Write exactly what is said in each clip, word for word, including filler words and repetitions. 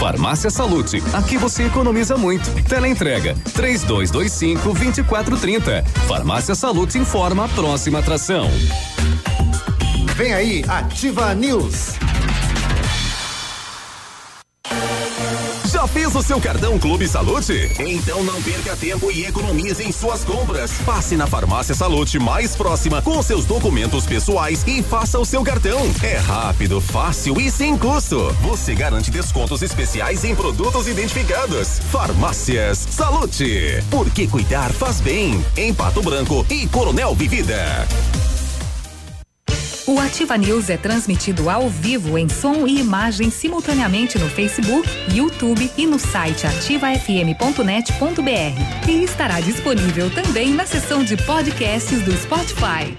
Farmácia Salute, aqui você economiza muito. Teleentrega, três dois dois cinco, dois quatro três zero. Farmácia Salute informa a próxima atração. Vem aí, Ativa News. Já fez o seu cartão Clube Salute? Então não perca tempo e economize em suas compras. Passe na Farmácia Salute mais próxima com seus documentos pessoais e faça o seu cartão. É rápido, fácil e sem custo. Você garante descontos especiais em produtos identificados. Farmácias Salute. Porque cuidar faz bem. Em Pato Branco e Coronel Vivida. O Ativa News é transmitido ao vivo em som e imagem simultaneamente no Facebook, YouTube e no site ativa f m ponto net ponto b r. E estará disponível também na seção de podcasts do Spotify.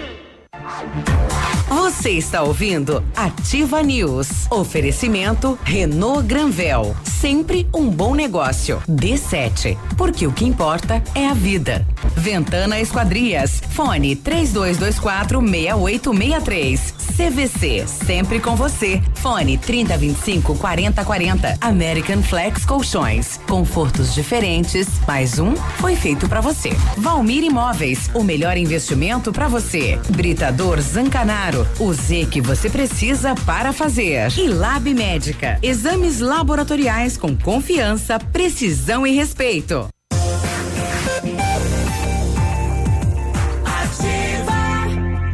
Você está ouvindo Ativa News. Oferecimento Renault Granvel. Sempre um bom negócio. D sete. Porque o que importa é a vida. Ventana Esquadrias. Fone três dois dois quatro, seis oito seis três. C V C. Sempre com você. Fone trinta, vinte e cinco, quarenta, quarenta. American Flex Colchões. Confortos diferentes. Mais um foi feito pra você. Valmir Imóveis. O melhor investimento pra você. Britador Zancanaro. O Z que você precisa para fazer. E Lab Médica. Exames laboratoriais com confiança, precisão e respeito. Ativa.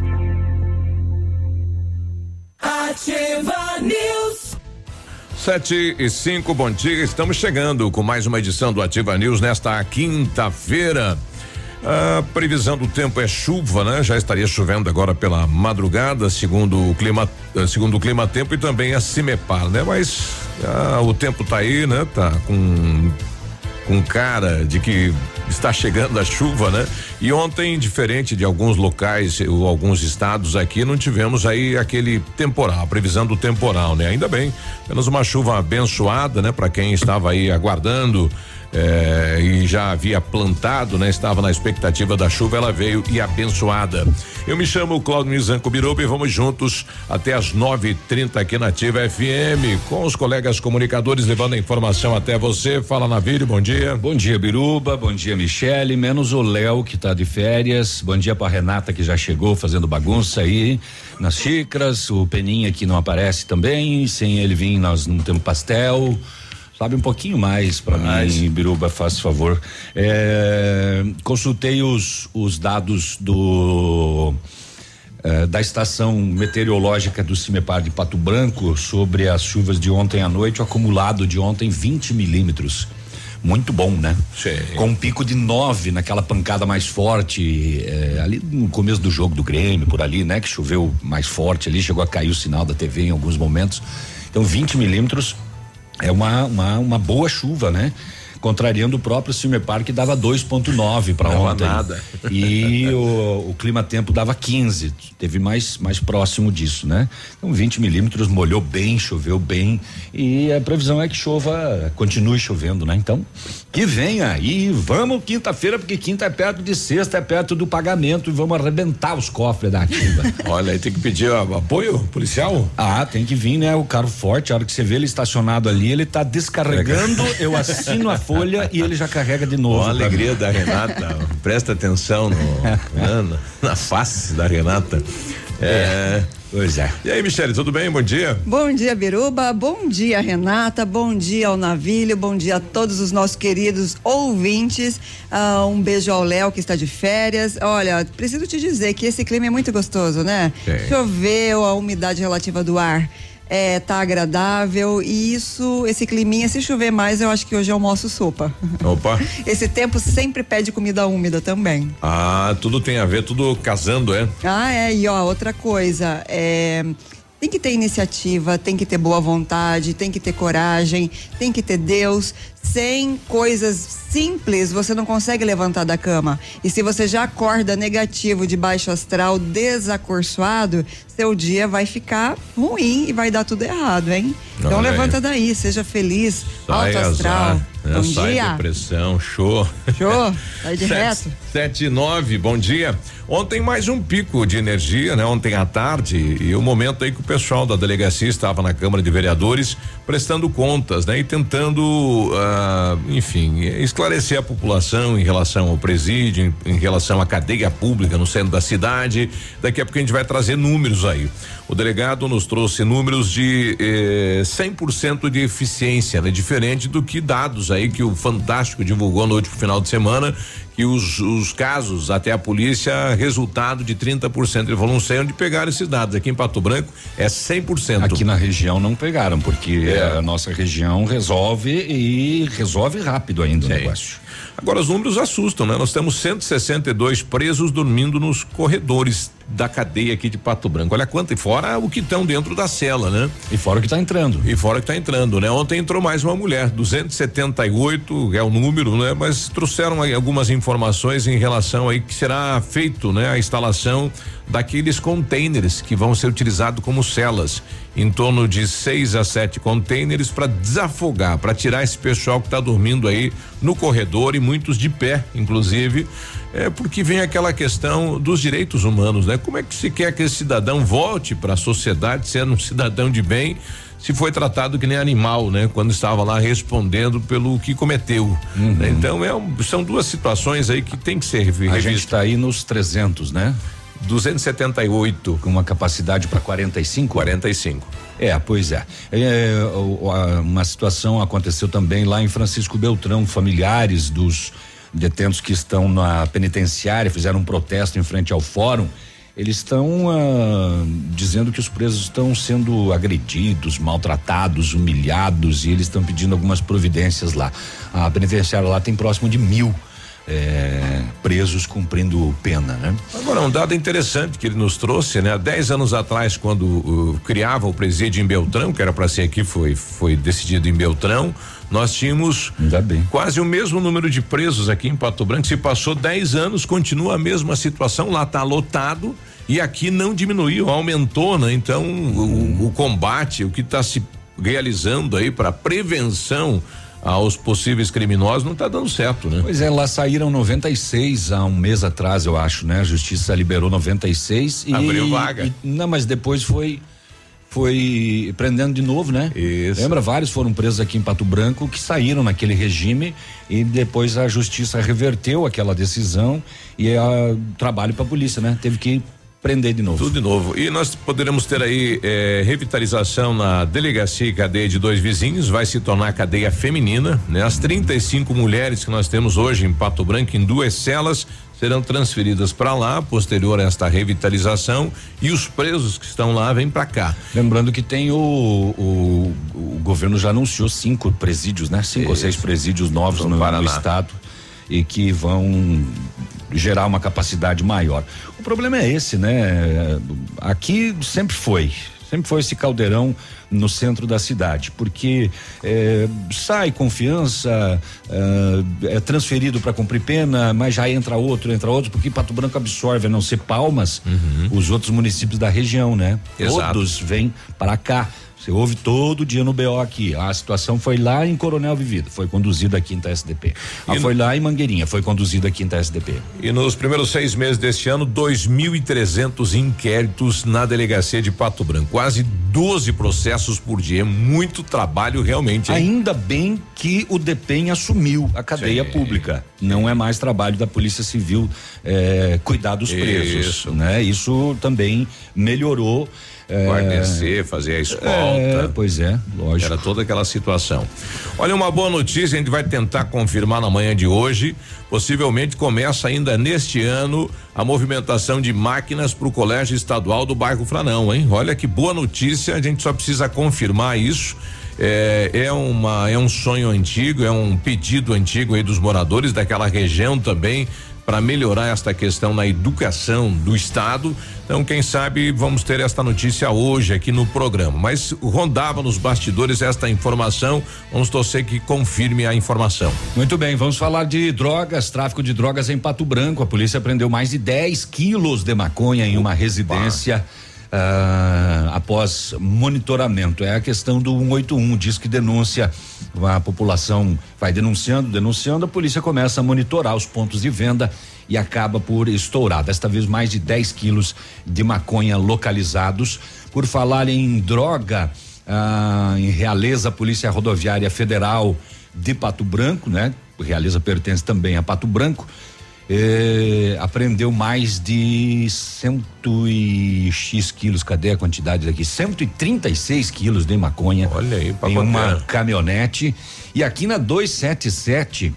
Ativa News. Sete e cinco, bom dia. Estamos chegando com mais uma edição do Ativa News nesta quinta-feira. A previsão do tempo é chuva, né? Já estaria chovendo agora pela madrugada, segundo o clima, segundo o clima tempo e também a Cimepar, né? Mas ah, o tempo tá aí, né? Tá com com cara de que está chegando a chuva, né? E ontem, diferente de alguns locais ou alguns estados aqui, não tivemos aí aquele temporal, a previsão do temporal, né? Ainda bem, apenas uma chuva abençoada, né? Para quem estava aí aguardando É, e já havia plantado, né? Estava na expectativa da chuva, ela veio e abençoada. Eu me chamo Claudio Mizanco Biruba e vamos juntos até as nove e trinta aqui na Ativa F M, com os colegas comunicadores levando a informação até você. Fala, Navírio, bom dia. Bom dia, Biruba, bom dia, Michele, menos o Léo que tá de férias. Bom dia pra Renata que já chegou fazendo bagunça aí nas xícaras, o Peninha que não aparece também, sem ele vir nós não temos pastel. Sabe um pouquinho mais para mim, Biruba, faz favor. É, consultei os, os dados do é, da estação meteorológica do Cimepar de Pato Branco sobre as chuvas de ontem à noite, o acumulado de ontem vinte milímetros. Muito bom, né? Sim. Com um pico de nove naquela pancada mais forte, é, ali no começo do jogo do Grêmio, por ali, né? Que choveu mais forte ali, chegou a cair o sinal da T V em alguns momentos. Então vinte milímetros é uma, uma, uma boa chuva, né? Contrariando o próprio Cimepar que dava dois ponto nove para ontem. Nada. E o, o clima tempo dava quinze, teve mais mais próximo disso, né? Então vinte milímetros, molhou bem, choveu bem e a previsão é que chova, continue chovendo, né? Então que venha e vamos quinta-feira, porque quinta é perto de sexta, é perto do pagamento e vamos arrebentar os cofres da Ativa. Olha, aí tem que pedir ó, apoio policial? Ah, tem que vir, né? O carro forte, a hora que você vê ele estacionado ali, ele tá descarregando, eu assino a folha e ele já carrega de novo. Com a alegria mim. Da Renata, presta atenção no, na, na face da Renata. É. é. Pois é. E aí, Michele, tudo bem? Bom dia. Bom dia, Biruba. Bom dia, Renata. Bom dia ao Navílio. Bom dia a todos os nossos queridos ouvintes. Ah, um beijo ao Léo que está de férias. Olha, preciso te dizer que esse clima é muito gostoso, né? Sim. Choveu, a umidade relativa do ar é, tá agradável e isso, esse climinha, se chover mais, eu acho que hoje eu almoço sopa. Opa. Esse tempo sempre pede comida úmida também. Ah, tudo tem a ver, tudo casando, é? Ah, é, e ó, outra coisa, é, tem que ter iniciativa, tem que ter boa vontade, tem que ter coragem, tem que ter Deus. Sem coisas simples, você não consegue levantar da cama. E se você já acorda negativo, de baixo astral, desacorçoado, seu dia vai ficar ruim e vai dar tudo errado, hein? Então Olha levanta aí. daí, seja feliz, Sai alto astral. Azar, né? Bom Sai dia. depressão, show. Show, sai de reto. Sete e nove, bom dia. Ontem mais um pico de energia, né? Ontem à tarde, e o momento aí que o pessoal da delegacia estava na Câmara de Vereadores prestando contas, né? E tentando, uh, enfim, esclarecer a população em relação ao presídio, em, em relação à cadeia pública no centro da cidade. Daqui a pouco a gente vai trazer números aí. O delegado nos trouxe números de eh, cem por cento de eficiência, né? Diferente do que dados aí que o Fantástico divulgou no último final de semana, que os, os casos até a polícia, resultado de trinta por cento. Ele falou, não sei onde pegaram esses dados. Aqui em Pato Branco é cem por cento. Aqui na região não pegaram, porque é. a nossa região resolve e resolve rápido ainda o negócio. Agora os números assustam, né? Nós temos cento e sessenta e dois presos dormindo nos corredores da cadeia aqui de Pato Branco. Olha quanto, e fora o que estão dentro da cela, né? E fora o que está entrando. E fora o que está entrando, né? Ontem entrou mais uma mulher, duzentos e setenta e oito é o número, né? Mas trouxeram aí algumas informações em relação aí que será feito, né? A instalação daqueles containers que vão ser utilizados como celas, em torno de seis a sete containers para desafogar, para tirar esse pessoal que está dormindo aí no corredor, e muitos de pé, inclusive, é porque vem aquela questão dos direitos humanos, né? Como é que se quer que esse cidadão volte para a sociedade sendo um cidadão de bem, se foi tratado que nem animal, né? Quando estava lá respondendo pelo que cometeu. Uhum. Né? Então é um, são duas situações aí que tem que ser revistas. A gente está aí nos trezentos, né? duzentos e setenta e oito. Com uma capacidade para quarenta e cinco? quarenta e cinco. É, pois é. é uma situação aconteceu também lá em Francisco Beltrão, familiares dos detentos que estão na penitenciária fizeram um protesto em frente ao fórum. Eles estão ah, dizendo que os presos estão sendo agredidos, maltratados, humilhados, e eles estão pedindo algumas providências lá. A penitenciária lá tem próximo de mil É, presos cumprindo pena, né? Agora, um dado interessante que ele nos trouxe, né? Há dez anos atrás, quando uh, criava o presídio em Beltrão, que era para ser aqui, foi foi decidido em Beltrão, nós tínhamos quase o mesmo número de presos aqui em Pato Branco. Se passou dez anos, continua a mesma situação, lá tá lotado e aqui não diminuiu, aumentou, né? Então, hum. o, o combate, o que está se realizando aí para prevenção aos possíveis criminosos não está dando certo, né? Pois é, lá saíram noventa e seis há um mês atrás, eu acho, né? A justiça liberou noventa e seis e abriu vaga. E, não, mas depois foi foi prendendo de novo, né? Isso. Lembra, vários foram presos aqui em Pato Branco que saíram naquele regime e depois a justiça reverteu aquela decisão e é trabalho para a polícia, né? Teve que prender de novo. Tudo de novo. E nós poderemos ter aí eh, revitalização na delegacia e cadeia de Dois Vizinhos, vai se tornar cadeia feminina, né? As trinta e cinco mulheres que nós temos hoje em Pato Branco em duas celas serão transferidas para lá, posterior a esta revitalização, e os presos que estão lá vêm para cá. Lembrando que tem o, o, o governo já anunciou cinco presídios, né? Cinco Isso. ou seis presídios novos no, no estado e que vão gerar uma capacidade maior. O problema é esse, né? Aqui sempre foi, sempre foi esse caldeirão no centro da cidade, porque é, sai confiança, é, é transferido para cumprir pena, mas já entra outro, entra outro, porque Pato Branco absorve, a não ser Palmas, uhum. os outros municípios da região, né? Exato. Todos vêm para cá. Você ouve todo dia no B O aqui. A situação foi lá em Coronel Vivido, foi conduzida à Quinta S D P. Ah, foi lá em Mangueirinha, foi conduzida à Quinta S D P. E nos primeiros seis meses deste ano, dois mil e trezentos inquéritos na delegacia de Pato Branco. Quase doze processos por dia. É muito trabalho realmente. Hein? Ainda bem que o DEPEN assumiu a cadeia Sim. pública. Não é mais trabalho da Polícia Civil eh, cuidar dos presos. Isso. Né? Isso também melhorou. É, guarnecer, fazer a escolta. É, pois é, lógico. Era toda aquela situação. Olha, uma boa notícia, a gente vai tentar confirmar na manhã de hoje. Possivelmente começa ainda neste ano a movimentação de máquinas para o Colégio Estadual do Bairro Franão, hein? Olha que boa notícia, a gente só precisa confirmar isso. É, é uma é um sonho antigo, é um pedido antigo aí dos moradores daquela região também, para melhorar esta questão na educação do estado. Então, quem sabe vamos ter esta notícia hoje aqui no programa, mas rondava nos bastidores esta informação, vamos torcer que confirme a informação. Muito bem, vamos falar de drogas, tráfico de drogas em Pato Branco. A polícia prendeu mais de dez quilos de maconha em uma residência uh, após monitoramento. É a questão do um oito um, diz que denúncia, a população vai denunciando, denunciando, a polícia começa a monitorar os pontos de venda e acaba por estourar. Desta vez mais de dez quilos de maconha localizados. Por falar em droga, ah, em Realeza, Polícia Rodoviária Federal de Pato Branco, né? Realeza pertence também a Pato Branco. Eh, apreendeu mais de cento e x quilos, cadê a quantidade daqui? cento e trinta e seis quilos de maconha. Olha aí, em uma caminhonete. E aqui na duzentos e setenta e sete,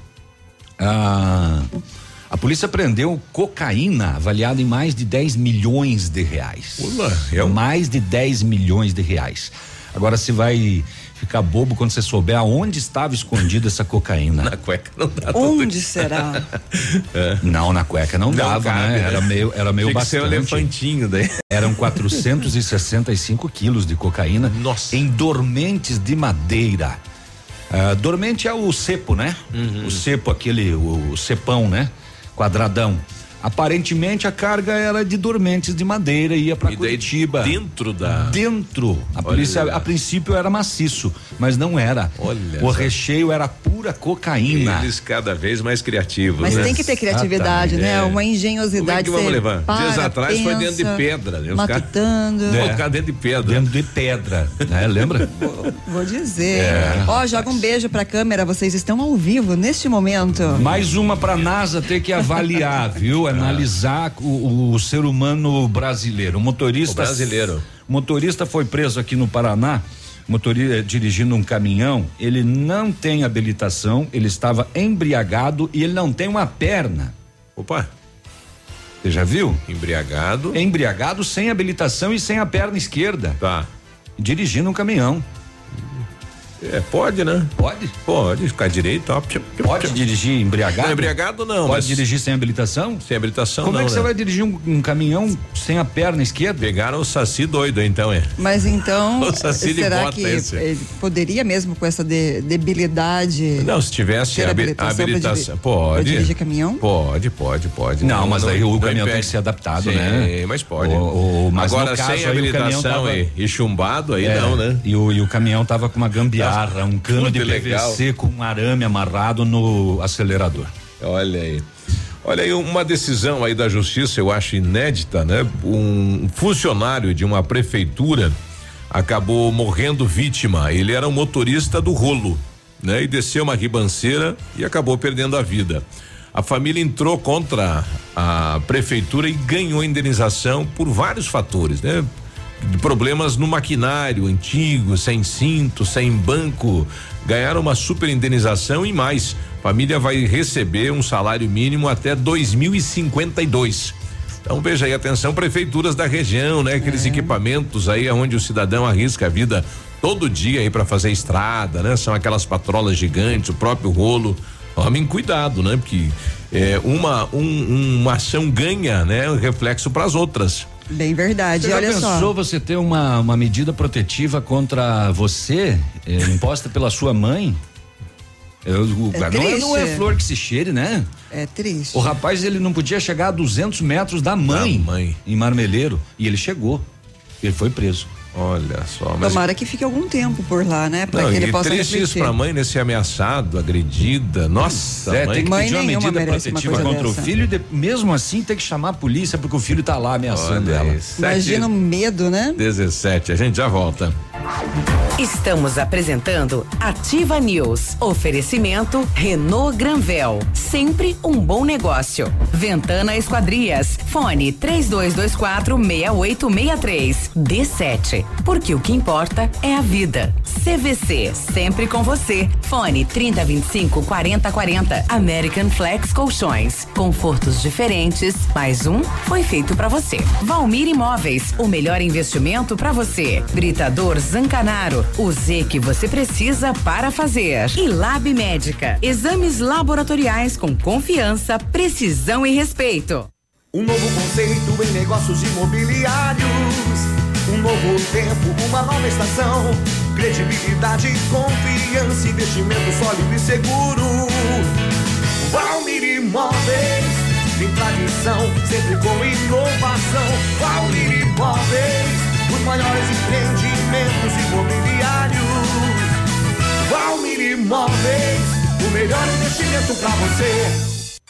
ah, a polícia prendeu cocaína avaliada em mais de dez milhões de reais. Ula, é um... Mais de dez milhões de reais. Agora você vai ficar bobo quando você souber aonde estava escondida essa cocaína. Na cueca não dá. Onde será? É. Não, na cueca não, não dava, cabe, né? Era meio, era meio Tinha bastante. Que ser um elefantinho daí. Eram quatrocentos e sessenta e cinco quilos de cocaína. Nossa. Em dormentes de madeira. Uh, dormente é o cepo, né? Uhum. O cepo, aquele, o, o cepão, né? Quadradão. Aparentemente a carga era de dormentes de madeira e ia para Curitiba. Dentro da. Dentro. A polícia, a princípio era maciço, mas não era. Olha o só. Recheio era pura cocaína. Eles cada vez mais criativos. Mas né? tem que ter criatividade, ah, tá. né? É. Uma engenhosidade. Como é que vamos levar? Para, Dias atrás pensa, foi dentro de pedra, né? Os matutando. Cara... É. Colocar dentro de pedra. Dentro de pedra, né? Lembra? Vou, vou dizer. É. Ó, joga um beijo pra câmera, vocês estão ao vivo neste momento. Mais uma pra NASA ter que avaliar, viu? Analisar o, o ser humano brasileiro. O motorista. O brasileiro. O motorista foi preso aqui no Paraná, motorista dirigindo um caminhão. Ele não tem habilitação, ele estava embriagado e ele não tem uma perna. Opa! Você já viu? Embriagado. Embriagado sem habilitação e sem a perna esquerda. Tá. Dirigindo um caminhão. É, pode, né? Pode? Pode, ficar direito, ó. Pode dirigir embriagado? Não, embriagado não. Pode dirigir sem habilitação? Sem habilitação Como não. Como é que né? você vai dirigir um, um caminhão sem a perna esquerda? Pegaram o Saci doido, então, é. Mas então, O Saci será bota que esse. ele poderia mesmo com essa de, debilidade? Não, se tivesse ter habilitação, habilitação, habilitação pra, pode. pra dirigir caminhão? Pode, pode, pode. Não, mas não, aí o não caminhão impede. tem que ser adaptado, Sim, né? mas pode. O, o, mas agora, no caso, sem aí, habilitação tava, e, e chumbado, aí é, não, né? E o, e o caminhão tava com uma gambiarra, um cano de P V C legal. com um arame amarrado no acelerador. Olha aí. Olha aí, uma decisão aí da justiça, eu acho inédita, né? Um funcionário de uma prefeitura acabou morrendo vítima. Ele era um motorista do rolo, né? E desceu uma ribanceira e acabou perdendo a vida. A família entrou contra a prefeitura e ganhou indenização por vários fatores, né? De problemas no maquinário antigo, sem cinto, sem banco, ganharam uma super indenização e mais. Família vai receber um salário mínimo até dois mil e cinquenta e dois. Então veja aí, atenção, prefeituras da região, né? Aqueles é. equipamentos aí onde o cidadão arrisca a vida todo dia aí para fazer estrada, né? São aquelas patrolas gigantes, o próprio rolo. Tomem cuidado, né? Porque é, uma um, uma ação ganha, né? Um reflexo para as outras. Bem verdade. Você já Olha pensou só. você ter uma, uma medida protetiva contra você, eh, imposta pela sua mãe? Eu, o, É não, é, triste. não é flor que se cheire, né? É triste. O rapaz, ele não podia chegar a duzentos metros da mãe, Da mãe. em Marmeleiro, e ele chegou. Ele foi preso. Olha só, mas Tomara que fique algum tempo por lá, né? Pra não, que ele e possa triste isso refletir. pra mãe, né? Ser ameaçado, agredida. Nossa, É, mãe. tem que Mãe pedir uma nenhuma medida merece uma protetiva coisa contra dessa. o filho e de, mesmo assim tem que chamar a polícia porque o filho tá lá ameaçando Olha ela. isso. Imagina o medo, né? dezessete, a gente já volta. Estamos apresentando Ativa News. Oferecimento Renault Granvel. Sempre um bom negócio. Ventana Esquadrias. Fone três dois dois quatro seis oito seis três. D sete. Porque o que importa é a vida. C V C. Sempre com você. Fone trinta, vinte e cinco, quarenta, quarenta. American Flex Colchões. Confortos diferentes. Mais um foi feito pra você. Valmir Imóveis. O melhor investimento pra você. Britador Zancanaro. O Z que você precisa para fazer. E Lab Médica. Exames laboratoriais com confiança, precisão e respeito. Um novo conceito em negócios imobiliários. Um novo tempo, uma nova estação. Credibilidade, confiança, investimento sólido e seguro. Valmir Imóveis, tem tradição, sempre com inovação. Valmir Imóveis, os maiores empreendimentos imobiliários. Valmir Imóveis, o melhor investimento pra você.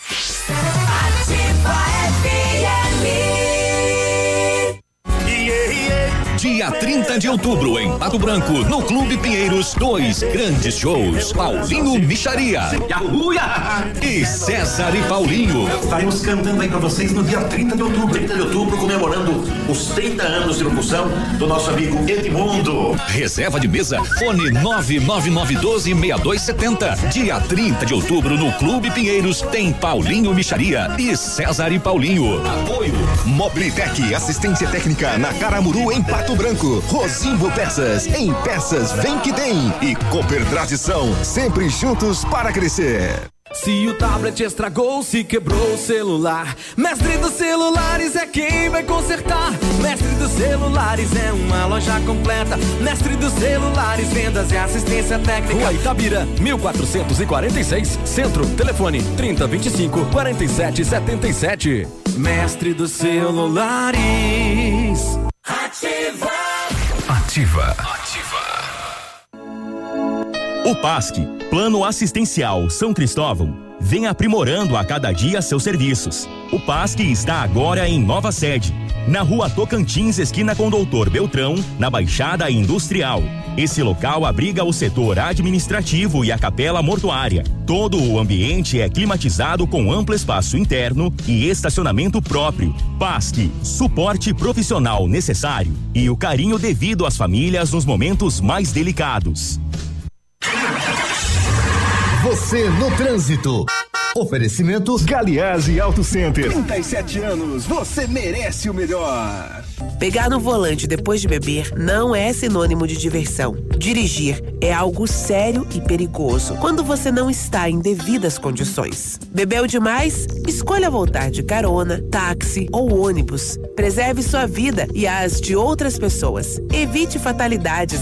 Ativa F M. Yeah, yeah. De Dia trinta de outubro, em Pato Branco, no Clube Pinheiros, dois grandes shows. Paulinho Micharia e César e Paulinho. Estaremos cantando aí pra vocês no dia trinta de outubro. trinta de outubro, comemorando os trinta anos de locução do nosso amigo Edmundo. Reserva de mesa, fone nove nove nove um dois, seis dois sete zero. Dia trinta de outubro, no Clube Pinheiros, tem Paulinho Micharia e César e Paulinho. Apoio Mobilitec, assistência técnica na Caramuru, em Pato Branco. Rosimbo Peças, em Peças Vem Que Tem. E Cooper Tradição, sempre juntos para crescer. Se o tablet estragou, se quebrou o celular, Mestre dos Celulares é quem vai consertar. Mestre dos Celulares é uma loja completa. Mestre dos Celulares, vendas e assistência técnica. Rua Itabira, mil quatrocentos e quarenta e seis, Centro. Telefone trinta, vinte e cinco, quarenta e sete, setenta e sete. Mestre dos Celulares. Ativa. Ativa. O PASC, Plano Assistencial São Cristóvão, vem aprimorando a cada dia seus serviços. O PASC está agora em nova sede, na Rua Tocantins, esquina com Doutor Beltrão, na Baixada Industrial. Esse local abriga o setor administrativo e a capela mortuária. Todo o ambiente é climatizado com amplo espaço interno e estacionamento próprio. PASC, suporte profissional necessário e o carinho devido às famílias nos momentos mais delicados. Você no trânsito. Oferecimento Galiase Auto Center. trinta e sete anos, você merece o melhor. Pegar no volante depois de beber não é sinônimo de diversão. Dirigir é algo sério e perigoso quando você não está em devidas condições. Bebeu demais? Escolha voltar de carona, táxi ou ônibus. Preserve sua vida e as de outras pessoas. Evite fatalidades.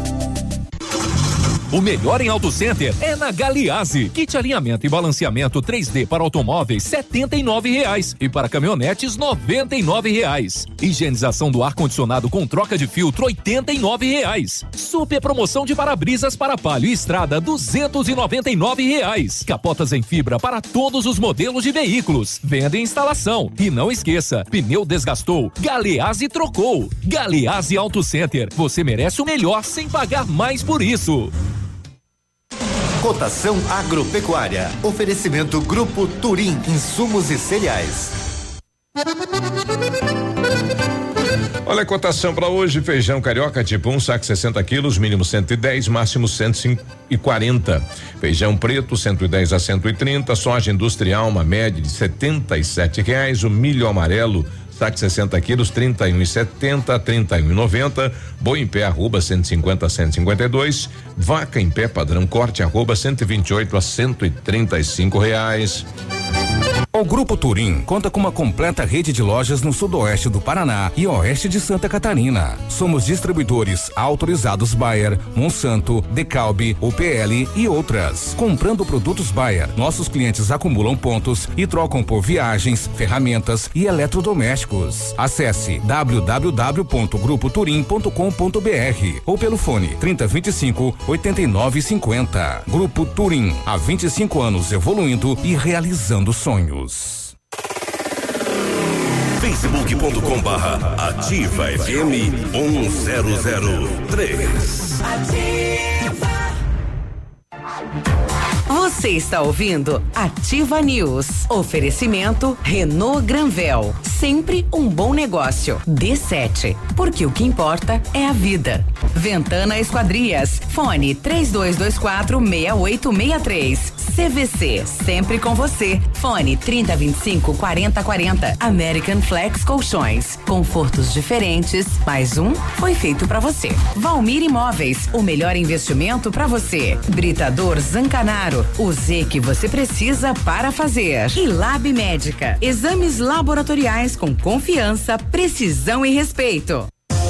O melhor em Auto Center é na Galiase. Kit alinhamento e balanceamento três D para automóveis, setenta e nove reais. E para caminhonetes, noventa e nove reais. Higienização do ar-condicionado com troca de filtro, oitenta e nove reais. Super promoção de para-brisas para Palio e Estrada, duzentos e noventa e nove reais. Capotas em fibra para todos os modelos de veículos. Venda e instalação. E não esqueça, pneu desgastou, Galiase trocou. Galiase Auto Center. Você merece o melhor sem pagar mais por isso. Cotação agropecuária. Oferecimento Grupo Turim, insumos e cereais. Olha a cotação para hoje: feijão carioca tipo um, saco sessenta quilos, mínimo cento e dez, máximo cento e quarenta. Feijão preto cento e dez a cento e trinta, soja industrial uma média de setenta e sete reais, o milho amarelo saco sessenta quilos, trinta e um e setenta, trinta e um e noventa, boi em pé arroba cento e cinquenta a cento e cinquenta e dois, vaca em pé padrão corte arroba cento e vinte e oito a cento e trinta e cinco reais. O Grupo Turim conta com uma completa rede de lojas no sudoeste do Paraná e oeste de Santa Catarina. Somos distribuidores autorizados Bayer, Monsanto, Decalbe, U P L e outras. Comprando produtos Bayer, nossos clientes acumulam pontos e trocam por viagens, ferramentas e eletrodomésticos. Acesse w w w ponto grupo turim ponto com ponto b r ou pelo fone trinta, vinte e cinco, oitenta e nove, cinquenta. Grupo Turim, há vinte e cinco anos evoluindo e realizando sonhos. facebook ponto com barra ativa F M um zero zero três. Ativa. Você está ouvindo Ativa News. Oferecimento Renault Granvel. Sempre um bom negócio. D sete. Porque o que importa é a vida. Ventana Esquadrias. Fone três dois dois quatro, seis oito seis três. C V C. Sempre com você. Fone trinta, vinte e cinco, quarenta, quarenta. American Flex Colchões. Confortos diferentes. Mais um foi feito pra você. Valmir Imóveis. O melhor investimento pra você. Britador Zancanaro. O Z que você precisa para fazer. E Lab Médica. Exames laboratoriais com confiança, precisão e respeito.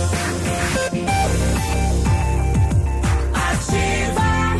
Ativa.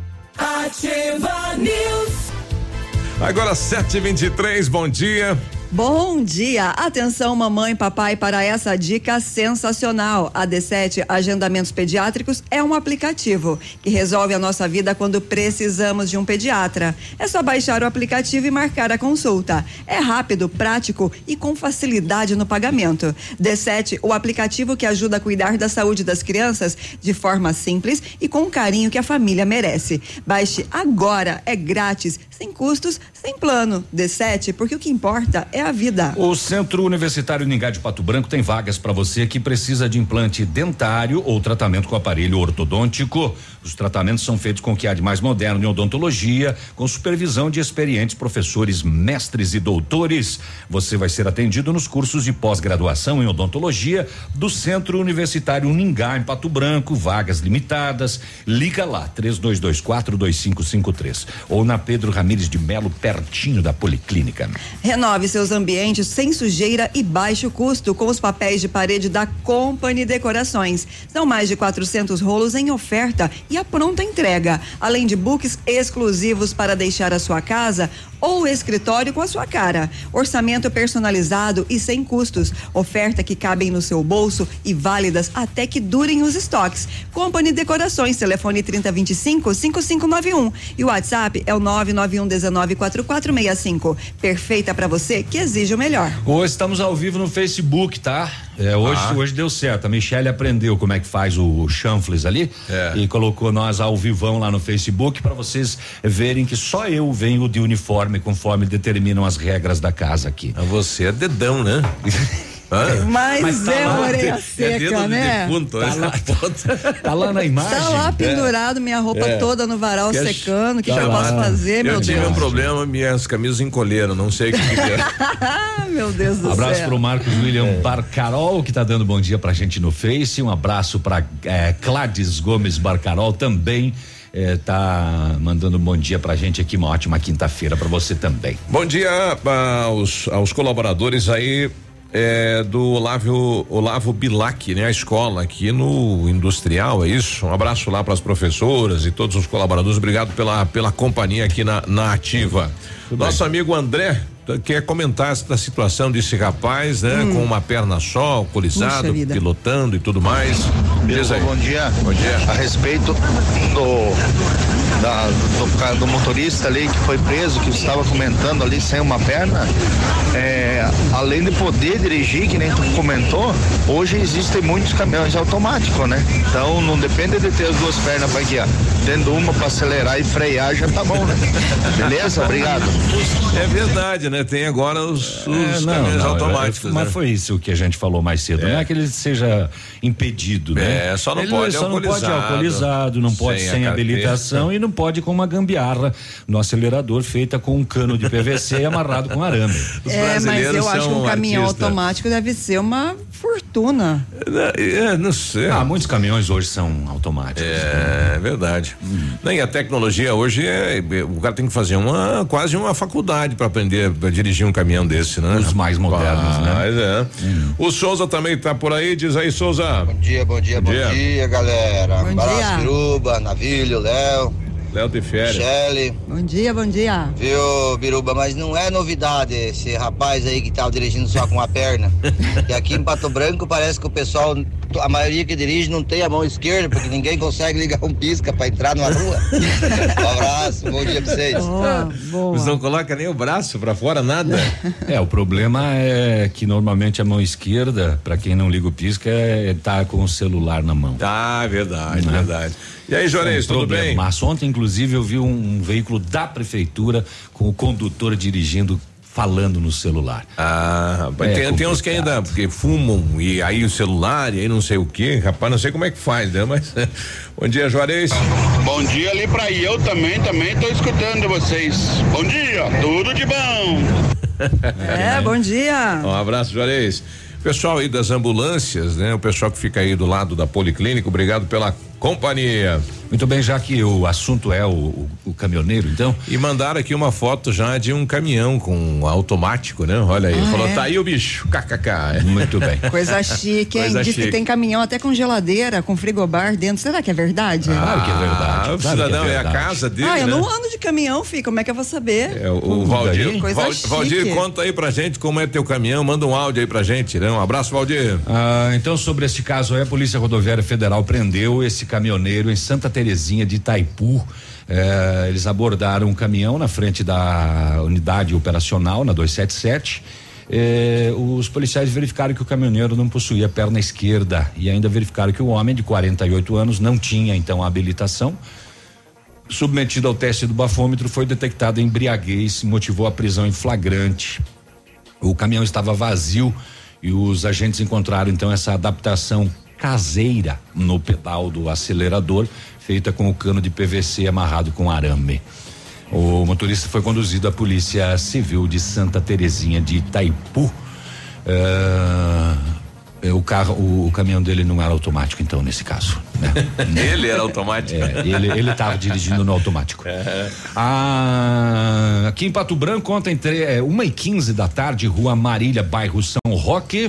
Ativa News. Agora sete e vinte e três, bom dia. Bom dia, atenção mamãe e papai para essa dica sensacional. A D sete Agendamentos Pediátricos é um aplicativo que resolve a nossa vida quando precisamos de um pediatra. É só baixar o aplicativo e marcar a consulta. É rápido, prático e com facilidade no pagamento. D sete, o aplicativo que ajuda a cuidar da saúde das crianças de forma simples e com o carinho que a família merece. Baixe agora, é grátis, sem custos, sem plano. D sete, porque o que importa é a vida. O Centro Universitário Ningá de Pato Branco tem vagas para você que precisa de implante dentário ou tratamento com aparelho ortodôntico. Os tratamentos são feitos com o que há de mais moderno em odontologia, com supervisão de experientes professores, mestres e doutores. Você vai ser atendido nos cursos de pós-graduação em odontologia do Centro Universitário Ningá em Pato Branco, vagas limitadas. Liga lá, três dois dois quatro, dois cinco cinco três ou na Pedro Ramires de Melo, pertinho da Policlínica. Renove seus ambientes sem sujeira e baixo custo com os papéis de parede da Company Decorações. São mais de quatrocentos rolos em oferta e a pronta entrega, além de books exclusivos para deixar a sua casa ou escritório com a sua cara. Orçamento personalizado e sem custos. Oferta que cabem no seu bolso e válidas até que durem os estoques. Company Decorações, telefone trinta, vinte e cinco, cinquenta e cinco noventa e um e o WhatsApp é o nove nove um um nove quatro quatro seis cinco. Perfeita para você que exige o melhor. Hoje estamos ao vivo no Facebook, tá? É, hoje, ah. hoje deu certo. A Michele aprendeu como é que faz o chanfles ali é. e colocou nós ao vivão lá no Facebook para vocês verem que só eu venho de uniforme conforme determinam as regras da casa aqui. Você é dedão, né? Ah, mas, mas tá é lá, orelha seca, é né? De defunto, tá, lá, tá lá na imagem. Tá lá pendurado, minha roupa é. toda no varal que secando, o que, tá que eu posso fazer, eu meu Deus? Eu tive um problema, minhas camisas encolheram, não sei o que que é. Meu Deus do abraço céu. pro Marcos William é. Barcarol, que tá dando bom dia pra gente no Face, um abraço pra é, Cláudio Gomes Barcarol também. É, tá mandando um bom dia pra gente aqui, uma ótima quinta-feira pra você também. Bom dia aos, aos colaboradores aí é, do Olavo, Olavo Bilac, né? A escola aqui no Industrial, é isso? Um abraço lá pras professoras e todos os colaboradores, obrigado pela, pela companhia aqui na, na Ativa. Tudo Nosso bem. Amigo André quer comentar essa situação desse rapaz, né? Hum. Com uma perna só, alcoolizado, pilotando e tudo mais. Beleza, bom dia. Bom dia. A respeito do, da, do, do motorista ali que foi preso, que estava comentando ali sem uma perna, é, além de poder dirigir, que nem tu comentou, hoje existem muitos caminhões automáticos, né? Então não depende de ter as duas pernas para guiar. Tendo uma para acelerar e frear já tá bom, né? Beleza? Obrigado. É verdade, né? Tem agora os, os é, não, caminhões não, automáticos. É, mas né? foi isso que a gente falou mais cedo. É. Não é que ele seja impedido, né? É, só não ele pode só não pode alcoolizado, não pode sem, sem habilitação e não pode com uma gambiarra no acelerador feita com um cano de P V C e amarrado com arame. Os é, mas eu acho que um caminhão artista. automático deve ser uma fortuna. É, não sei. Ah, muitos caminhões hoje são automáticos. É, né? Verdade. Hum. Nem a tecnologia hoje é, o cara tem que fazer uma quase uma faculdade para aprender a dirigir um caminhão desse, né? Os mais modernos, né? Mas é. Hum. O Souza também tá por aí, diz aí, Souza. Bom dia, bom dia, bom, bom dia. dia, galera. Bom Abraço, dia. Biruba, Navilho, Léo. Léo de férias. Michele. Bom dia, bom dia. Viu, Biruba, mas não é novidade esse rapaz aí que tava dirigindo só com uma perna. E aqui em Pato Branco parece que o pessoal, a maioria que dirige não tem a mão esquerda, porque ninguém consegue ligar um pisca pra entrar numa rua. Um abraço, bom dia pra vocês. Oh, Vocês não colocam nem o braço pra fora, nada? É, o problema é que normalmente a mão esquerda, pra quem não liga o pisca, é tá com o celular na mão. Ah, verdade, né? Verdade. E aí, Jorez, é um tudo problema. bem? Mas ontem, inclusive, eu vi um, um veículo da prefeitura com o condutor dirigindo, falando no celular. Ah, rapaz, é tem, tem uns que ainda porque fumam e aí o celular e aí não sei o que, rapaz, não sei como é que faz, né? Mas bom dia, Juarez. Bom dia ali pra aí, eu também, também tô escutando vocês. Bom dia, tudo de bom. É, bom dia. Um abraço, Juarez. Pessoal aí das ambulâncias, né? O pessoal que fica aí do lado da Policlínica, obrigado pela companhia. Muito bem, já que o assunto é o, o, o caminhoneiro, então. E mandaram aqui uma foto já de um caminhão com automático, né? Olha aí, ah, falou, é? Tá aí o bicho, kkk. Muito bem. Coisa chique, hein? Coisa Diz chique. que tem caminhão até com geladeira, com frigobar dentro. Será que é verdade? Ah, claro que é verdade. O claro cidadão é, é a casa dele, Ah, eu né? não ando de caminhão, filho, como é que eu vou saber? É, o, o Valdir, Coisa Val, chique. Valdir, conta aí pra gente como é teu caminhão, manda um áudio aí pra gente, né? Um abraço, Valdir. Ah, então sobre este caso aí, a Polícia Rodoviária Federal prendeu esse caminhoneiro em Santa Terezinha de Itaipu. Eh, eles abordaram um caminhão na frente da unidade operacional, na duzentos e setenta e sete. Eh, os policiais verificaram que o caminhoneiro não possuía perna esquerda e ainda verificaram que o homem de quarenta e oito anos não tinha então a habilitação. Submetido ao teste do bafômetro, foi detectado embriaguez e motivou a prisão em flagrante. O caminhão estava vazio e os agentes encontraram então essa adaptação caseira no pedal do acelerador, feita com o cano de P V C amarrado com arame. O motorista foi conduzido à Polícia Civil de Santa Terezinha de Itaipu. Uh, o carro, o, o caminhão dele não era automático, então, nesse caso. Né? Ele era automático. É, ele ele estava dirigindo no automático. É. Ah, aqui em Pato Branco, ontem, é, uma e quinze da tarde, Rua Marília, bairro São Roque.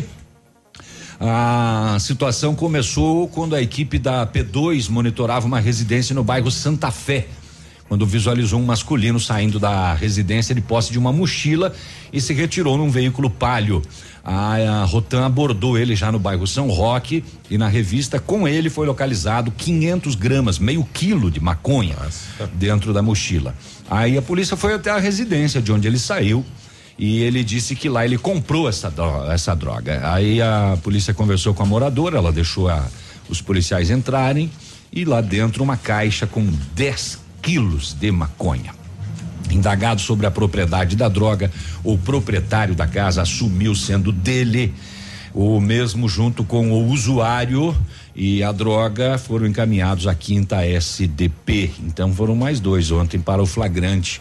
A situação começou quando a equipe da P dois monitorava uma residência no bairro Santa Fé, quando visualizou um masculino saindo da residência de posse de uma mochila e se retirou num veículo palio. A, a Rotan abordou ele já no bairro São Roque e na revista com ele foi localizado quinhentos gramas, meio quilo de maconha. Nossa. Dentro da mochila. Aí a polícia foi até a residência de onde ele saiu e ele disse que lá ele comprou essa, essa droga. Aí a polícia conversou com a moradora, ela deixou a, os policiais entrarem e lá dentro uma caixa com dez quilos de maconha. Indagado sobre a propriedade da droga, o proprietário da casa assumiu sendo dele. O mesmo junto com o usuário e a droga foram encaminhados à quinta S D P. Então foram mais dois ontem para o flagrante,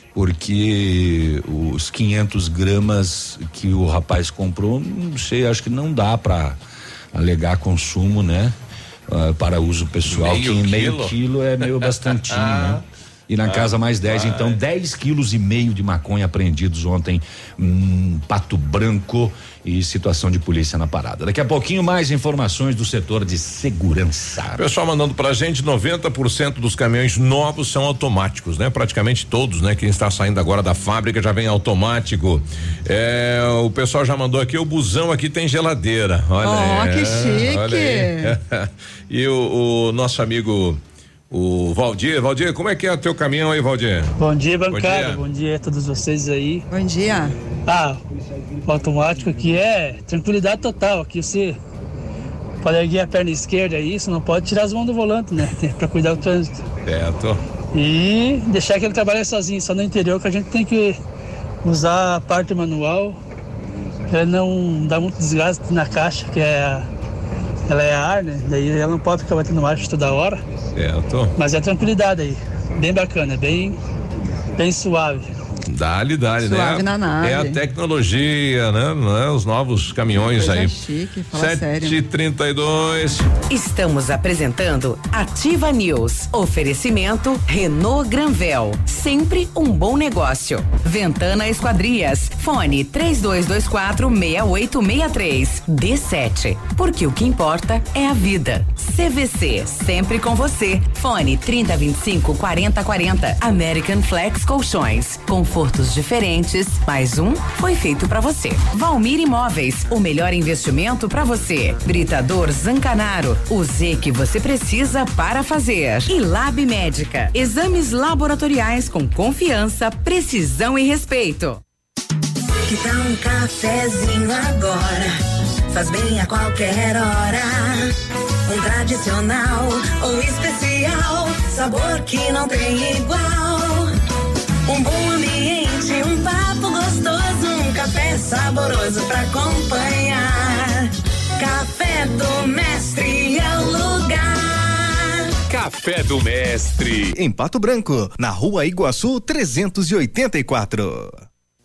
porque os quinhentos gramas que o rapaz comprou, não sei, acho que não dá para alegar consumo, né? Uh, para uso pessoal, meio que meio quilo, quilo é meio bastantinho, né? E na ah, casa mais dez, vai. Então dez quilos e meio de maconha apreendidos ontem em Pato Branco e situação de polícia na parada. Daqui a pouquinho mais informações do setor de segurança. Pessoal mandando pra gente, noventa por cento dos caminhões novos são automáticos, né? Praticamente todos, né? Quem está saindo agora da fábrica já vem automático. É, o pessoal já mandou aqui, o busão aqui tem geladeira. Olha oh, aí. Que chique. Olha aí. E o, o nosso amigo o Valdir, Valdir, como é que é o teu caminhão aí, Valdir? Bom dia, bancada, bom dia. bom dia a todos vocês aí. Bom dia. Ah, o automático aqui é tranquilidade total, aqui você pode erguer a perna esquerda aí, você não pode tirar as mãos do volante, né, pra cuidar do trânsito. Certo. E deixar que ele trabalhe sozinho, só no interior que a gente tem que usar a parte manual, pra não dar muito desgaste na caixa, que é a ela é ar, né? Daí ela não pode ficar batendo marcha toda hora. Certo. Mas é tranquilidade aí. Bem bacana, bem, bem suave. Dá-lhe, dá-lhe, né? Suave na nave. É a tecnologia, né? Não é? Os novos caminhões coisa aí. Chique, fala sério. sete e trinta e dois. Estamos apresentando Ativa News. Oferecimento Renault Granvel. Sempre um bom negócio. Ventana Esquadrias. Fone três dois dois quatro seis oito seis três. D sete. Porque o que importa é a vida. C V C. Sempre com você. Fone trinta vinte e cinco quarenta quarenta. American Flex Colchões. Confortos diferentes. Mais um foi feito pra você. Valmir Imóveis. O melhor investimento pra você. Britador Zancanaro. O Z que você precisa para fazer. E Lab Médica. Exames laboratoriais com confiança, precisão e respeito. Que tal um cafezinho agora? Faz bem a qualquer hora. Um tradicional ou especial, sabor que não tem igual. Um bom ambiente, um papo gostoso, um café saboroso pra acompanhar. Café do Mestre é o lugar. Café do Mestre. Em Pato Branco, na Rua Iguaçu trezentos e oitenta e quatro.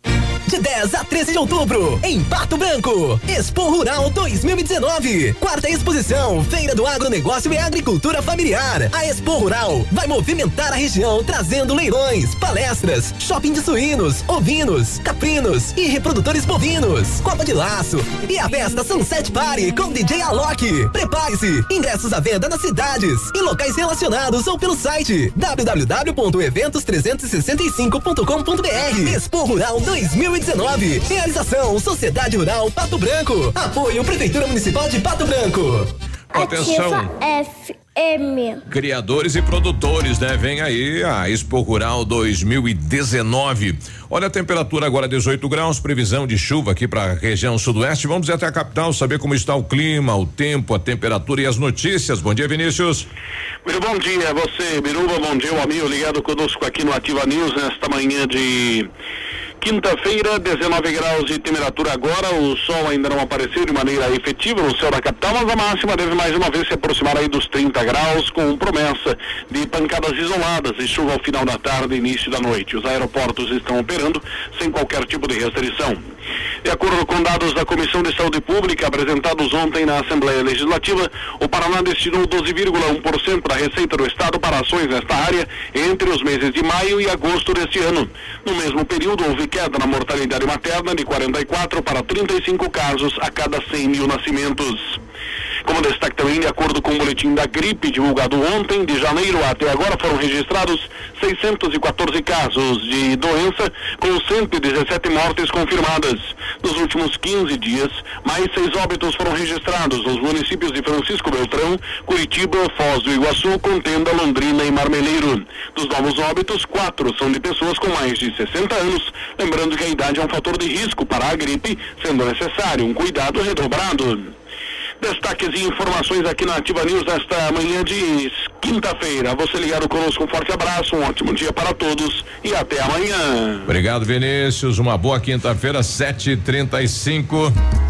de dez a treze de outubro, em Pato Branco. Expo Rural dois mil e dezenove. Quarta exposição, Feira do Agronegócio e Agricultura Familiar. A Expo Rural vai movimentar a região, trazendo leilões, palestras, shopping de suínos, ovinos, caprinos e reprodutores bovinos. Copa de laço e a festa Sunset Party com D J Alok. Prepare-se, ingressos à venda nas cidades e locais relacionados ou pelo site w w w ponto eventos trezentos e sessenta e cinco ponto com ponto b r. Expo Rural dois mil e dezenove. Realização Sociedade Rural Pato Branco. Apoio Prefeitura Municipal de Pato Branco. Atenção. F M. Criadores e produtores, né? Vem aí a Expo Rural dois mil e dezenove. Olha a temperatura agora dezoito graus, previsão de chuva aqui para a região sudoeste. Vamos até a capital saber como está o clima, o tempo, a temperatura e as notícias. Bom dia, Vinícius. Muito bom dia a você, Biruba, bom dia, o amigo ligado conosco aqui no Ativa News nesta manhã de quinta-feira, dezenove graus de temperatura agora, o sol ainda não apareceu de maneira efetiva no céu da capital, mas a máxima deve mais uma vez se aproximar aí dos trinta graus, com promessa de pancadas isoladas e chuva ao final da tarde e início da noite. Os aeroportos estão operando sem qualquer tipo de restrição. De acordo com dados da Comissão de Saúde Pública apresentados ontem na Assembleia Legislativa, o Paraná destinou doze vírgula um por cento da receita do Estado para ações nesta área entre os meses de maio e agosto deste ano. No mesmo período, houve queda na mortalidade materna de quarenta e quatro para trinta e cinco casos a cada cem mil nascimentos. Como destaque também, de acordo com o boletim da gripe divulgado ontem, de janeiro até agora foram registrados seiscentos e quatorze casos de doença, com cento e dezessete mortes confirmadas. Nos últimos quinze dias, mais seis óbitos foram registrados nos municípios de Francisco Beltrão, Curitiba, Foz do Iguaçu, Contenda, Londrina e Marmeleiro. Dos novos óbitos, quatro são de pessoas com mais de sessenta anos, lembrando que a idade é um fator de risco para a gripe, sendo necessário um cuidado redobrado. Destaques e informações aqui na Ativa News nesta manhã de quinta-feira. Você ligado conosco, um forte abraço, um ótimo dia para todos e até amanhã. Obrigado, Vinícius. Uma boa quinta-feira, sete e trinta e cinco.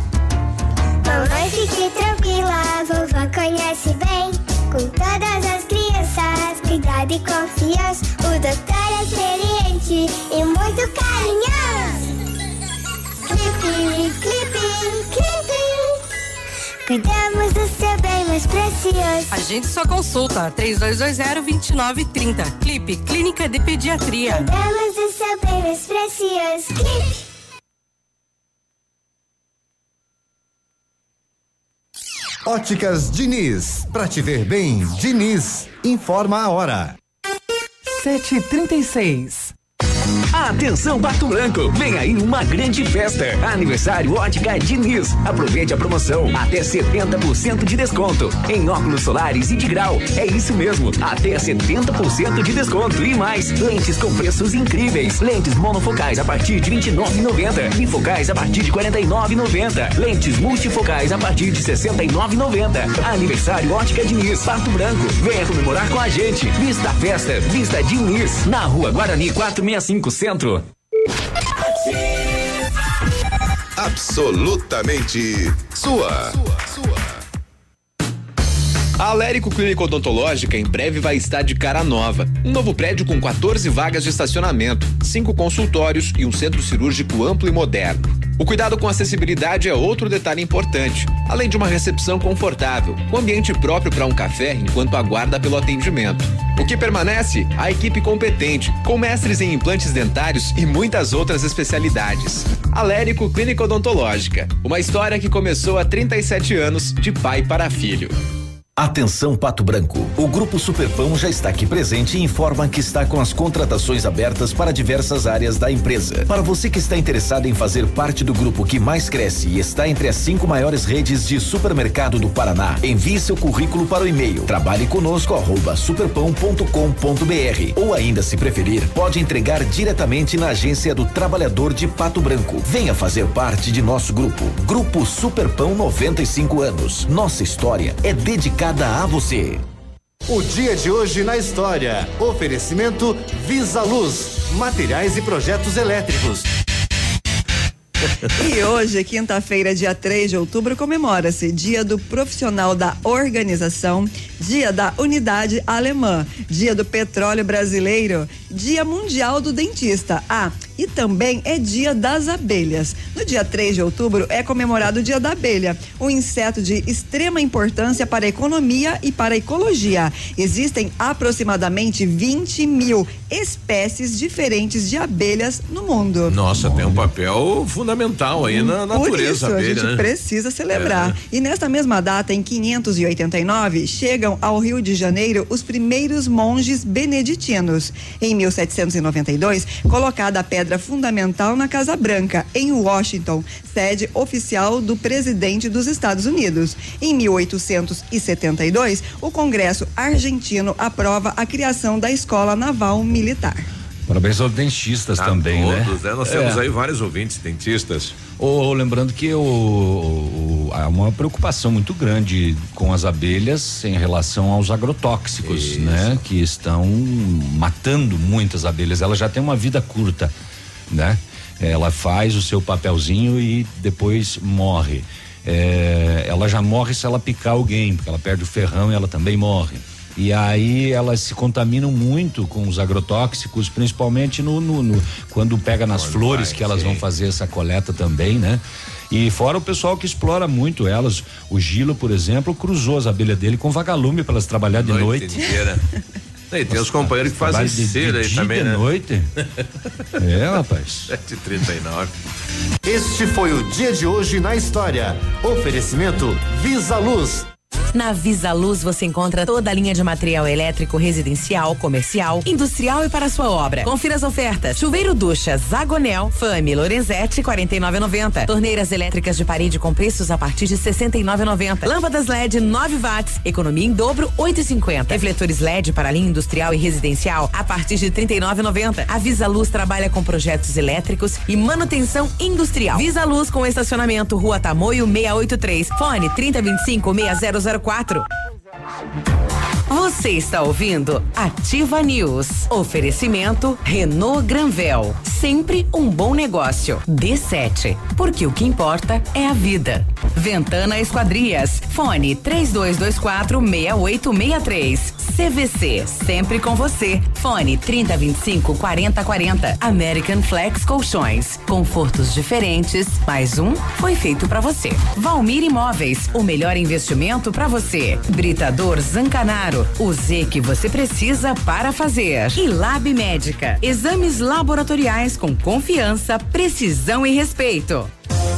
Mamãe, fique tranquila, vovó conhece bem. Com todas as crianças, cuidado e confiança. O doutor é experiente e muito carinhoso. Clipe, clipe, clipe. Cuidamos do seu bem mais precioso. Agende sua consulta, três dois dois zero, dois nove três zero. Clipe, Clínica de Pediatria. Cuidamos do seu bem mais precioso. Clipe. Óticas Diniz, pra te ver bem, Diniz, informa a hora. sete e trinta e seis. Atenção, Pato Branco, vem aí uma grande festa, aniversário Ótica Diniz. Aproveite a promoção, até setenta por cento de desconto em óculos solares e de grau. É isso mesmo, até setenta por cento de desconto e mais, lentes com preços incríveis, lentes monofocais a partir de vinte e nove reais e noventa centavos, bifocais a partir de quarenta e nove reais e noventa centavos, lentes multifocais a partir de sessenta e nove reais e noventa centavos. Aniversário Ótica Diniz, Pato Branco, venha comemorar com a gente. Vista a festa, Vista Diniz, na Rua Guarani quatrocentos e sessenta e cinco Centro. Absolutamente sua. A Alérico Clínica Odontológica em breve vai estar de cara nova. Um novo prédio com quatorze vagas de estacionamento, cinco consultórios e um centro cirúrgico amplo e moderno. O cuidado com acessibilidade é outro detalhe importante, além de uma recepção confortável, com ambiente próprio para um café enquanto aguarda pelo atendimento. O que permanece? A equipe competente, com mestres em implantes dentários e muitas outras especialidades. Alérico Clínica Odontológica, uma história que começou há trinta e sete anos, de pai para filho. Atenção, Pato Branco, o Grupo Superpão já está aqui presente e informa que está com as contratações abertas para diversas áreas da empresa. Para você que está interessado em fazer parte do grupo que mais cresce e está entre as cinco maiores redes de supermercado do Paraná, envie seu currículo para o e-mail trabalhe conosco arroba superpão ponto com ponto br ou ainda, se preferir, pode entregar diretamente na agência do trabalhador de Pato Branco. Venha fazer parte de nosso grupo. Grupo Superpão, noventa e cinco anos. Nossa história é dedicada a você. O dia de hoje na história. Oferecimento Visa Luz, materiais e projetos elétricos. E hoje, quinta-feira, dia três de outubro, comemora-se Dia do Profissional da Organização, Dia da Unidade Alemã, Dia do Petróleo Brasileiro, Dia Mundial do Dentista. Ah, e também é Dia das Abelhas. No dia três de outubro é comemorado o Dia da Abelha, um inseto de extrema importância para a economia e para a ecologia. Existem aproximadamente vinte mil espécies diferentes de abelhas no mundo. Nossa, tem um papel fundamental aí na natureza. Por isso, abelha, a gente né? precisa celebrar. É. E nesta mesma data, em quinhentos e oitenta e nove, chegam ao Rio de Janeiro os primeiros monges beneditinos. Em mil setecentos e noventa e dois, colocada a pedra fundamental na Casa Branca, em Washington, sede oficial do presidente dos Estados Unidos. Em mil oitocentos e setenta e dois, o Congresso argentino aprova a criação da Escola Naval Militar. Parabéns aos dentistas a também, todos, né? né? Nós é. temos aí vários ouvintes dentistas. Oh, lembrando que o, o, há uma preocupação muito grande com as abelhas em relação aos agrotóxicos, Isso. né? Que estão matando muitas abelhas. Ela já tem uma vida curta, né? Ela faz o seu papelzinho e depois morre. É, ela já morre se ela picar alguém, porque ela perde o ferrão e ela também morre. E aí elas se contaminam muito com os agrotóxicos, principalmente no, no, no quando pega nas quando flores vai, que elas sim. vão fazer essa coleta também, né? E fora o pessoal que explora muito elas. O Gilo, por exemplo, cruzou as abelhas dele com vagalume para elas trabalhar de noite. Inteira. E tem os companheiros que fazem de, cera de aí também, de né? noite. É, rapaz. sete e trinta e nove. Este foi o Dia de Hoje na História. Oferecimento Visa Luz. Na Visa Luz você encontra toda a linha de material elétrico residencial, comercial, industrial e para sua obra. Confira as ofertas. Chuveiro ducha Zagonel, Fame, Lorenzetti, quarenta e nove e noventa. Torneiras elétricas de parede com preços a partir de sessenta e nove e noventa. Lâmpadas L E D nove watts, economia em dobro oito e cinquenta. Refletores L E D para linha industrial e residencial a partir de trinta e nove e noventa. A Visa Luz trabalha com projetos elétricos e manutenção industrial. Visa Luz com estacionamento Rua Tamoio seiscentos e oitenta e três. Fone trinta, vinte e cinco, seis zero zero quatro. Você está ouvindo Ativa News. Oferecimento Renault Granvel. Sempre um bom negócio. D sete. Porque o que importa é a vida. Ventana Esquadrias. Fone três dois dois quatro, seis oito seis três. C V C. Sempre com você. Fone trinta, vinte e cinco, quarenta, quarenta. American Flex Colchões. Confortos diferentes. Mais um foi feito pra você. Valmir Imóveis. O melhor investimento pra você. Britador Zancanaro. O Z que você precisa para fazer. E Lab Médica. Exames laboratoriais com confiança, precisão e respeito.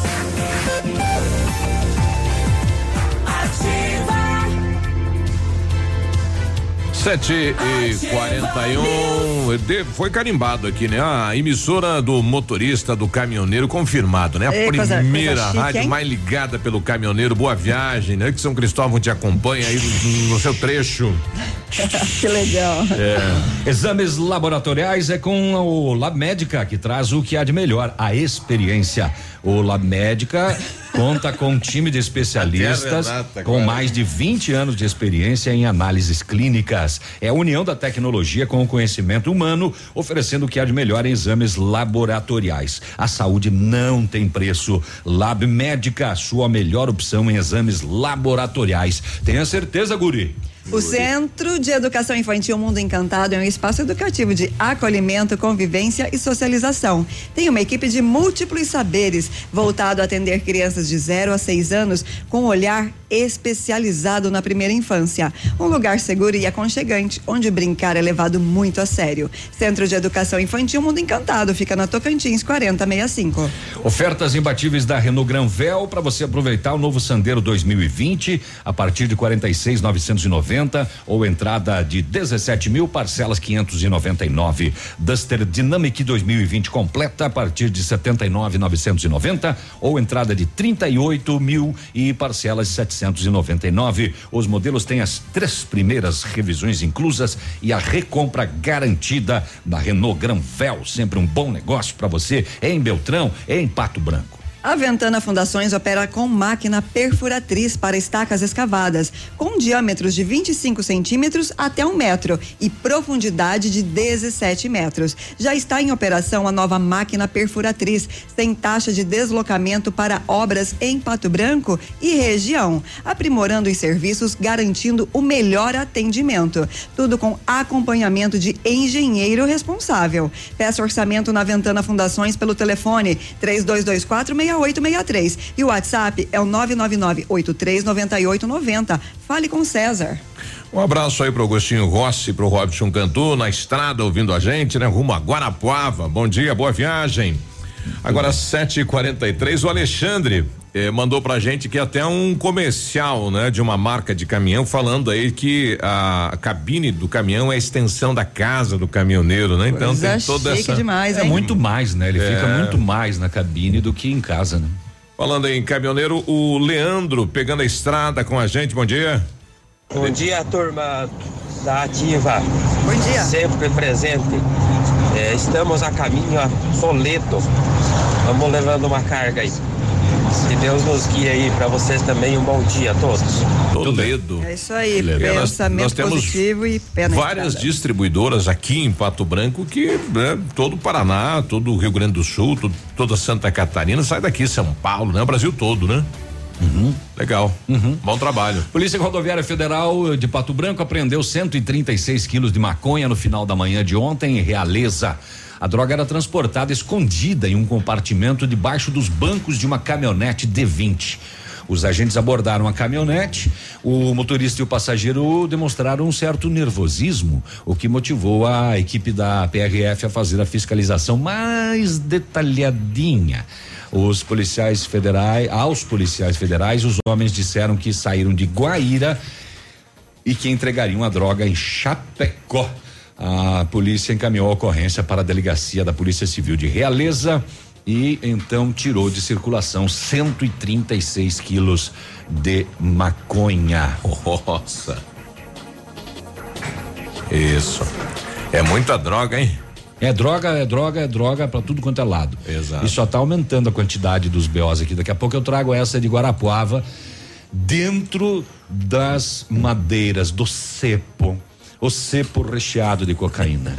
Sete e quarenta e um, foi carimbado aqui, né? A emissora do motorista do caminhoneiro confirmado, né? A Ei, primeira coisa, coisa chique, rádio hein? mais ligada pelo caminhoneiro. Boa viagem, né? Que São Cristóvão te acompanha aí no, no seu trecho. Que legal. É. Exames laboratoriais é com o Lab Médica, que traz o que há de melhor, a experiência. O Lab Médica conta com um time de especialistas com mais de vinte anos de experiência em análises clínicas. É a união da tecnologia com o conhecimento humano, oferecendo o que há de melhor em exames laboratoriais. A saúde não tem preço. Lab Médica, sua melhor opção em exames laboratoriais. Tenha certeza, guri. O Centro de Educação Infantil Mundo Encantado é um espaço educativo de acolhimento, convivência e socialização. Tem uma equipe de múltiplos saberes, voltado a atender crianças de zero a seis anos com um olhar especializado na primeira infância. Um lugar seguro e aconchegante, onde brincar é levado muito a sério. Centro de Educação Infantil Mundo Encantado, fica na Tocantins quarenta sessenta e cinco. Ofertas imbatíveis da Renault Granvel para você aproveitar o novo Sandero dois mil e vinte a partir de quarenta e seis mil novecentos e noventa ou entrada de dezessete mil, parcelas quinhentos e noventa e nove. Duster Dynamic dois mil e vinte completa a partir de setenta e nove mil novecentos e noventa ou entrada de trinta e oito mil e parcelas de setecentos e noventa e nove. Os modelos têm as três primeiras revisões inclusas e a recompra garantida da Renault Granvel. Sempre um bom negócio para você em Beltrão, em Pato Branco. A Ventana Fundações opera com máquina perfuratriz para estacas escavadas, com diâmetros de vinte e cinco centímetros até um metro e profundidade de dezessete metros. Já está em operação a nova máquina perfuratriz, sem taxa de deslocamento para obras em Pato Branco e região, aprimorando os serviços, garantindo o melhor atendimento. Tudo com acompanhamento de engenheiro responsável. Peça orçamento na Ventana Fundações pelo telefone três dois dois quatro, seis oito seis três e o WhatsApp é o nove nove nove oito três nove oito nove zero. Fale com César. Um abraço aí pro Agostinho Rossi, pro Robson Cantu, na estrada ouvindo a gente, né? Rumo a Guarapuava. Bom dia, boa viagem. Agora sete e quarenta e três, o Alexandre eh, mandou pra gente que até um comercial, né? De uma marca de caminhão falando aí que a cabine do caminhão é a extensão da casa do caminhoneiro, né? Então Coisa tem toda chique essa. demais, É hein? muito mais, né? Ele É. fica muito mais na cabine do que em casa, né? Falando em caminhoneiro, o Leandro pegando a estrada com a gente, bom dia. Bom dia, turma da Ativa. Bom dia. Sempre presente. É, estamos a caminho a Soleto. Vamos levando uma carga aí. Que Deus nos guie aí, para vocês também um bom dia a todos. Toledo. É isso aí, É, nós- pensamento nós temos positivo e pé na várias estrada. distribuidoras aqui em Pato Branco que, né, todo o Paraná, todo o Rio Grande do Sul, todo, toda Santa Catarina, sai daqui, São Paulo, né? O Brasil todo, né? Uhum. Legal. Bom trabalho. Polícia Rodoviária Federal de Pato Branco apreendeu cento e trinta e seis quilos de maconha no final da manhã de ontem em Realeza. A droga era transportada escondida em um compartimento debaixo dos bancos de uma caminhonete D vinte. Os agentes abordaram a caminhonete, o motorista e o passageiro demonstraram um certo nervosismo, o que motivou a equipe da P R F a fazer a fiscalização mais detalhadinha. Os policiais federais, aos policiais federais, os homens disseram que saíram de Guaíra e que entregariam a droga em Chapecó. A polícia encaminhou a ocorrência para a delegacia da Polícia Civil de Realeza e então tirou de circulação cento e trinta e seis quilos de maconha. Nossa. Isso. É muita droga, hein? É droga, é droga, é droga pra tudo quanto é lado. Exato. E só tá aumentando a quantidade dos B Os aqui. Daqui a pouco eu trago essa de Guarapuava dentro das madeiras do cepo. O cepo recheado de cocaína.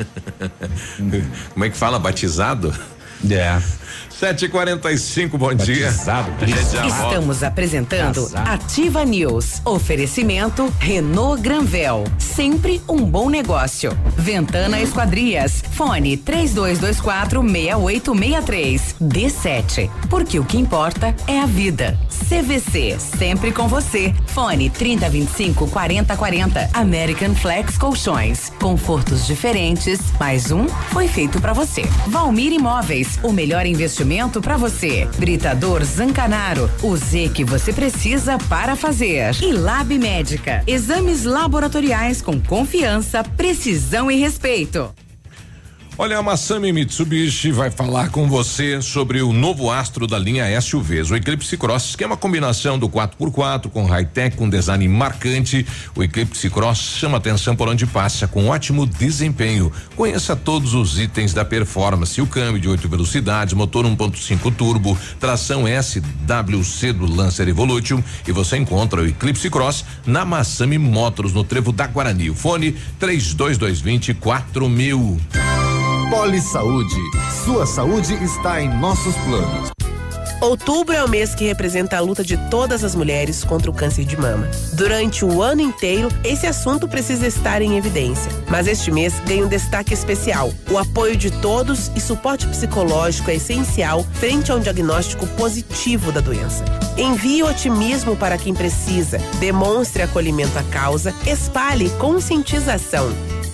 Como é que fala? Batizado? É. sete e quarenta e cinco, bom Batizado, dia. A gente já volta. Estamos apresentando Casado. Ativa News. Oferecimento Renault Granvel. Sempre um bom negócio. Ventana Esquadrias. Fone três dois dois quatro, seis oito seis três. D sete. Porque o que importa é a vida. C V C. Sempre com você. Fone trinta, vinte e cinco, quarenta, quarenta. American Flex Colchões. Confortos diferentes. Mais um foi feito pra você. Valmir Imóveis. O melhor investimento pra você. Britador Zancanaro. O Z que você precisa para fazer. E Lab Médica. Exames laboratoriais com confiança, precisão e respeito. Olha, a Massami Mitsubishi vai falar com você sobre o novo Astro da linha S U Vs, o Eclipse Cross, que é uma combinação do quatro por quatro com high-tech, com design marcante. O Eclipse Cross chama atenção por onde passa, com ótimo desempenho. Conheça todos os itens da performance: o câmbio de oito velocidades, motor um ponto cinco turbo, tração S W C do Lancer Evolution, e você encontra o Eclipse Cross na Massami Motors, no Trevo da Guarani. O fone três dois dois dois, quatro mil. Poli Saúde. Sua saúde está em nossos planos. Outubro é o mês que representa a luta de todas as mulheres contra o câncer de mama. Durante o ano inteiro, esse assunto precisa estar em evidência. Mas este mês ganha um destaque especial. O apoio de todos e suporte psicológico é essencial frente a um diagnóstico positivo da doença. Envie otimismo para quem precisa, demonstre acolhimento à causa, espalhe conscientização.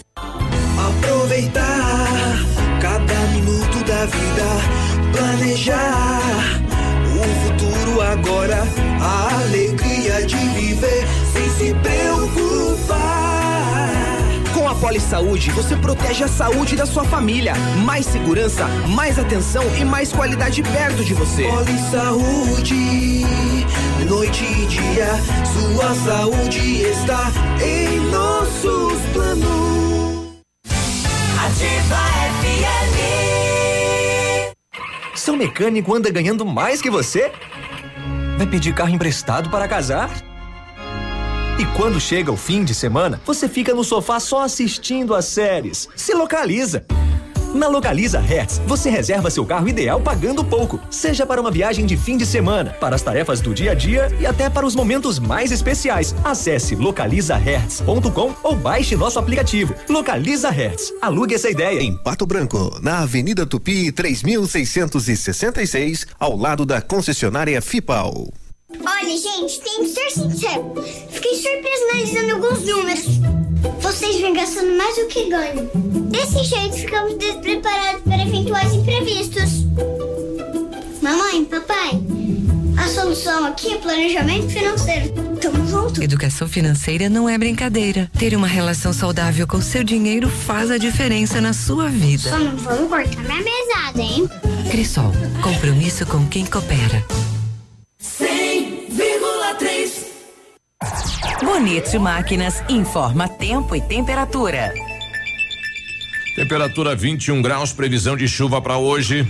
Aproveitar cada minuto da vida, planejar o futuro agora, a alegria de viver sem se preocupar. Com a Poli Saúde, você protege a saúde da sua família. Mais segurança, mais atenção e mais qualidade perto de você. Poli Saúde, noite e dia, sua saúde está em nossos planos. Ativa F M. Seu mecânico anda ganhando mais que você? Vai pedir carro emprestado para casar? E quando chega o fim de semana, você fica no sofá só assistindo as séries. Se localiza. Na Localiza Hertz, você reserva seu carro ideal pagando pouco, seja para uma viagem de fim de semana, para as tarefas do dia a dia e até para os momentos mais especiais. Acesse localiza hertz ponto com ou baixe nosso aplicativo. Localiza Hertz. Alugue essa ideia. Em Pato Branco, na Avenida Tupi, três mil seiscentos e sessenta e seis, ao lado da concessionária Fipal. Olha, gente, tem que ser sincero. Fiquei surpreso analisando alguns números. Vocês vêm gastando mais do que ganham. Desse jeito, ficamos despreparados para eventuais imprevistos. Mamãe, papai, a solução aqui é planejamento financeiro. Tamo junto. Educação financeira não é brincadeira. Ter uma relação saudável com seu dinheiro faz a diferença na sua vida. Só não vamos cortar minha mesada, hein? Cressol, compromisso com quem coopera. cem vírgula três. Bonito Máquinas informa tempo e temperatura. Temperatura vinte e um graus, previsão de chuva para hoje.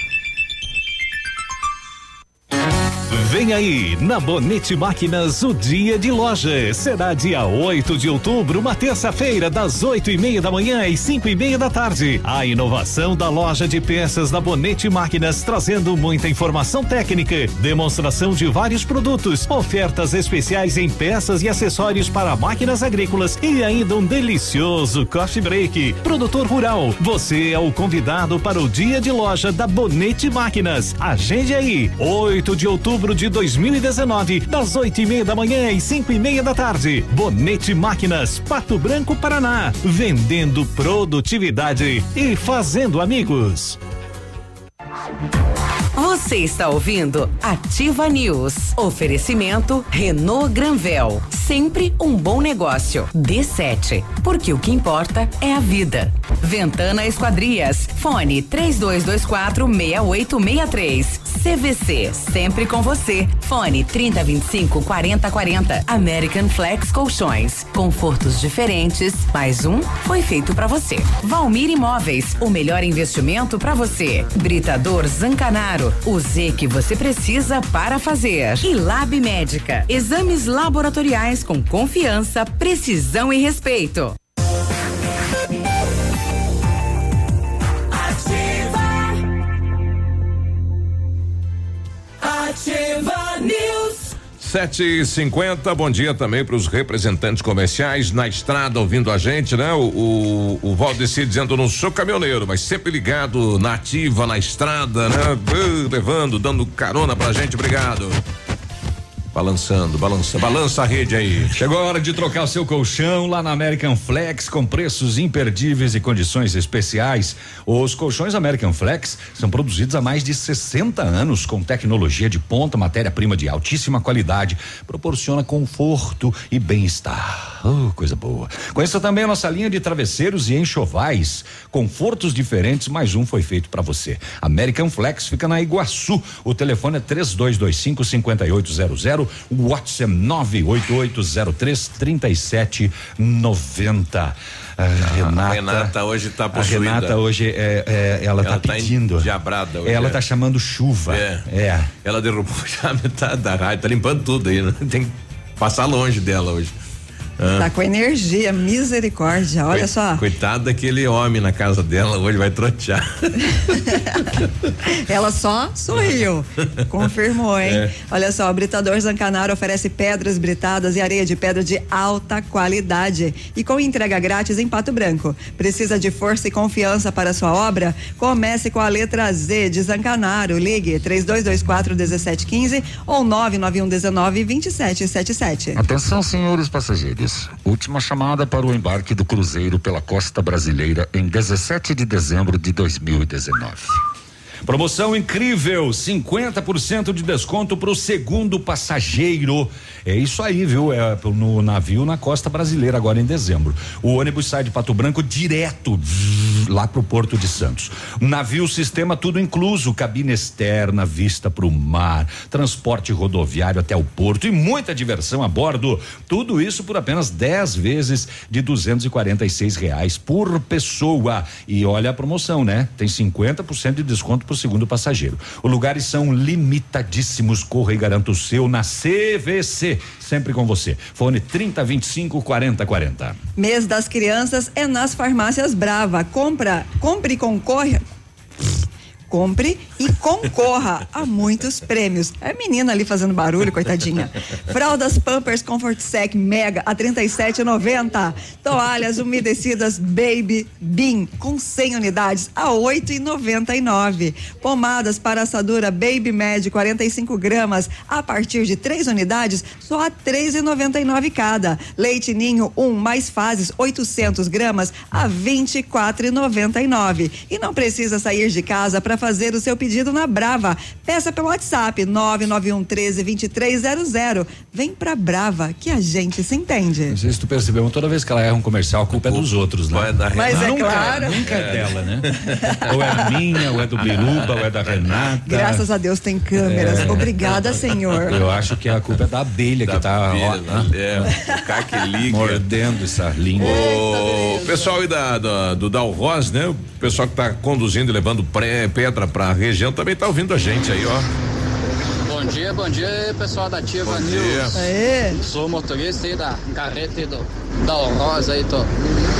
Vem aí, na Bonete Máquinas, o dia de loja. Será dia oito de outubro, uma terça-feira, das oito e meia da manhã às cinco e meia da tarde. A inovação da loja de peças da Bonete Máquinas, trazendo muita informação técnica, demonstração de vários produtos, ofertas especiais em peças e acessórios para máquinas agrícolas e ainda um delicioso coffee break. Produtor rural, você é o convidado para o dia de loja da Bonete Máquinas. Agende aí, oito de outubro de dois mil e dezenove, das oito e meia da manhã às cinco e meia da tarde. Bonete Máquinas, Pato Branco, Paraná. Vendendo produtividade e fazendo amigos. Você está ouvindo Ativa News. Oferecimento Renault Granvel. Sempre um bom negócio. D sete. Porque o que importa é a vida. Ventana Esquadrias. Fone três dois dois quatro seis oito seis três. C V C. Sempre com você. Fone trinta vinte e cinco quarenta quarenta. American Flex Colchões. Confortos diferentes. Mais um foi feito pra você. Valmir Imóveis. O melhor investimento pra você. Britador Zancanaro. O Z que você precisa para fazer. E Lab Médica. Exames laboratoriais com confiança, precisão e respeito. Ativa News. sete e cinquenta, bom dia também para os representantes comerciais na estrada ouvindo a gente, né? O, o, o Valdeci dizendo, não sou caminhoneiro, mas sempre ligado na ativa, na estrada, né? Uh, levando, dando carona pra gente, obrigado. Balançando, balança, balança a rede aí. Chegou a hora de trocar o seu colchão lá na American Flex com preços imperdíveis e condições especiais. Os colchões American Flex são produzidos há mais de sessenta anos com tecnologia de ponta, matéria-prima de altíssima qualidade, proporciona conforto e bem-estar. Oh, coisa boa. Conheça também a nossa linha de travesseiros e enxovais, confortos diferentes, mais um foi feito para você. American Flex fica na Iguaçu. O telefone é três dois dois cinco, cinco oito zero zero. O WhatsApp nove oito oito zero três três sete nove zero. A Renata, a Renata hoje tá possuída. A Renata hoje é, é ela, ela tá pedindo. Diabrada hoje. Ela é. tá chamando chuva. É. é. Ela derrubou já metade da rádio, tá limpando tudo aí, né? Tem que passar longe dela hoje. Ah. Tá com energia, misericórdia, olha Coi, só. Coitado daquele homem na casa dela, hoje vai trotear. Ela só sorriu, confirmou, hein? É. Olha só, o Britador Zancanaro oferece pedras britadas e areia de pedra de alta qualidade e com entrega grátis em Pato Branco. Precisa de força e confiança para sua obra? Comece com a letra Z de Zancanaro. Ligue três dois dois quatro um sete um cinco ou nove nove um um nove dois sete sete sete. Atenção, senhores passageiros. Última chamada para o embarque do cruzeiro pela costa brasileira em dezessete de dezembro de dois mil e dezenove. Promoção incrível, cinquenta por cento de desconto para o segundo passageiro. É isso aí, viu? É no navio na costa brasileira agora em dezembro. O ônibus sai de Pato Branco direto lá pro Porto de Santos. Navio sistema tudo incluso, cabine externa, vista pro mar, transporte rodoviário até o porto e muita diversão a bordo. Tudo isso por apenas dez vezes de duzentos e quarenta e seis reais por pessoa. E olha a promoção, né? Tem cinquenta por cento de desconto pro segundo passageiro. Os lugares são limitadíssimos. Corra e garanta o seu na C V C. Sempre com você. Fone trinta, vinte e cinco, quarenta, quarenta. Mês das Crianças é nas farmácias Brava. Compra, compre e concorra. Compre e concorra a muitos prêmios. É a menina ali fazendo barulho, coitadinha. Fraldas Pampers Comfort Sec Mega a trinta e sete reais e noventa centavos. Toalhas umedecidas Baby Bean com cem unidades a oito reais e noventa e nove centavos. Pomadas para assadura Baby Med quarenta e cinco gramas a partir de três unidades só a três reais e noventa e nove centavos cada. Leite Ninho um mais fases oitocentos gramas a vinte e quatro reais e noventa e nove centavos. E não precisa sair de casa para fazer o seu pedido na Brava. Peça pelo WhatsApp nove nove um um três, vinte e três zero zero. Vem pra Brava que a gente se entende. Não sei se tu percebeu, toda vez que ela erra um comercial, a culpa é dos outros, né? Mas é nunca, claro. Nunca é dela, né? Ou é minha, ou é do Biruba, ou é da Renata. Graças a Deus tem câmeras. É. Obrigada, Senhor. Eu acho que a culpa é da abelha Da que tá abelha, ó, né? É, o cara que liga. mordendo essa língua. O pessoal aí da, da, do Dalros, né? O pessoal que tá conduzindo e levando pré, pedra pra região também tá ouvindo a gente aí, ó. Bom dia, bom dia, pessoal da Ativa News. Aê. Sou motorista aí da carreta aí do Dalros aí, tô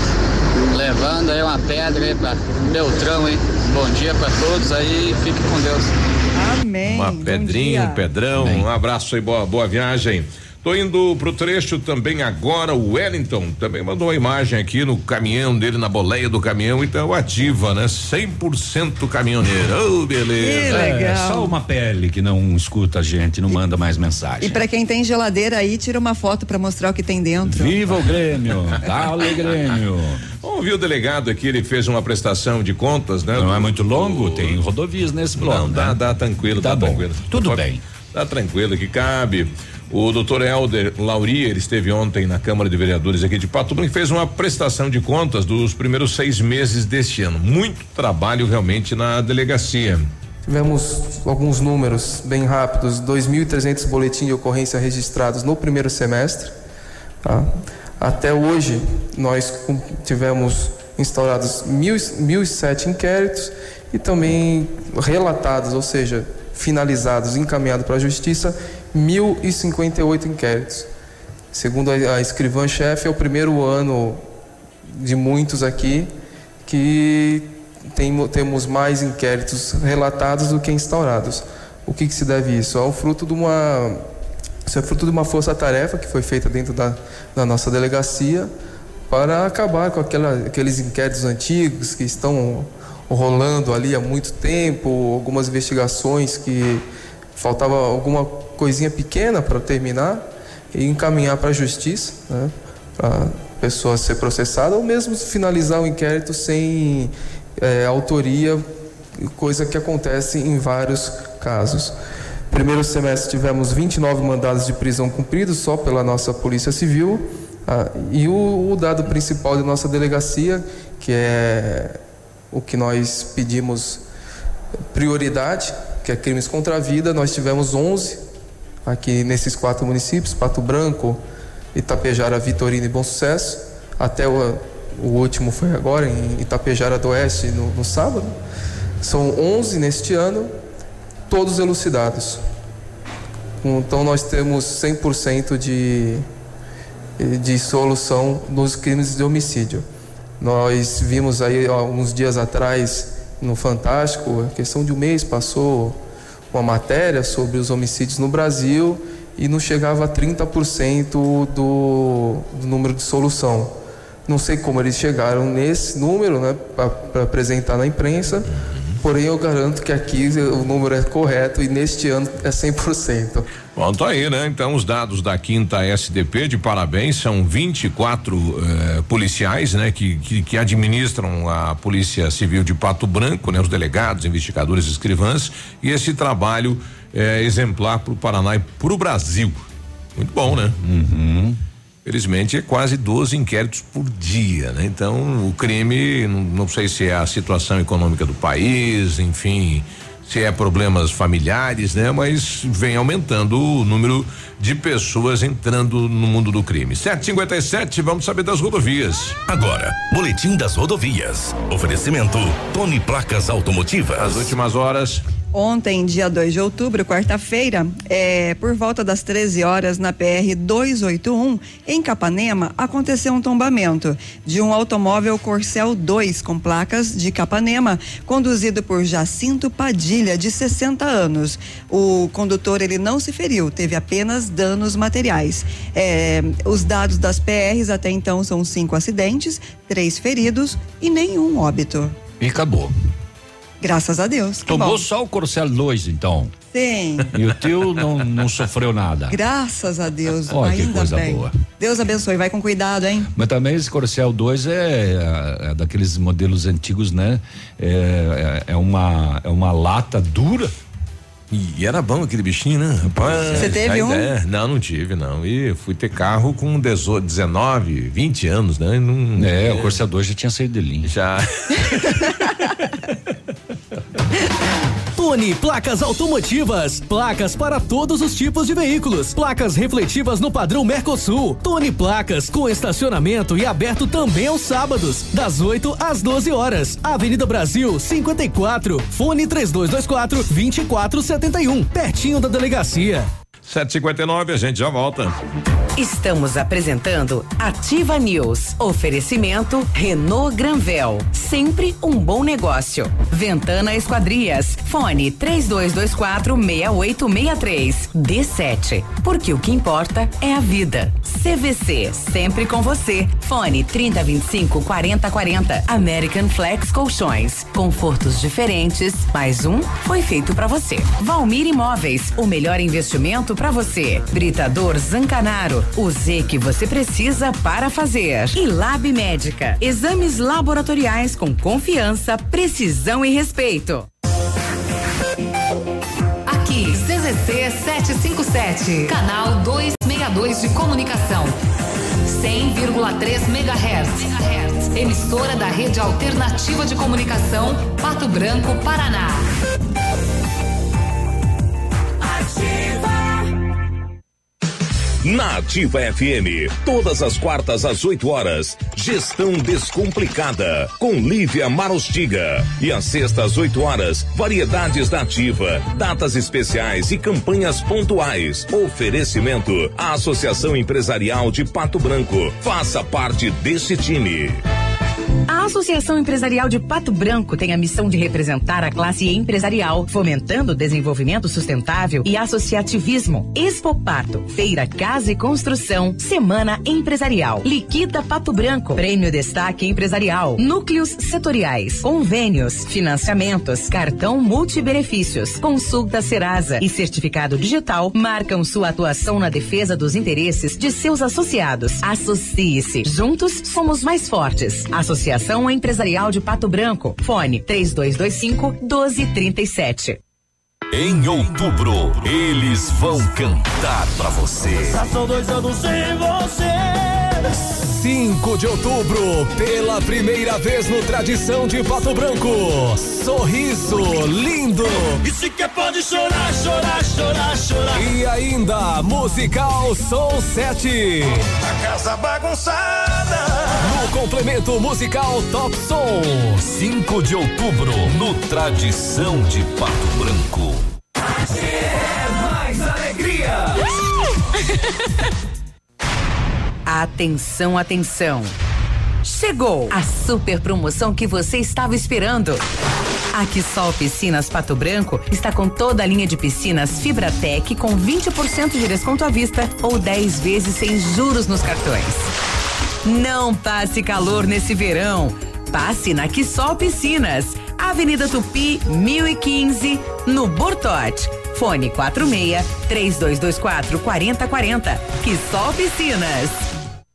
levando aí uma pedra aí pra Beltrão, hein? Bom dia pra todos aí, fique com Deus. Amém. Uma Bom pedrinha, dia. um pedrão, Bem. um abraço aí, boa, boa viagem. Tô indo pro trecho também agora, o Wellington também mandou uma imagem aqui no caminhão dele, na boleia do caminhão, então ativa, né? cem por cento caminhoneiro, oh, beleza. Que legal. É, só uma pele que não escuta a gente, não manda mais mensagem. E pra quem tem geladeira aí, tira uma foto pra mostrar o que tem dentro. Viva o Grêmio, dale Grêmio. Vamos ver o delegado aqui, ele fez uma prestação de contas, né? Não é muito longo, tem rodovias nesse bloco. Não, dá, né? dá tranquilo, Tá dá bom, tranquilo. tudo Pode- bem. Tá tranquilo que cabe. O doutor Helder Lauri, ele esteve ontem na Câmara de Vereadores aqui de Pato Branco e fez uma prestação de contas dos primeiros seis meses deste ano. Muito trabalho realmente na delegacia. Tivemos alguns números bem rápidos, dois mil e trezentos boletins de ocorrência registrados no primeiro semestre. Tá? Até hoje, nós com- tivemos instaurados mil, mil e sete inquéritos e também relatados, ou seja, finalizados, encaminhados para a Justiça, mil e cinquenta e oito inquéritos. Segundo a, a escrivã-chefe, é o primeiro ano de muitos aqui que tem, temos mais inquéritos relatados do que instaurados. O que, que se deve isso? É o fruto de uma, isso é fruto de uma força-tarefa que foi feita dentro da, da nossa delegacia para acabar com aquela, aqueles inquéritos antigos que estão rolando ali há muito tempo, algumas investigações que faltava alguma coisinha pequena para terminar e encaminhar para a justiça, né, para a pessoa ser processada ou mesmo finalizar o inquérito sem é, autoria, coisa que acontece em vários casos. Primeiro semestre tivemos vinte e nove mandados de prisão cumpridos só pela nossa Polícia Civil, ah, e o, o dado principal da nossa delegacia, que é o que nós pedimos prioridade, que é crimes contra a vida, nós tivemos onze aqui nesses quatro municípios, Pato Branco, Itapejara, Vitorino e Bom Sucesso. Até o, o último foi agora em Itapejara do Oeste no, no sábado. São onze neste ano, todos elucidados. Então nós temos cem por cento de, de solução nos crimes de homicídio. Nós vimos aí alguns dias atrás no Fantástico, a questão de um mês passou uma matéria sobre os homicídios no Brasil e não chegava a trinta por cento do, do número de solução. Não sei como eles chegaram nesse número, né, para apresentar na imprensa, porém eu garanto que aqui o número é correto e neste ano é cem por cento. Bom, tá aí, né? Então, os dados da quinta S D P, de parabéns, são vinte e quatro eh, policiais, né? Que, que, que administram a Polícia Civil de Pato Branco, né? Os delegados, investigadores, escrivãs, e esse trabalho é exemplar para o Paraná e para o Brasil. Muito bom, né? Uhum. felizmente é quase doze inquéritos por dia, né? Então o crime, não, não sei se é a situação econômica do país, enfim, se é problemas familiares, né? Mas vem aumentando o número de pessoas entrando no mundo do crime. sete e cinquenta e sete, vamos saber das rodovias. Agora, Boletim das Rodovias. Oferecimento Tony Placas Automotivas. As últimas horas. Ontem, dia dois de outubro, quarta-feira, é, por volta das treze horas, na P R duzentos e oitenta e um, em Capanema, aconteceu um tombamento de um automóvel Corcel dois com placas de Capanema, conduzido por Jacinto Padilha, de sessenta anos. O condutor, ele não se feriu, teve apenas danos materiais. É, os dados das P Rs até então são cinco acidentes, três feridos e nenhum óbito. E acabou. Graças a Deus. Tomou só o Corcel dois, então. Sim. E o teu não, não sofreu nada. Graças a Deus. Olha que ainda coisa bem. boa. Deus abençoe, vai com cuidado, hein? Mas também esse Corcel dois é, é daqueles modelos antigos, né? É, é, é uma, é uma lata dura. E era bom aquele bichinho, né? Rapaz, você teve um? É, não, não tive, não. E fui ter carro com dezenove, vinte anos, né? Não, é, é, o Corcel dois já tinha saído de linha. Já. Tony Placas Automotivas, placas para todos os tipos de veículos, placas refletivas no padrão Mercosul. Tony Placas, com estacionamento e aberto também aos sábados, das oito às doze horas. Avenida Brasil cinquenta e quatro, fone três dois dois quatro, vinte e quatro setenta e um, pertinho da delegacia. sete e cinquenta e nove, a gente já volta. Estamos apresentando Ativa News. Oferecimento Renault Granvel, sempre um bom negócio. Ventana Esquadrias, fone três dois dois quatro, seis oito seis três. D sete, porque o que importa é a vida. C V C, sempre com você. Fone trinta, vinte e cinco, quarenta, quarenta. American Flex Colchões, confortos diferentes, mais um foi feito pra você. Valmir Imóveis, o melhor investimento pra você. Britador Zancanaro, o Z que você precisa para fazer. E Lab Médica, exames laboratoriais com confiança, precisão e respeito. Aqui, C Z C setecentos e cinquenta e sete, canal duzentos e sessenta e dois de comunicação. cem vírgula três megahertz. Emissora da Rede Alternativa de Comunicação, Pato Branco, Paraná. Na Ativa F M, todas as quartas às oito horas, Gestão Descomplicada, com Lívia Marostiga. E às sextas às oito horas, variedades da Ativa, datas especiais e campanhas pontuais. Oferecimento à Associação Empresarial de Pato Branco. Faça parte desse time. A Associação Empresarial de Pato Branco tem a missão de representar a classe empresarial, fomentando o desenvolvimento sustentável e associativismo. Expo Pato, Feira Casa e Construção, Semana Empresarial, Liquida Pato Branco, Prêmio Destaque Empresarial, Núcleos Setoriais, Convênios, Financiamentos, Cartão Multibenefícios, Consulta Serasa e Certificado Digital marcam sua atuação na defesa dos interesses de seus associados. Associe-se. Juntos somos mais fortes. Associação Empresarial de Pato Branco. Fone três dois dois cinco, um dois três sete. Em outubro, eles vão cantar pra você. Já são dois anos sem você. cinco de outubro, pela primeira vez no Tradição de Pato Branco. Sorriso lindo. E se quer pode chorar, chorar, chorar, chorar. E ainda, musical Soul sete. A casa bagunçada. No complemento musical Top Som. cinco de outubro, no Tradição de Pato Branco. É mais alegria. Atenção, atenção. Chegou a super promoção que você estava esperando. A Quisol Piscinas Pato Branco está com toda a linha de piscinas Fibratec com vinte por cento de desconto à vista ou dez vezes sem juros nos cartões. Não passe calor nesse verão. Passe na Quisol Piscinas, Avenida Tupi, mil e quinze, no Bortote. Fone quatro seis, três dois dois quatro, quatro zero quatro zero. Quisol Piscinas.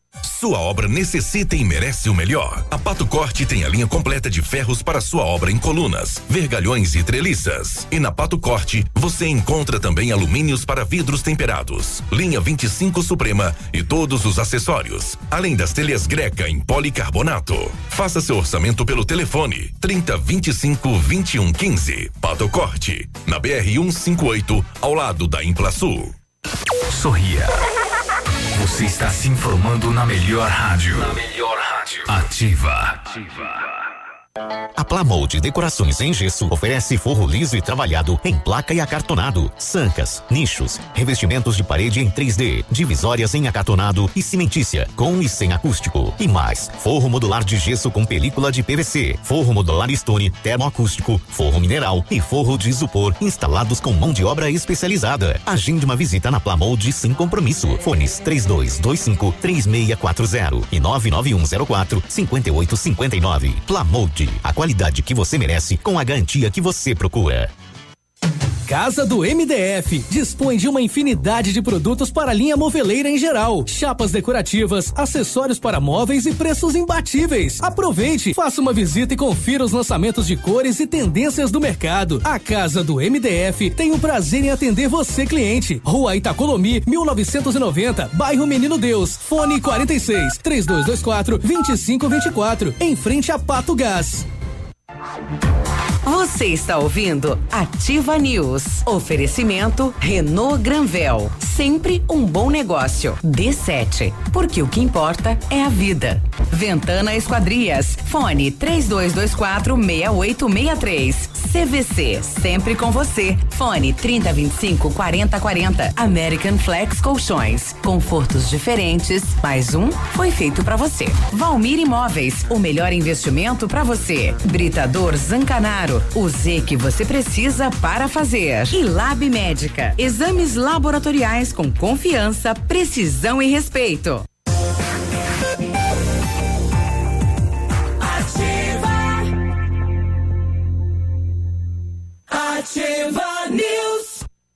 Sua obra necessita e merece o melhor. A Pato Corte tem a linha completa de ferros para sua obra em colunas, vergalhões e treliças. E na Pato Corte você encontra também alumínios para vidros temperados, linha vinte e cinco Suprema e todos os acessórios, além das telhas Greca em policarbonato. Faça seu orçamento pelo telefone trinta, vinte e cinco, vinte e um, quinze. Pato Corte, na B R cento e cinquenta e oito, ao lado da Implasul. Sorria. Você está se informando na melhor rádio. Na melhor rádio. Ativa. Ativa. A Plamold Decorações em Gesso oferece forro liso e trabalhado em placa e acartonado, sancas, nichos, revestimentos de parede em três D, divisórias em acartonado e cimentícia, com e sem acústico. E mais, forro modular de gesso com película de P V C, forro modular Stone, termoacústico, forro mineral e forro de isopor, instalados com mão de obra especializada. Agende uma visita na Plamold sem compromisso. Fones três dois dois cinco, três seis quatro zero e nove nove um zero quatro, cinco oito cinco nove. Plamold. A qualidade que você merece com a garantia que você procura. Casa do M D F dispõe de uma infinidade de produtos para a linha moveleira em geral, chapas decorativas, acessórios para móveis e preços imbatíveis. Aproveite, faça uma visita e confira os lançamentos de cores e tendências do mercado. A Casa do M D F tem o prazer em atender você, cliente. Rua Itacolomi, mil novecentos e noventa, bairro Menino Deus. Fone quarenta e seis, três dois dois quatro, vinte e cinco vinte e quatro, em frente a Pato Gás. Você está ouvindo Ativa News. Oferecimento Renault Granvel. Sempre um bom negócio. D sete. Porque o que importa é a vida. Ventana Esquadrias. Fone três dois dois quatro, seis oito seis três. C V C. Sempre com você. Fone trinta, vinte e cinco, quarenta, quarenta. American Flex Colchões. Confortos diferentes. Mais um foi feito pra você. Valmir Imóveis. O melhor investimento pra você. Britador Zancanaro. O Z que você precisa para fazer. E Lab Médica. Exames laboratoriais com confiança, precisão e respeito. Ativa. Ativa News.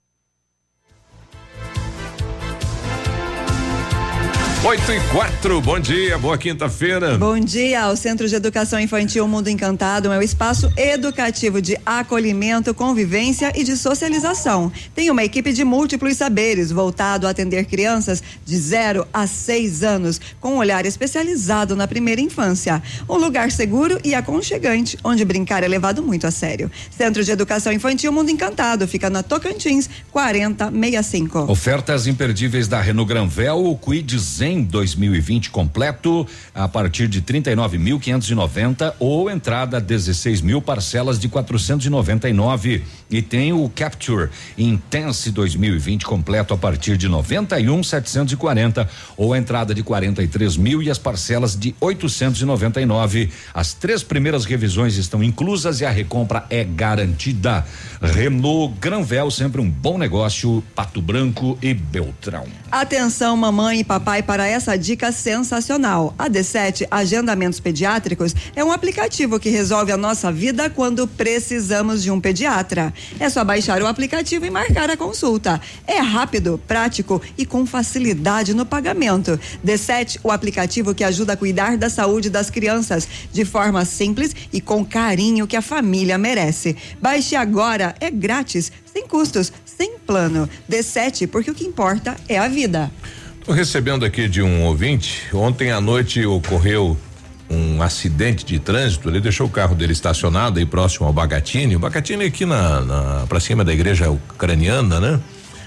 Oito e quatro, bom dia, boa quinta-feira. Bom dia, o Centro de Educação Infantil Mundo Encantado é um espaço educativo de acolhimento, convivência e de socialização. Tem uma equipe de múltiplos saberes voltado a atender crianças de zero a seis anos, com um olhar especializado na primeira infância. Um lugar seguro e aconchegante, onde brincar é levado muito a sério. Centro de Educação Infantil Mundo Encantado, fica na Tocantins, quarenta sessenta e cinco. Ofertas imperdíveis da Renault Granvel, o Kwid Zen dois mil e vinte completo a partir de trinta e nove mil quinhentos e noventa ou entrada dezesseis mil parcelas de quatrocentos e noventa e nove. E tem o Capture Intense dois mil e vinte completo a partir de noventa e um mil setecentos e quarenta ou entrada de quarenta e três mil e as parcelas de oitocentos e noventa e nove. As três primeiras revisões estão inclusas e a recompra é garantida. Renault Granvel, sempre um bom negócio. Pato Branco e Beltrão. Atenção, mamãe e papai, para essa dica sensacional. A D sete Agendamentos Pediátricos é um aplicativo que resolve a nossa vida quando precisamos de um pediatra. É só baixar o aplicativo e marcar a consulta. É rápido, prático e com facilidade no pagamento. D sete, o aplicativo que ajuda a cuidar da saúde das crianças de forma simples e com carinho que a família merece. Baixe agora, é grátis, sem custos, sem plano. D sete, porque o que importa é a vida. Estou recebendo aqui de um ouvinte, ontem à noite ocorreu um acidente de trânsito, ele deixou o carro dele estacionado aí próximo ao Bagatini, o Bagatini aqui na, na pra cima da igreja ucraniana, né?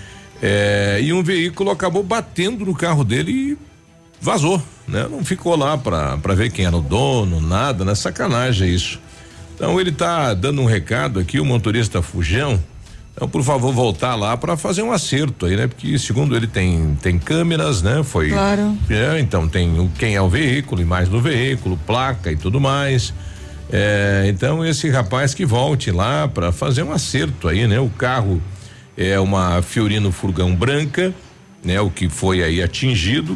É, e um veículo acabou batendo no carro dele e vazou, né? Não ficou lá pra, pra ver quem era o dono, nada, né? Sacanagem isso. Então ele tá dando um recado aqui, o motorista Fujão. Então, por favor, voltar lá para fazer um acerto aí, né? Porque segundo ele tem tem câmeras, né? Foi. Claro. É, então tem o quem é o veículo, imagem do veículo, placa e tudo mais. É, então esse rapaz que volte lá para fazer um acerto aí, né? O carro é uma Fiorino Furgão branca, né? O que foi aí atingido.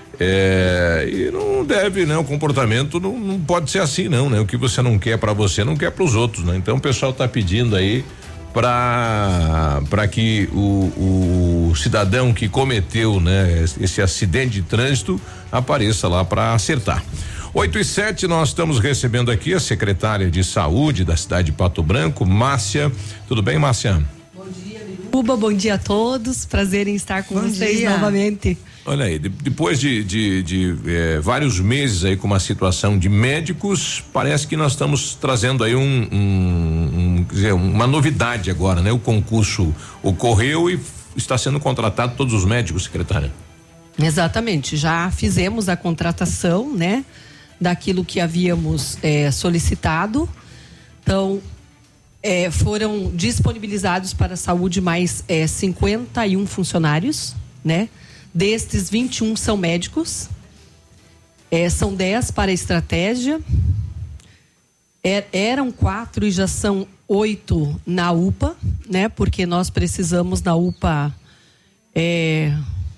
É, e não deve, né? O comportamento não, não pode ser assim, não, né? O que você não quer para você, não quer para os outros, né? Então o pessoal tá pedindo aí para para que o, o cidadão que cometeu, né, esse acidente de trânsito apareça lá para acertar. oito e sete, nós estamos recebendo aqui a secretária de saúde da cidade de Pato Branco, Márcia. Tudo bem, Márcia? Bom dia, Biruba, bom dia a todos. Prazer em estar com Bom vocês dia. novamente. Olha aí, de, depois de, de, de eh, vários meses aí com uma situação de médicos, parece que nós estamos trazendo aí um, um, um quer dizer, uma novidade agora, né? O concurso ocorreu e está sendo contratado todos os médicos, secretária. Exatamente, já fizemos a contratação, né? Daquilo que havíamos eh, solicitado. Então, eh, foram disponibilizados para a saúde mais eh, cinquenta e um funcionários, né? Destes, vinte e um são médicos, é, são dez para a estratégia, é, eram quatro e já são oito na U P A, né? Porque nós precisamos na U P A é,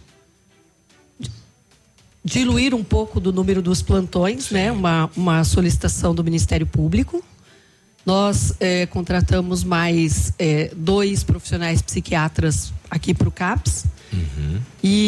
diluir um pouco do número dos plantões, né? Uma, uma solicitação do Ministério Público. Nós é, contratamos mais é, dois profissionais psiquiatras aqui para o CAPS. Uhum.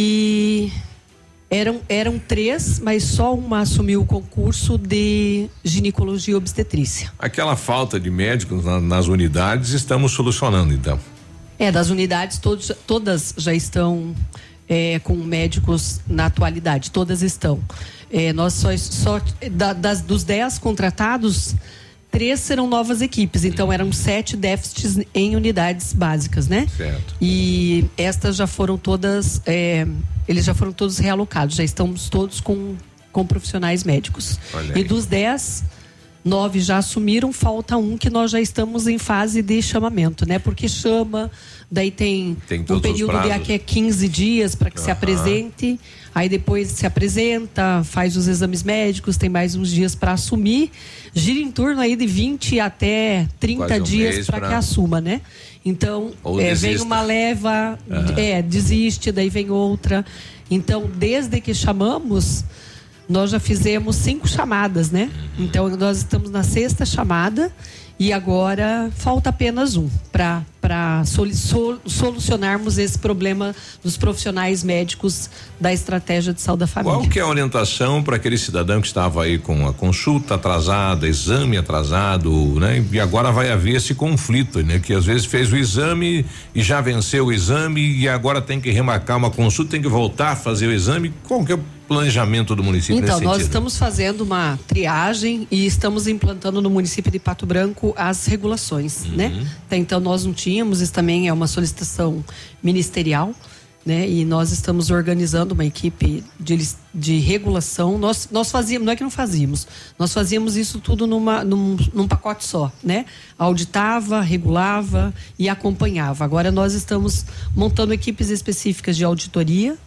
E eram, eram três, mas só uma assumiu o concurso de ginecologia e obstetrícia. Aquela falta de médicos na, nas unidades estamos solucionando, então. É, das unidades todos, todas já estão é, com médicos na atualidade, todas estão. É, nós só, só da, das, dos dez contratados, três serão novas equipes, então eram sete déficits em unidades básicas, né? Certo. E estas já foram todas, é, eles já foram todos realocados, já estamos todos com, com profissionais médicos. Olha E aí. dos dez, nove já assumiram, falta um que nós já estamos em fase de chamamento, né? Porque chama, daí tem, Tem um todos os período de prazos. que é quinze dias para que se Aham. apresente, aí depois se apresenta, faz os exames médicos, tem mais uns dias para assumir, gira em torno aí de vinte até trinta Quase um dias mês para pra- que assuma, né? Então, Ou é, vem desista. uma leva, Aham. é, desiste, daí vem outra. Então, desde que chamamos, nós já fizemos cinco chamadas, né? Uhum. Então, nós estamos na sexta chamada e agora falta apenas um para para sol, solucionarmos esse problema dos profissionais médicos da estratégia de saúde da família. Qual que é a orientação para aquele cidadão que estava aí com a consulta atrasada, exame atrasado, né? E agora vai haver esse conflito, né? Que às vezes fez o exame e já venceu o exame e agora tem que remarcar uma consulta, tem que voltar a fazer o exame. Qual que é o planejamento do município Então, nesse nós sentido? estamos fazendo uma triagem e estamos implantando no município de Pato Branco as regulações, Uhum. né? Até então nós não tínhamos, isso também é uma solicitação ministerial, né? E nós estamos organizando uma equipe de, de regulação. Nós, nós fazíamos, não é que não fazíamos, nós fazíamos isso tudo numa, num, num pacote só, né? Auditava, regulava e acompanhava. Agora nós estamos montando equipes específicas de auditoria,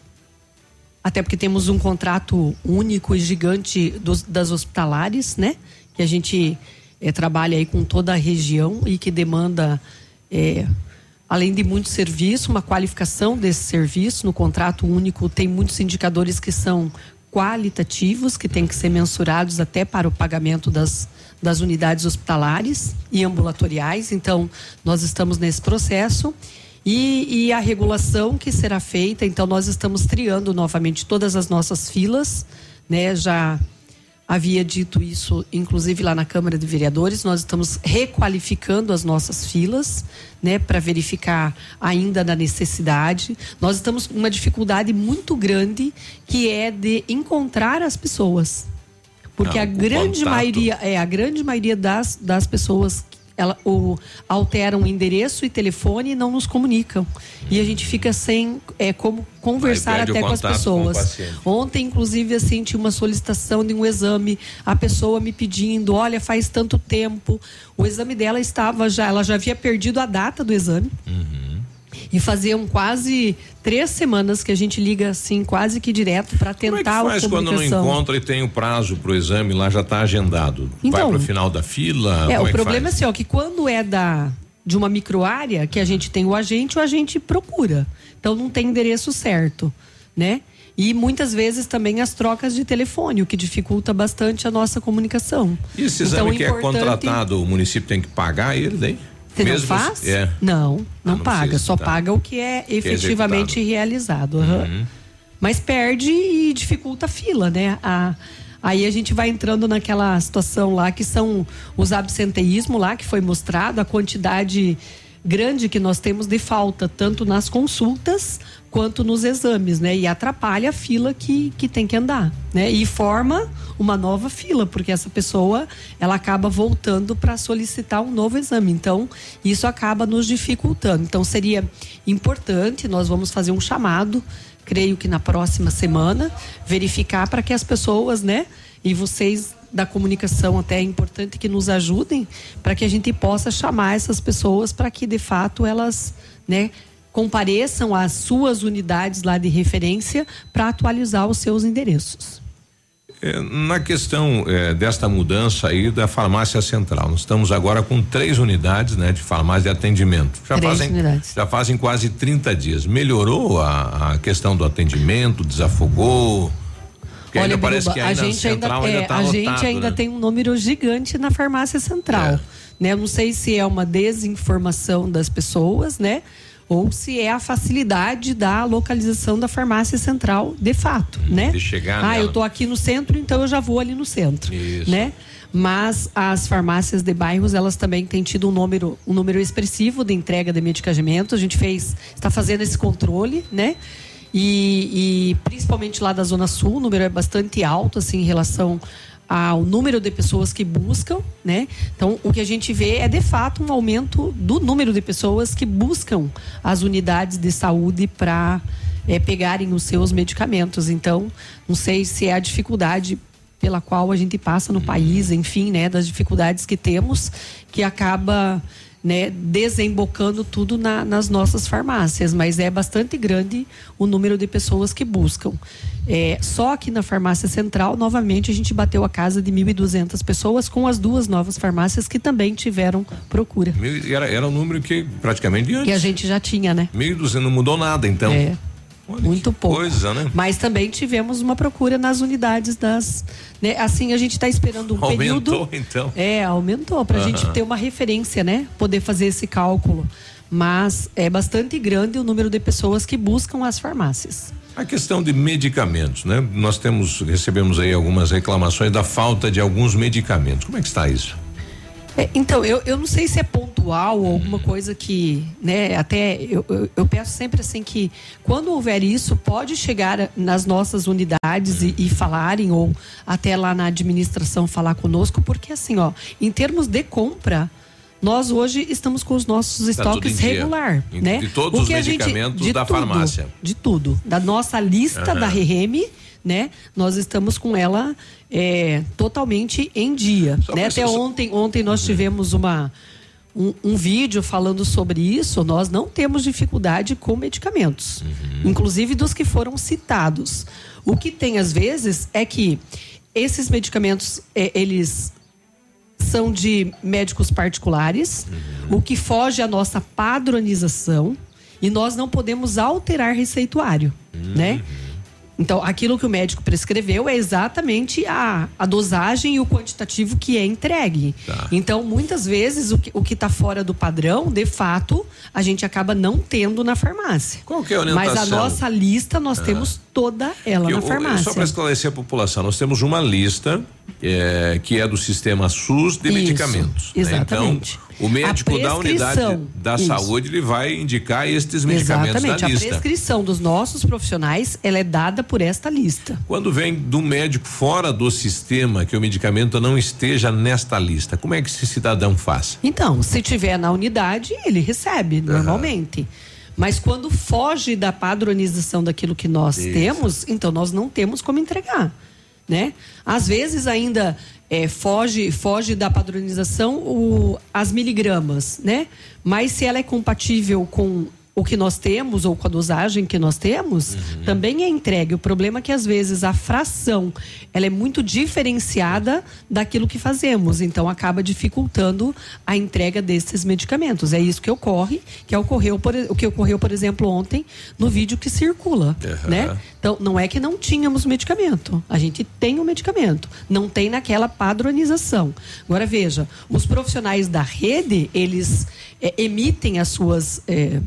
até porque temos um contrato único e gigante dos, das hospitalares, né? Que a gente é, trabalha aí com toda a região e que demanda, é, além de muito serviço, uma qualificação desse serviço. No contrato único tem muitos indicadores que são qualitativos, que têm que ser mensurados até para o pagamento das, das unidades hospitalares e ambulatoriais. Então, nós estamos nesse processo. E, e a regulação que será feita, então nós estamos triando novamente todas as nossas filas, né? Já havia dito isso, inclusive lá na Câmara de Vereadores, nós estamos requalificando as nossas filas, né? Para verificar ainda na necessidade. Nós estamos com uma dificuldade muito grande, que é de encontrar as pessoas. Porque Não, a o grande contato. maioria, é, a grande maioria das, das pessoas ela, o, alteram endereço e telefone e não nos comunicam. E a gente fica sem é, como conversar Aí perde até o com as contato com o pessoas. paciente. Ontem, inclusive, assim, tinha uma solicitação de um exame, a pessoa me pedindo, olha, faz tanto tempo. O exame dela estava já, ela já havia perdido a data do exame. Uhum. E faziam quase três semanas que a gente liga assim, quase que direto para Como é que tentar faz a quando não comunicação. encontra e tem o prazo pro exame lá, já está agendado? Vai Então, pro final da fila? É, Como o que problema é faz? assim, ó, que quando é da de uma microárea que a gente tem o agente, o agente procura. Então não tem endereço certo, né? E muitas vezes também as trocas de telefone, o que dificulta bastante a nossa comunicação. E esse Então, exame que é importante- contratado, o município tem que pagar ele daí? Você não faz? É. Não, não, não paga. precisa, Só tá. paga o que é efetivamente que é realizado. Uhum. Uhum. Mas perde e dificulta a fila, né? A, aí a gente vai entrando naquela situação lá que são os absenteísmos lá, que foi mostrado, a quantidade grande que nós temos de falta, tanto nas consultas quanto nos exames, né? E atrapalha a fila que, que tem que andar, né? E forma uma nova fila, porque essa pessoa, ela acaba voltando para solicitar um novo exame. Então, isso acaba nos dificultando. Então, seria importante, nós vamos fazer um chamado, creio que na próxima semana, verificar para que as pessoas, né? E vocês da comunicação até é importante que nos ajudem para que a gente possa chamar essas pessoas para que de fato elas, né, compareçam às suas unidades lá de referência para atualizar os seus endereços. É, na questão é, desta mudança aí da farmácia central, nós estamos agora com três unidades, né, de farmácia de atendimento. Já três fazem, unidades. já fazem quase trinta dias. Melhorou a, a questão do atendimento, desafogou? Porque Olha, ainda parece Biruba, que a ainda gente ainda, central é, ainda tá a lotado, gente ainda né? tem um número gigante na farmácia central, É. né? Eu não sei se é uma desinformação das pessoas, né? Ou se é a facilidade da localização da farmácia central, de fato, Hum, né? de chegar ah, nela. eu tô aqui no centro, então eu já vou ali no centro, Isso. né? Mas as farmácias de bairros, elas também têm tido um número, um número expressivo de entrega de medicamentos. A gente fez, está fazendo esse controle, né? E, e principalmente lá da Zona Sul, o número é bastante alto, assim, em relação ao número de pessoas que buscam, né? Então, o que a gente vê é, de fato, um aumento do número de pessoas que buscam as unidades de saúde para é, pegarem os seus medicamentos. Então, não sei se é a dificuldade pela qual a gente passa no país, enfim, né? Das dificuldades que temos, que acaba, né, desembocando tudo na, nas nossas farmácias, mas é bastante grande o número de pessoas que buscam. É, só que na farmácia central, novamente, a gente bateu a casa de mil e duzentas pessoas com as duas novas farmácias que também tiveram procura. Mil- Era, era um número que praticamente antes. Que a gente já tinha, né? mil e duzentos, não mudou nada, então. É. Olha Muito que pouco. Coisa, né? Mas também tivemos uma procura nas unidades das, né? Assim, a gente está esperando um período. Aumentou, então. É, aumentou para a Aham. gente ter uma referência, né? Poder fazer esse cálculo. Mas é bastante grande o número de pessoas que buscam as farmácias. A questão de medicamentos, né? Nós temos, recebemos aí algumas reclamações da falta de alguns medicamentos. Como é que está isso? É, então, eu, eu não sei se é pontual ou alguma coisa que, né, até eu, eu, eu peço sempre assim que quando houver isso, pode chegar nas nossas unidades e, e falarem, ou até lá na administração falar conosco, porque assim, ó, em termos de compra, nós hoje estamos com os nossos Tá tudo em estoques dia. regular, Em- né? de todos O os que a gente- medicamentos de da tudo, farmácia. De tudo, da nossa lista Aham. da REREME, né? Nós estamos com ela é, totalmente em dia, Só né? precisa- Até ontem, ontem nós tivemos uma um, um vídeo falando sobre isso. Nós não temos dificuldade com medicamentos, inclusive dos que foram citados. O que tem às vezes é que esses medicamentos é, eles são de médicos particulares, o que foge à nossa padronização, e nós não podemos alterar receituário, né? Então, aquilo que o médico prescreveu é exatamente a, a dosagem e o quantitativo que é entregue. Tá. Então, muitas vezes, o que o que está fora do padrão, de fato, a gente acaba não tendo na farmácia. Qual que é a Mas a orientação? nossa lista, nós Ah. temos toda ela Que na o- farmácia. Só para esclarecer a população, nós temos uma lista é, que é do sistema SUS de Isso, medicamentos. né? exatamente. Então, o médico A da unidade prescrição, da isso. saúde, ele vai indicar estes medicamentos Exatamente. da A lista. prescrição dos nossos profissionais, ela é dada por esta lista. Quando vem do médico fora do sistema que o medicamento não esteja nesta lista, como é que esse cidadão faz? Então, se tiver na unidade, ele recebe normalmente. Mas quando foge da padronização daquilo que nós Isso. temos, então nós não temos como entregar, né? Às vezes ainda é, foge, foge da padronização o, as miligramas, né? Mas se ela é compatível com o que nós temos ou com a dosagem que nós temos, uhum. também é entregue. O problema é que às vezes a fração ela é muito diferenciada daquilo que fazemos, então acaba dificultando a entrega desses medicamentos. É isso que ocorre, que ocorreu por, o que ocorreu, por exemplo, ontem no vídeo que circula, uhum. né? Então não é que não tínhamos medicamento, a gente tem o medicamento, não tem naquela padronização. Agora veja, os profissionais da rede, eles é, emitem as suas é,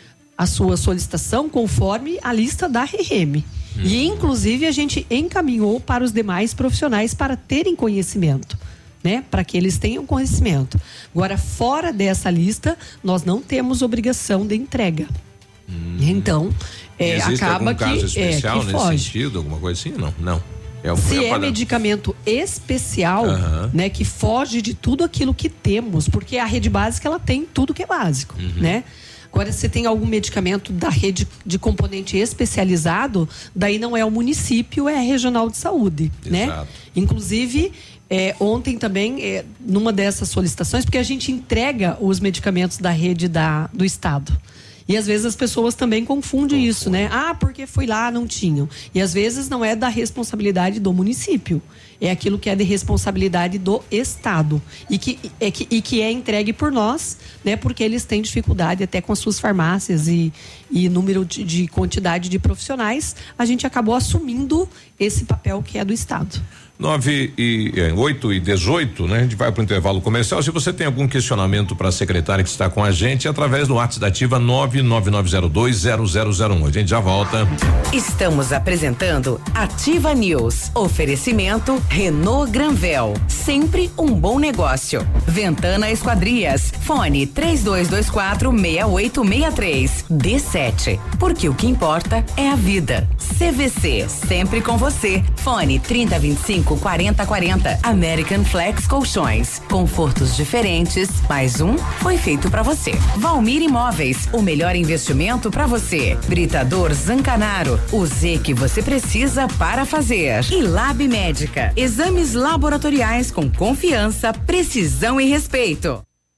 a sua solicitação conforme a lista da R R M. Hum. E, inclusive, a gente encaminhou para os demais profissionais para terem conhecimento, né? Para que eles tenham conhecimento. Agora, fora dessa lista, nós não temos obrigação de entrega. Hum. Então, é, existe acaba algum caso que, especial é, que nesse foge. sentido? Alguma coisa assim? Não, não. É o, Se é, é medicamento especial, uhum. né, que foge de tudo aquilo que temos, porque a rede básica ela tem tudo que é básico, uhum. né? Agora, se tem algum medicamento da rede de componente especializado, daí não é o município, é a regional de saúde, exato. Né? Inclusive, é, ontem também, é, numa dessas solicitações, porque a gente entrega os medicamentos da rede da, do estado. E às vezes as pessoas também confundem Confunde. isso, né? Ah, porque fui lá, não tinham. E às vezes não é da responsabilidade do município. É aquilo que é de responsabilidade do Estado. E que é, que, e que é entregue por nós, né? Porque eles têm dificuldade até com as suas farmácias e, e número de, de quantidade de profissionais. A gente acabou assumindo esse papel que é do Estado. nove e oito e dezoito, né? A gente vai para o intervalo comercial. Se você tem algum questionamento para a secretária que está com a gente, através do WhatsApp da Ativa nove nove nove zero dois zero zero zero um. A gente já volta. Estamos apresentando Ativa News. Oferecimento Renault Granvel. Sempre um bom negócio. Ventana Esquadrias. Fone três dois dois quatro seis oito seis três. D sete. Porque o que importa é a vida. C V C. Sempre com você. Fone trinta vinte e cinco quarenta quarenta. American Flex Colchões. Confortos diferentes. Mais um foi feito pra você. Valmir Imóveis. O melhor investimento pra você. Britador Zancanaro. O Z que você precisa para fazer. E Lab Médica. Exames laboratoriais com confiança, precisão e respeito.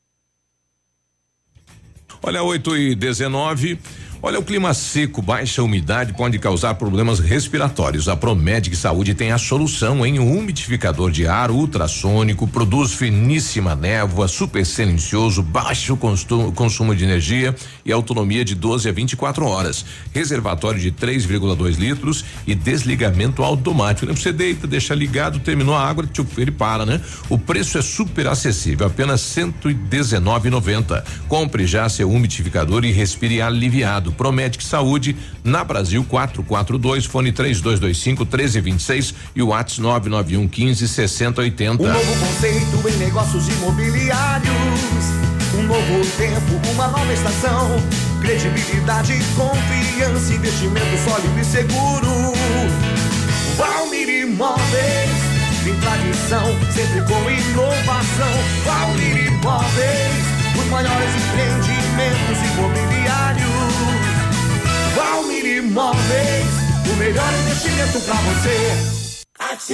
Olha, oito e dezenove. Olha, o clima seco, baixa umidade pode causar problemas respiratórios. A Promedic Saúde tem a solução em um umidificador de ar ultrassônico, produz finíssima névoa, super silencioso, baixo consumo, consumo de energia e autonomia de doze a vinte e quatro horas. Reservatório de três vírgula dois litros e desligamento automático. Você deita, deixa ligado, terminou a água, ele para, né? O preço é super acessível, apenas cento e dezenove reais e noventa centavos. Compre já seu umidificador e respire aliviado. Promedic Saúde, na Brasil quatrocentos e quarenta e dois, fone três dois dois cinco um três dois seis e o WhatsApp nove nove um um cinco seis zero oito zero. Um novo conceito em negócios imobiliários, um novo tempo, uma nova estação, credibilidade, confiança, investimento sólido e seguro. Valmir Imóveis, tem tradição, sempre com inovação. Valmir Imóveis, os maiores empreendimentos imobiliários. Valmir Imóveis, o melhor investimento pra você.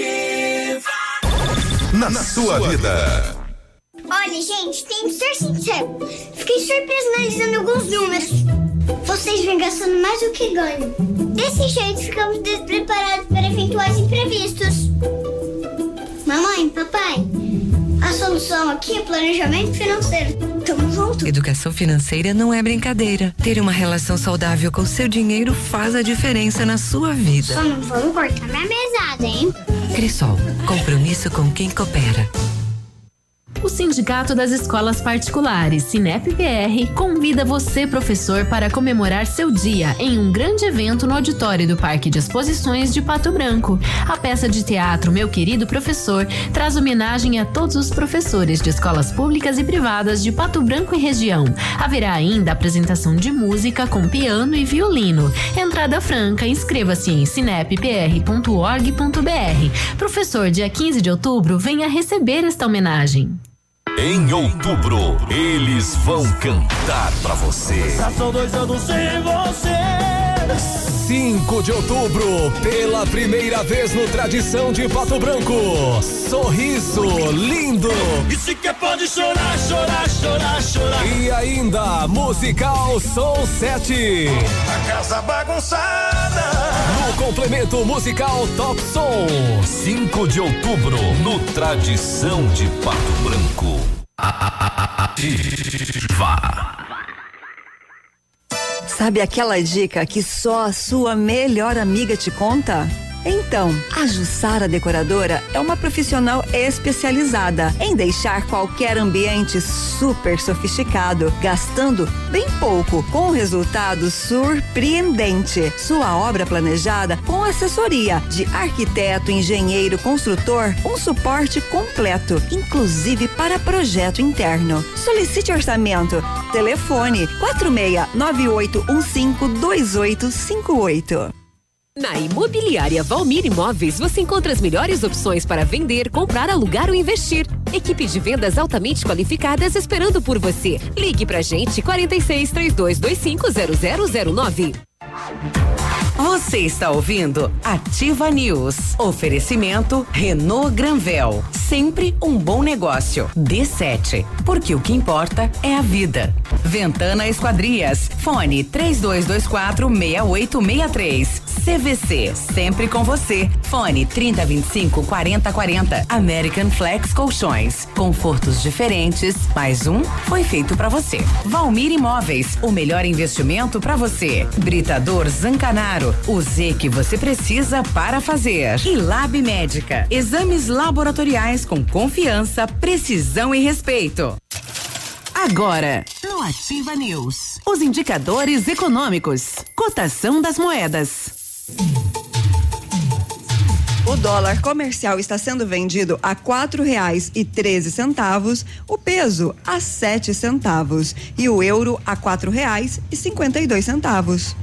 Ativa na, na sua vida. vida. Olha, gente, tem que ser sincero. Fiquei surpresa analisando alguns números. Vocês vêm gastando mais do que ganham. Desse jeito, ficamos despreparados para eventuais imprevistos. Mamãe, papai, a solução aqui é planejamento financeiro. Tamo junto. Educação financeira não é brincadeira. Ter uma relação saudável com seu dinheiro faz a diferença na sua vida. Só não vamos cortar minha mesada, hein? Cresol, compromisso com quem coopera. O Sindicato das Escolas Particulares, Sinep P R, convida você, professor, para comemorar seu dia em um grande evento no auditório do Parque de Exposições de Pato Branco. A peça de teatro Meu Querido Professor traz homenagem a todos os professores de escolas públicas e privadas de Pato Branco e região. Haverá ainda apresentação de música com piano e violino. Entrada franca, inscreva-se em sinep p r ponto org ponto b r. Professor, dia quinze de outubro, venha receber esta homenagem. Em outubro, eles vão cantar pra você. Já são dois anos sem você. cinco de outubro, pela primeira vez no Tradição de Pato Branco. Sorriso lindo. E se quer pode chorar, chorar, chorar, chorar. E ainda, Musical Som sete. A casa bagunçada. No complemento musical Top Som. cinco de outubro, no Tradição de Pato Branco. Ativa. Sabe aquela dica que só a sua melhor amiga te conta? Então, a Jussara Decoradora é uma profissional especializada em deixar qualquer ambiente super sofisticado, gastando bem pouco, com um resultado surpreendente. Sua obra planejada com assessoria de arquiteto, engenheiro, construtor, um suporte completo, inclusive para projeto interno. Solicite orçamento. Telefone quatro seis nove oito um cinco dois oito cinco oito. Na Imobiliária Valmir Imóveis, você encontra as melhores opções para vender, comprar, alugar ou investir. Equipe de vendas altamente qualificadas esperando por você. Ligue pra gente quarenta e seis, trinta e dois vinte e cinco, zero zero zero nove. Você está ouvindo Ativa News. Oferecimento Renault Granvel. Sempre um bom negócio. D sete. Porque o que importa é a vida. Ventana Esquadrias. Fone três dois dois quatro, seis oito seis três. C V C. Sempre com você. Fone trinta, vinte e cinco, quarenta, quarenta. American Flex Colchões. Confortos diferentes. Mais um foi feito para você. Valmir Imóveis. O melhor investimento para você. Britador Zancanaro. O Z que você precisa para fazer. E Lab Médica. Exames laboratoriais com confiança, precisão e respeito. Agora, no Ativa News, os indicadores econômicos, cotação das moedas. O dólar comercial está sendo vendido a quatro reais e treze centavos, o peso a sete centavos e o euro a quatro reais e cinquenta e dois centavos.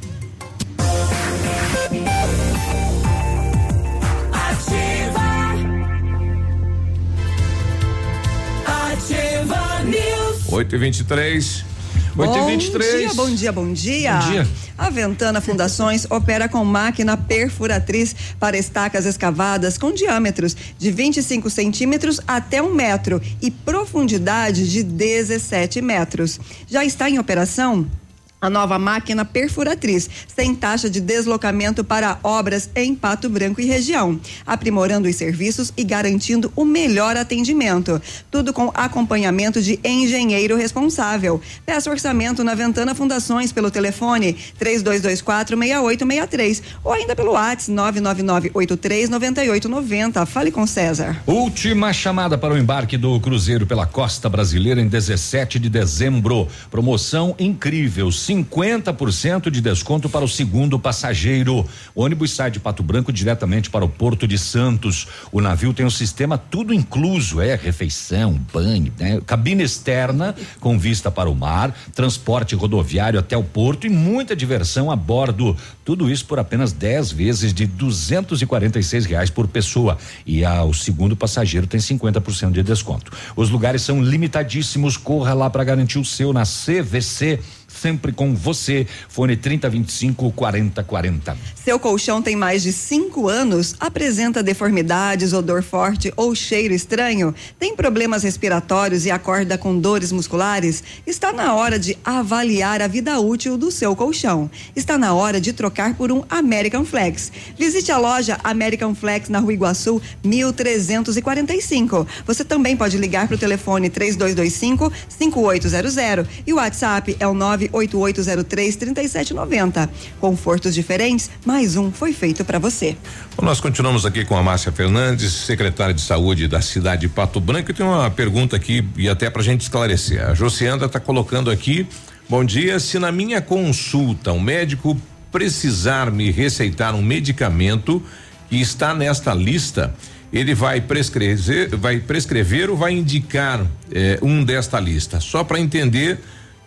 Ativa News. oito e vinte e três. oito e vinte e três. Bom dia, bom dia, bom dia. A Ventana Fundações opera com máquina perfuratriz para estacas escavadas com diâmetros de vinte e cinco centímetros até um metro e profundidade de dezessete metros. Já está em operação a nova máquina perfuratriz, sem taxa de deslocamento para obras em Pato Branco e região, aprimorando os serviços e garantindo o melhor atendimento. Tudo com acompanhamento de engenheiro responsável. Peça orçamento na Ventana Fundações pelo telefone três dois dois quatro, seis oito seis três ou ainda pelo WhatsApp nove nove nove oito três nove oito nove zero. Fale com César. Última chamada para o embarque do cruzeiro pela costa brasileira em dezessete de dezembro. Promoção incrível. cinquenta por cento de desconto para o segundo passageiro. O ônibus sai de Pato Branco diretamente para o Porto de Santos. O navio tem um sistema tudo incluso, é refeição, banho, né? Cabine externa com vista para o mar, transporte rodoviário até o porto e muita diversão a bordo. Tudo isso por apenas dez vezes de duzentos e quarenta e seis reais por pessoa. E ao segundo passageiro tem cinquenta por cento de desconto. Os lugares são limitadíssimos. Corra lá para garantir o seu na C V C. Sempre com você. Fone trinta, vinte e cinco, quarenta, quarenta. Seu colchão tem mais de cinco anos? Apresenta deformidades, odor forte ou cheiro estranho? Tem problemas respiratórios e acorda com dores musculares? Está na hora de avaliar a vida útil do seu colchão. Está na hora de trocar por um American Flex. Visite a loja American Flex na Rua Iguaçu, mil trezentos e quarenta e cinco. Você também pode ligar para o telefone três dois dois cinco, cinco oito zero zero e o WhatsApp é o nove oito oito zero três, três sete nove zero. Confortos diferentes, mais um foi feito para você. Bom, nós continuamos aqui com a Márcia Fernandes, secretária de saúde da cidade de Pato Branco. Eu tenho uma pergunta aqui e até pra gente esclarecer. A Josiandra está colocando aqui: bom dia, se na minha consulta um médico precisar me receitar um medicamento que está nesta lista, ele vai prescrever, vai prescrever ou vai indicar eh, um desta lista? Só para entender,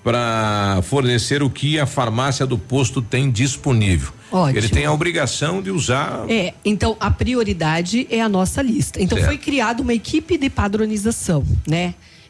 para fornecer o que a farmácia do posto tem disponível. Ótimo. Ele tem a obrigação de usar. É, então a prioridade é a nossa lista. Então certo. Foi criada uma equipe de padronização, né?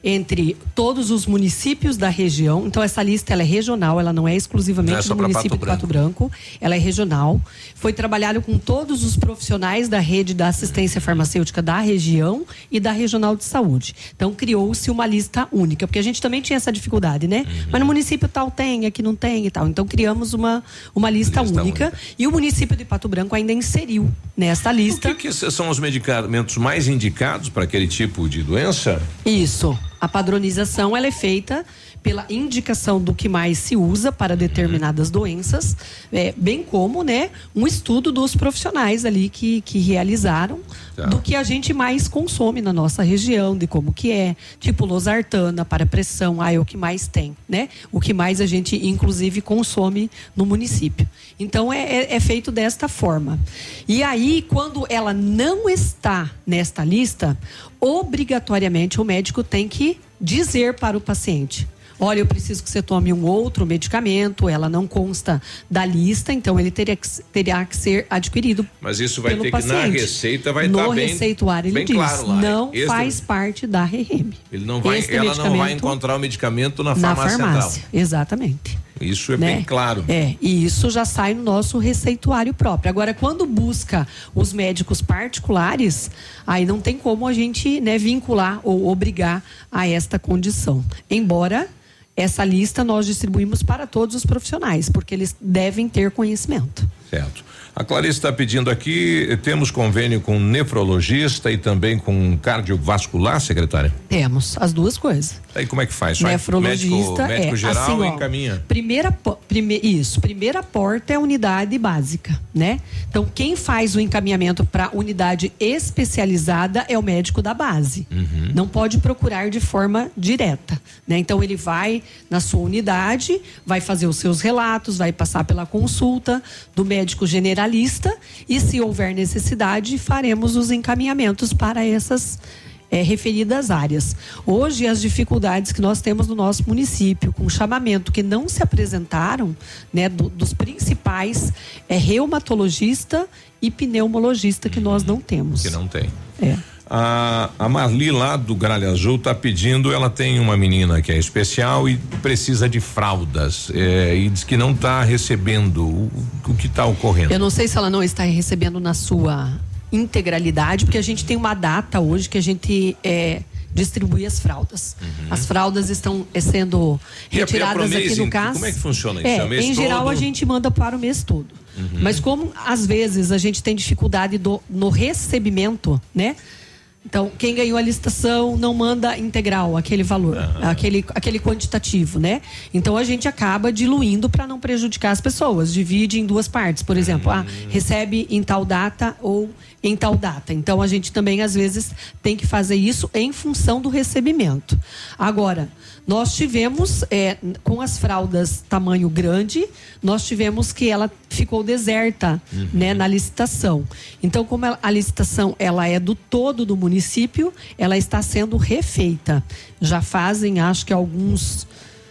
entre todos os municípios da região. Então essa lista ela é regional, ela não é exclusivamente Não é só do pra município Pato de Pato Branco, ela é regional. Foi trabalhado com todos os profissionais da rede da assistência farmacêutica da região e da regional de saúde. Então criou-se uma lista única, porque a gente também tinha essa dificuldade, né? Uhum. Mas no município tal tem, aqui não tem e tal. Então criamos uma, uma lista, lista única, única e o município de Pato Branco ainda inseriu nesta lista. O que, que são os medicamentos mais indicados para aquele tipo de doença? Isso. A padronização ela é feita pela indicação do que mais se usa para determinadas uhum. doenças, é, bem como, né, um estudo dos profissionais ali que, que realizaram tá. do que a gente mais consome na nossa região, de como que é, tipo losartana para pressão, ah, é o que mais tem, né? O que mais a gente, inclusive, consome no município. Então, é, é, é feito desta forma. E aí, quando ela não está nesta lista, obrigatoriamente o médico tem que dizer para o paciente: olha, eu preciso que você tome um outro medicamento, ela não consta da lista, então ele teria que, teria que ser adquirido. Mas isso vai ter paciente. Que na receita vai estar no bem, receituário ele bem diz, claro lá. Não Este, faz parte da R E M. Ele não vai, ela não vai encontrar o medicamento na farmácia, na farmácia central. Exatamente. Isso é né? bem claro. É, e isso já sai no nosso receituário próprio. Agora, quando busca os médicos particulares, aí não tem como a gente, né, vincular ou obrigar a esta condição. Embora essa lista nós distribuímos para todos os profissionais, porque eles devem ter conhecimento. Certo. A Clarice está pedindo aqui, temos convênio com nefrologista e também com cardiovascular, secretária? Temos, as duas coisas. Aí como é que faz? Só nefrologista médico, médico é geral assim, ó, encaminha? Primeira, prime, isso, primeira porta é a unidade básica, né? Então quem faz o encaminhamento para unidade especializada é o médico da base. Uhum. Não pode procurar de forma direta, né? Então ele vai na sua unidade, vai fazer os seus relatos, vai passar pela consulta do médico generalista e, se houver necessidade, faremos os encaminhamentos para essas é, referidas áreas. Hoje, as dificuldades que nós temos no nosso município, com chamamento que não se apresentaram, né, do, dos principais, é reumatologista e pneumologista que nós não temos. Que não tem. É. A, a Marli lá do Gralha Azul está pedindo, ela tem uma menina que é especial e precisa de fraldas, é, e diz que não está recebendo. O, o que está ocorrendo? Eu não sei se ela não está recebendo na sua integralidade, porque a gente tem uma data hoje que a gente é, distribui as fraldas. Uhum. As fraldas estão é, sendo retiradas e a, e a aqui no C A S. Como é que funciona isso? É, é o mês em geral todo? a gente manda para o mês todo. Uhum. Mas como às vezes a gente tem dificuldade do, no recebimento, né? Então, quem ganhou a licitação não manda integral aquele valor, uhum. aquele, aquele quantitativo, né? Então, a gente acaba diluindo para não prejudicar as pessoas. Divide em duas partes, por exemplo, uhum. ah, recebe em tal data ou em tal data. Então, a gente também, às vezes, tem que fazer isso em função do recebimento. Agora, nós tivemos, é, com as fraldas tamanho grande, nós tivemos que ela ficou deserta, uhum. né, na licitação. Então, como ela, a licitação ela é do todo do município, ela está sendo refeita. Já fazem, acho que alguns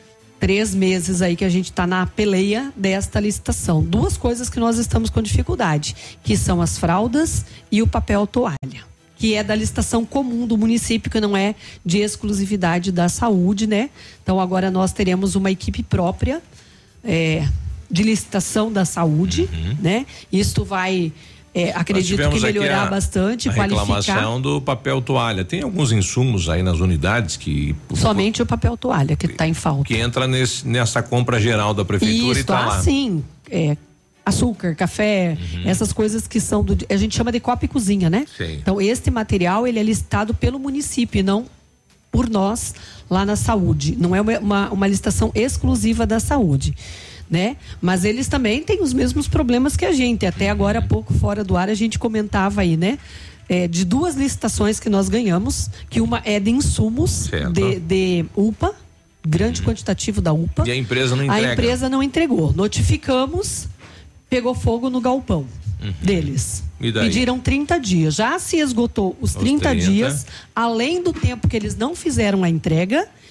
três meses aí que a gente está na peleia desta licitação. Duas coisas que nós estamos com dificuldade, que são as fraldas e o papel toalha, que é da licitação comum do município, que não é de exclusividade da saúde, né? Então agora nós teremos uma equipe própria é, de licitação da saúde, uhum. né? Isto vai, é, acredito que melhorar a, bastante, a qualificar. Reclamação do papel toalha. Tem alguns insumos aí nas unidades que... Somente o papel toalha que está em falta. Que entra nesse, nessa compra geral da prefeitura. Isso, e tá ah, lá. Sim, é, açúcar, café, uhum. essas coisas que são do, a gente chama de copa e cozinha, né? Sim. Então este material ele é listado pelo município e não por nós lá na saúde. Não é uma, uma, uma licitação exclusiva da saúde, né? Mas eles também têm os mesmos problemas que a gente. Até uhum. agora há pouco fora do ar a gente comentava aí, né? É, de duas licitações que nós ganhamos, que uma é de insumos de, de U P A, grande uhum. quantitativo da U P A. E a empresa não entrega. A empresa não entregou. Notificamos, pegou fogo no galpão uhum. deles. E daí? Pediram trinta dias. Já se esgotou os, os trinta, trinta dias, além do tempo que eles não fizeram a entrega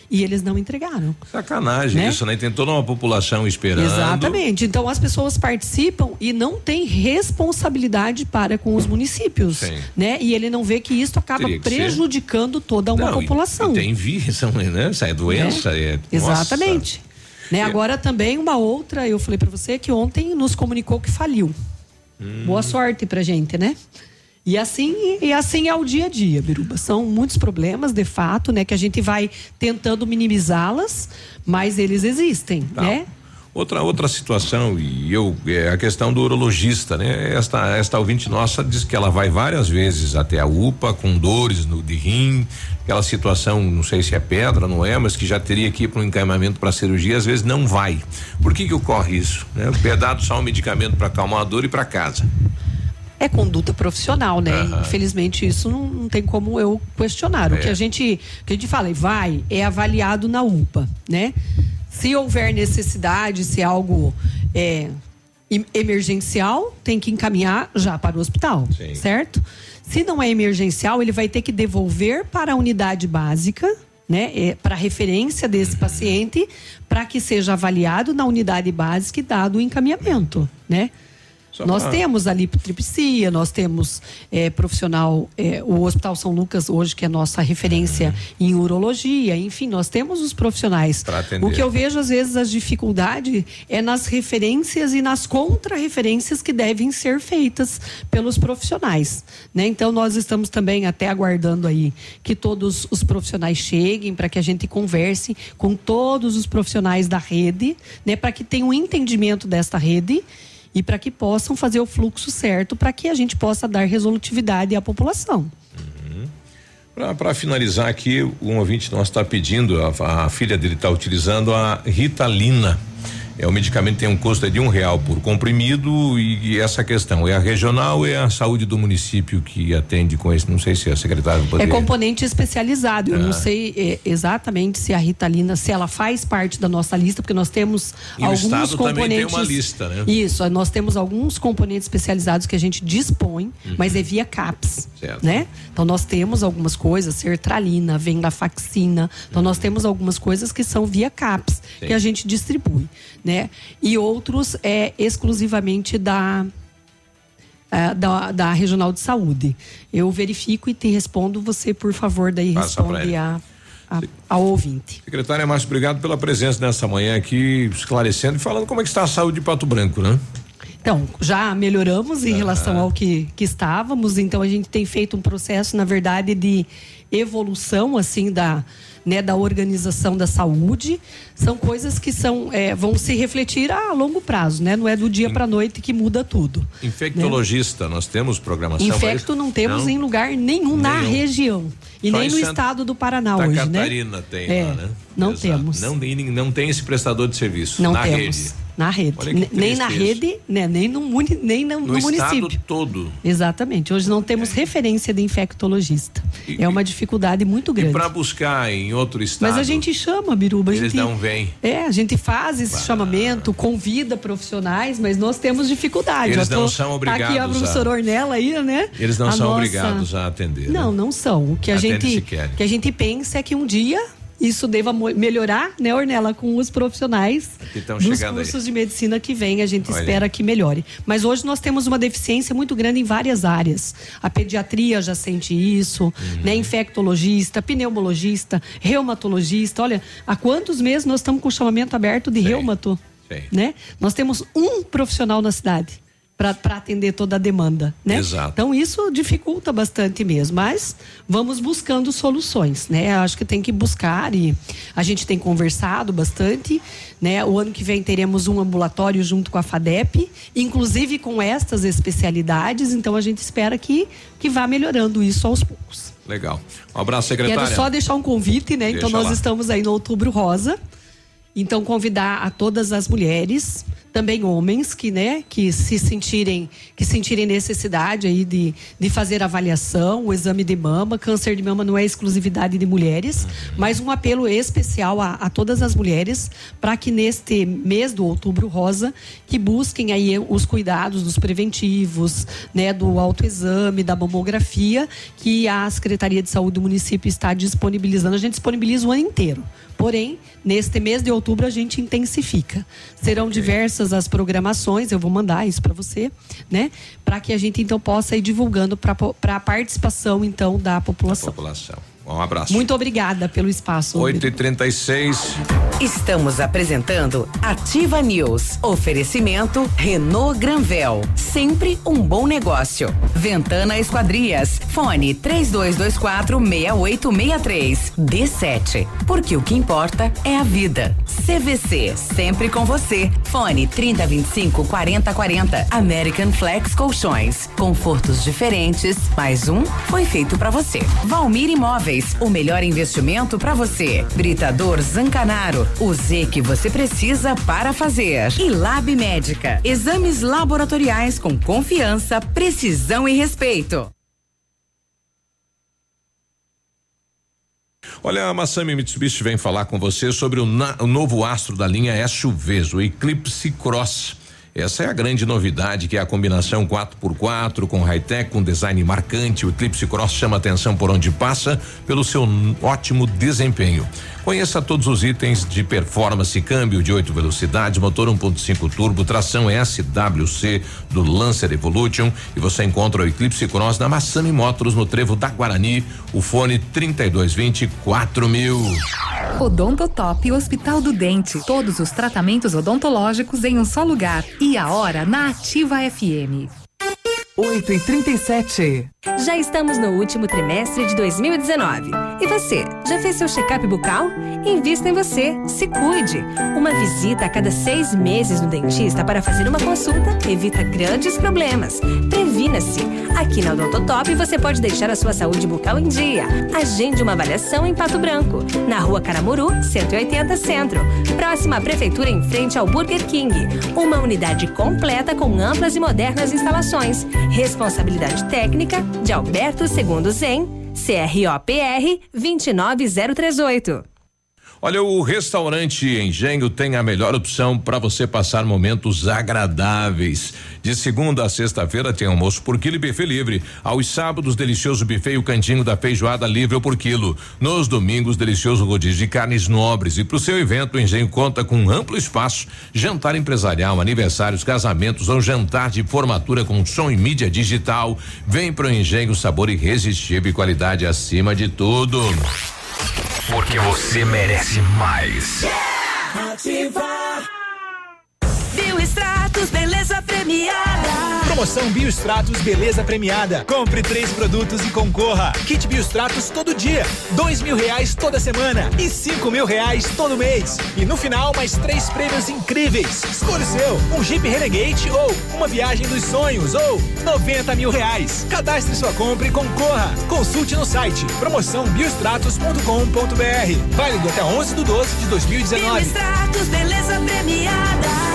e eles não entregaram. Sacanagem, né? Isso, né? Tem toda uma população esperando. Exatamente. Então as pessoas participam e não têm responsabilidade para com os municípios, Sim. né? E ele não vê que isso acaba prejudicando toda uma não, população. E, e tem vírus, né? Essa é doença. É. É, Exatamente. Né? Agora também uma outra, eu falei para você que ontem nos comunicou que faliu. Hum. Boa sorte pra gente, né? E assim, e assim é o dia a dia, Biruba. São muitos problemas, de fato, né? Que a gente vai tentando minimizá-las, mas eles existem, tá. né? Outra, outra situação, e eu, é a questão do urologista, né? Esta, esta ouvinte nossa diz que ela vai várias vezes até a U P A com dores no de rim, aquela situação, não sei se é pedra, não é, mas que já teria que ir para um encaminhamento para cirurgia, às vezes não vai. Por que que ocorre isso? Né? É dado só um medicamento para acalmar a dor e para casa. É conduta profissional, né? Uhum. Infelizmente isso não, não tem como eu questionar. É. O que a gente, o que a gente fala, vai, é avaliado na U P A, né? Se houver necessidade, se é algo é, emergencial, tem que encaminhar já para o hospital, Sim. certo? Se não é emergencial, ele vai ter que devolver para a unidade básica, né? É, para referência desse uhum. paciente, para que seja avaliado na unidade básica e dado o encaminhamento, né? Só nós pra... temos a lipotripsia, nós temos é, profissional, é, o Hospital São Lucas hoje, que é nossa referência uhum. em urologia, enfim, nós temos os profissionais. O que eu vejo, às vezes, as dificuldades é nas referências e nas contra-referências que devem ser feitas pelos profissionais, né? Então, nós estamos também até aguardando aí que todos os profissionais cheguem para que a gente converse com todos os profissionais da rede, né? Para que tenham um entendimento desta rede e para que possam fazer o fluxo certo para que a gente possa dar resolutividade à população. Uhum. Para finalizar aqui, um ouvinte nosso está pedindo, a, a filha dele está utilizando a Ritalina. É, o medicamento tem um custo de um real por comprimido e, e essa questão é a regional ou é a saúde do município que atende com esse? Não sei se a secretária poderia... É componente especializado. Eu ah. não sei é, exatamente se a Ritalina, se ela faz parte da nossa lista, porque nós temos e alguns o estado componentes. Também tem uma lista, né? Isso, nós temos alguns componentes especializados que a gente dispõe, uhum. mas é via CAPS, certo. Né? Então nós temos algumas coisas, sertralina, venlafaxina. Então uhum. nós temos algumas coisas que são via CAPS, Sim. que a gente distribui. Né? E outros é exclusivamente da, uh, da da Regional de Saúde. Eu verifico e te respondo, você por favor daí Passa responde a, a, ao ouvinte. Secretária Márcia, obrigado pela presença nessa manhã aqui, esclarecendo e falando como é que está a saúde de Pato Branco, né? Então, já melhoramos em ah. relação ao que, que estávamos, então a gente tem feito um processo, na verdade, de evolução, assim, da, né, da organização da saúde. São coisas que são, é, vão se refletir a longo prazo, né? Não é do dia para a noite que muda tudo. Infectologista, né? Nós temos programação? Infecto não temos não? em lugar nenhum, nenhum na região. E Só nem no Santa... estado do Paraná da hoje, Catarina né? tem é, lá, né? Não Exato. temos. Não, não tem esse prestador de serviço não na temos. rede. Na rede. Nem na isso. rede, né? Nem no, muni, nem no, no, no município. Estado todo. Exatamente. Hoje não temos é. referência de infectologista. E, é uma dificuldade muito grande. E para buscar em outro estado. Mas a gente chama, Biruba. Eles a gente, não vêm. É, a gente faz esse ah. chamamento, convida profissionais, mas nós temos dificuldade. Eles tô, não são obrigados. Tá aqui a professora a... Ornella aí, né? Eles não a são nossa... obrigados a atender. Não, né? não são. O que a gente, que a gente pensa é que um dia isso deva melhorar, né, Ornella, com os profissionais dos cursos aí. de medicina que vem, a gente Olha. espera que melhore. Mas hoje nós temos uma deficiência muito grande em várias áreas. A pediatria já sente isso, uhum. né, infectologista, pneumologista, reumatologista. Olha, há quantos meses nós estamos com o chamamento aberto de Sim. reumato? Sim. Né? Nós temos um profissional na cidade para atender toda a demanda, né? Exato. Então isso dificulta bastante mesmo, mas vamos buscando soluções, né? Acho que tem que buscar e a gente tem conversado bastante, né? O ano que vem teremos um ambulatório junto com a FADEP, inclusive com estas especialidades, então a gente espera que, que vá melhorando isso aos poucos. Legal. Um abraço, secretária. Quero só deixar um convite, né? Deixa então nós lá. Estamos aí no Outubro Rosa, então convidar a todas as mulheres, também homens que, né, que se sentirem, que sentirem necessidade aí de, de fazer avaliação, o exame de mama. Câncer de mama não é exclusividade de mulheres, mas um apelo especial a, a todas as mulheres para que neste mês do Outubro Rosa que busquem aí os cuidados dos preventivos, né, do autoexame, da mamografia, que a Secretaria de Saúde do município está disponibilizando. A gente disponibiliza o ano inteiro. Porém, neste mês de outubro a gente intensifica. Serão diversas as programações, eu vou mandar isso para você, né? Para que a gente então possa ir divulgando para a participação então da população. Da população. Um abraço. Muito obrigada pelo espaço. oito e trinta e seis. Estamos apresentando Ativa News. Oferecimento Renault Granvel. Sempre um bom negócio. Ventana Esquadrias. Fone três dois dois quatro, seis oito seis três. D sete. Porque o que importa é a vida. C V C. Sempre com você. Fone trinta, vinte e cinco, quarenta, quarenta. American Flex Colchões. Confortos diferentes. Mais um foi feito pra você. Valmir Imóveis. O melhor investimento para você. Britador Zancanaro. O Z que você precisa para fazer. E Lab Médica. Exames laboratoriais com confiança, precisão e respeito. Olha, a Massami Mitsubishi vem falar com você sobre o, na, o novo astro da linha S U Vs, o Eclipse Cross. Essa é a grande novidade, que é a combinação quatro por quatro com high-tech, com design marcante. O Eclipse Cross chama atenção por onde passa, pelo seu ótimo desempenho. Conheça todos os itens de performance: câmbio de oito velocidades, motor um ponto cinco turbo, tração S W C do Lancer Evolution, e você encontra o Eclipse Cross na Massami Motors, no Trevo da Guarani. O fone trinta e dois vinte, quatro mil. Odontotop Hospital do Dente. Todos os tratamentos odontológicos em um só lugar. E a hora na Ativa F M. oito e trinta e sete. Já estamos no último trimestre de dois mil e dezenove. E você, já fez seu check-up bucal? Invista em você, se cuide. Uma visita a cada seis meses no dentista para fazer uma consulta evita grandes problemas. Previna-se. Aqui na Odontotop você pode deixar a sua saúde bucal em dia. Agende uma avaliação em Pato Branco, na Rua Caramuru, cento e oitenta Centro, próxima à Prefeitura, em frente ao Burger King. Uma unidade completa com amplas e modernas instalações. Responsabilidade técnica de Alberto Segundo Zen, C R O P R dois nove zero três oito. Olha, o restaurante Engenho tem a melhor opção para você passar momentos agradáveis. De segunda a sexta-feira tem almoço por quilo e buffet livre. Aos sábados, delicioso buffet e o cantinho da feijoada livre por quilo. Nos domingos, delicioso rodízio de carnes nobres. E para o seu evento, o Engenho conta com um amplo espaço: jantar empresarial, aniversários, casamentos ou jantar de formatura com som e mídia digital. Vem pro Engenho, sabor irresistível e qualidade acima de tudo. Porque você merece mais. Yeah! Ativa. Biostratos, beleza premiada. Promoção Biostratos Beleza Premiada. Compre três produtos e concorra. Kit Biostratos todo dia, dois mil reais toda semana e cinco mil reais todo mês. E no final, mais três prêmios incríveis. Escolha o seu: um Jeep Renegade ou uma viagem dos sonhos ou noventa mil reais. Cadastre sua compra e concorra. Consulte no site promoção biostratos ponto com ponto br. Válido até onze de doze de dois mil e dezenove. Biostratos Beleza Premiada.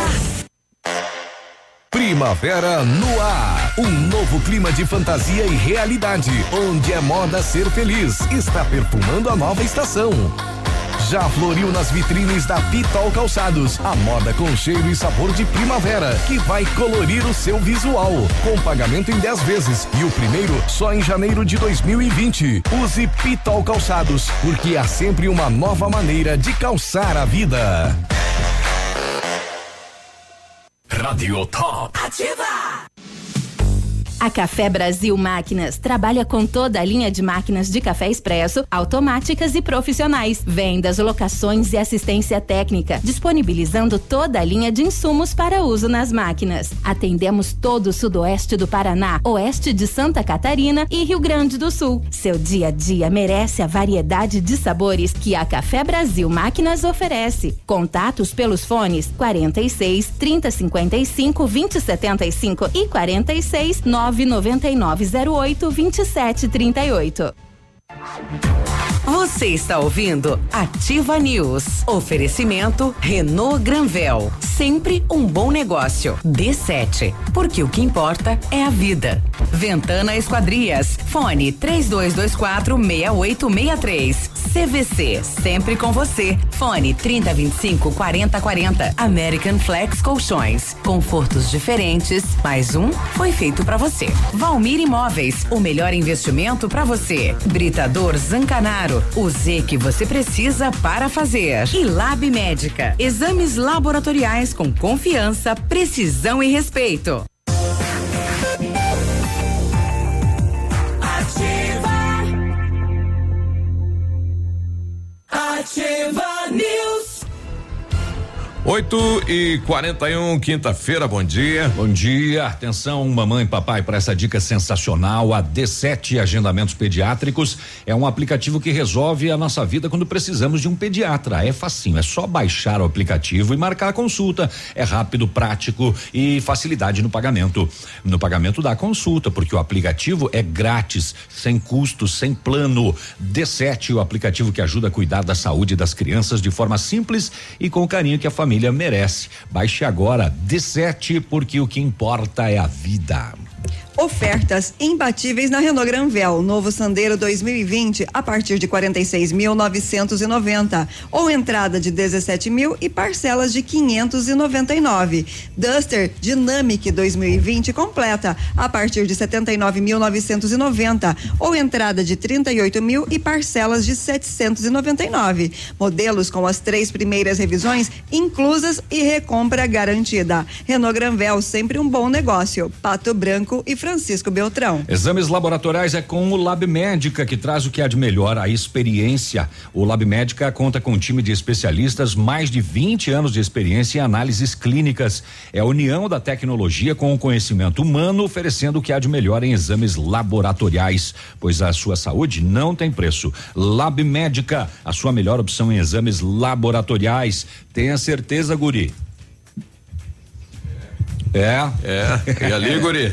Primavera no ar, um novo clima de fantasia e realidade, onde é moda ser feliz, está perfumando a nova estação. Já floriu nas vitrines da Pitol Calçados, a moda com cheiro e sabor de primavera, que vai colorir o seu visual, com pagamento em dez vezes e o primeiro só em janeiro de dois mil e vinte. Use Pitol Calçados, porque há sempre uma nova maneira de calçar a vida. Radio Top. Ativa. A Café Brasil Máquinas trabalha com toda a linha de máquinas de café expresso, automáticas e profissionais. Vendas, locações e assistência técnica, disponibilizando toda a linha de insumos para uso nas máquinas. Atendemos todo o sudoeste do Paraná, oeste de Santa Catarina e Rio Grande do Sul. Seu dia a dia merece a variedade de sabores que a Café Brasil Máquinas oferece. Contatos pelos fones quarenta e seis, trinta, cinquenta e cinco, vinte, setenta e cinco e quarenta e seis, nove noventa e nove zero oito, vinte e sete trinta e oito. Você está ouvindo Ativa News. Oferecimento Renault Granvel. Sempre um bom negócio. D sete. porque o que importa é a vida. Ventana Esquadrias, fone três dois dois quatro seis oito seis três. C V C, sempre com você. Fone trinta vinte e cinco quarenta quarenta. American Flex Colchões, confortos diferentes, mais um foi feito pra você. Valmir Imóveis, o melhor investimento pra você. Britador Zancanaro, o Z que você precisa para fazer. E Lab Médica, exames laboratoriais com confiança, precisão e respeito. Ativa News. oito e quarenta e um, quinta-feira, bom dia. Bom dia, atenção mamãe e papai para essa dica sensacional. A D sete Agendamentos Pediátricos é um aplicativo que resolve a nossa vida quando precisamos de um pediatra. É facinho, é só baixar o aplicativo e marcar a consulta. É rápido, prático e facilidade no pagamento. No pagamento da consulta, porque o aplicativo é grátis, sem custo, sem plano. D sete, o aplicativo que ajuda a cuidar da saúde das crianças de forma simples e com o carinho que a família merece. Baixe agora D sete, porque o que importa é a vida. Ofertas imbatíveis na Renault Granvel, novo Sandero dois mil e vinte a partir de quarenta e seis mil novecentos e noventa ou entrada de dezessete mil e parcelas de quinhentos e noventa e nove. Duster Dynamic dois mil e vinte completa a partir de setenta e nove mil novecentos e noventa ou entrada de trinta e oito mil e parcelas de setecentos e noventa e nove. Modelos com as três primeiras revisões inclusas e recompra garantida. Renault Granvel, sempre um bom negócio. Pato Branco e Francisco Beltrão. Exames laboratoriais é com o Lab Médica, que traz o que há de melhor, a experiência. O Lab Médica conta com um time de especialistas, mais de vinte anos de experiência em análises clínicas. É a união da tecnologia com o conhecimento humano, oferecendo o que há de melhor em exames laboratoriais, pois a sua saúde não tem preço. Lab Médica, a sua melhor opção em exames laboratoriais. Tenha certeza, guri. É. É. E ali, guri?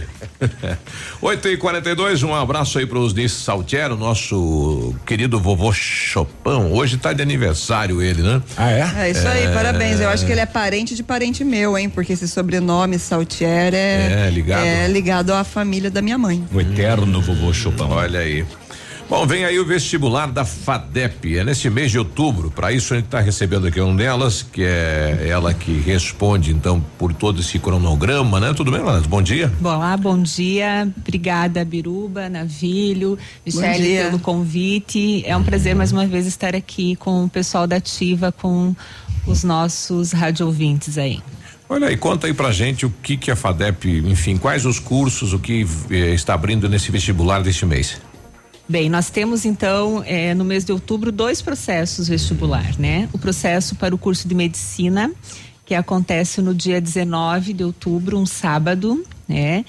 oito e quarenta e dois, um abraço aí pros Nis Saltiero, nosso querido vovô Chopão. Hoje tá de aniversário ele, né? Ah, é? É isso aí, é... parabéns. Eu acho que ele é parente de parente meu, hein? Porque esse sobrenome Saltiero é, é ligado. é ligado à família da minha mãe. O eterno vovô Chopão. Olha aí. Bom, vem aí o vestibular da FADEP, é nesse mês de outubro. Para isso a gente está recebendo aqui um delas, que é ela que responde então por todo esse cronograma, né? Tudo bem, Lanas? Bom dia. Olá, bom dia. Obrigada, Biruba, Navilho, Michele, pelo convite. É um prazer mais uma vez estar aqui com o pessoal da Ativa, com os nossos rádio ouvintes aí. Olha aí, conta aí pra gente o que que a FADEP, enfim, quais os cursos, o que eh, está abrindo nesse vestibular deste mês. Bem, nós temos então eh, no mês de outubro dois processos vestibular, né? O processo para o curso de medicina, que acontece no dia dezenove de outubro, um sábado, né?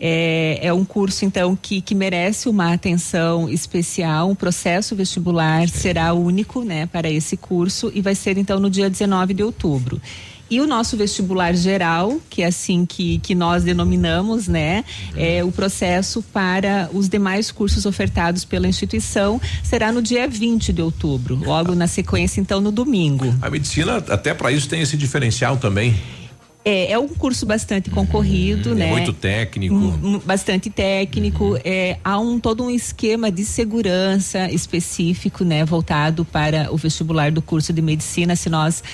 É, é um curso então que, que merece uma atenção especial. Um processo vestibular será único, né, para esse curso e vai ser então no dia dezenove de outubro. E o nosso vestibular geral, que é assim que, que nós denominamos, né? É, o processo para os demais cursos ofertados pela instituição será no dia vinte de outubro, logo na sequência, então, no domingo. A medicina, até para isso, tem esse diferencial também. É, é um curso bastante concorrido, hum, né? Muito técnico. Um, um, bastante técnico. Uhum. É, há um todo um esquema de segurança específico, né? Voltado para o vestibular do curso de medicina. Se nós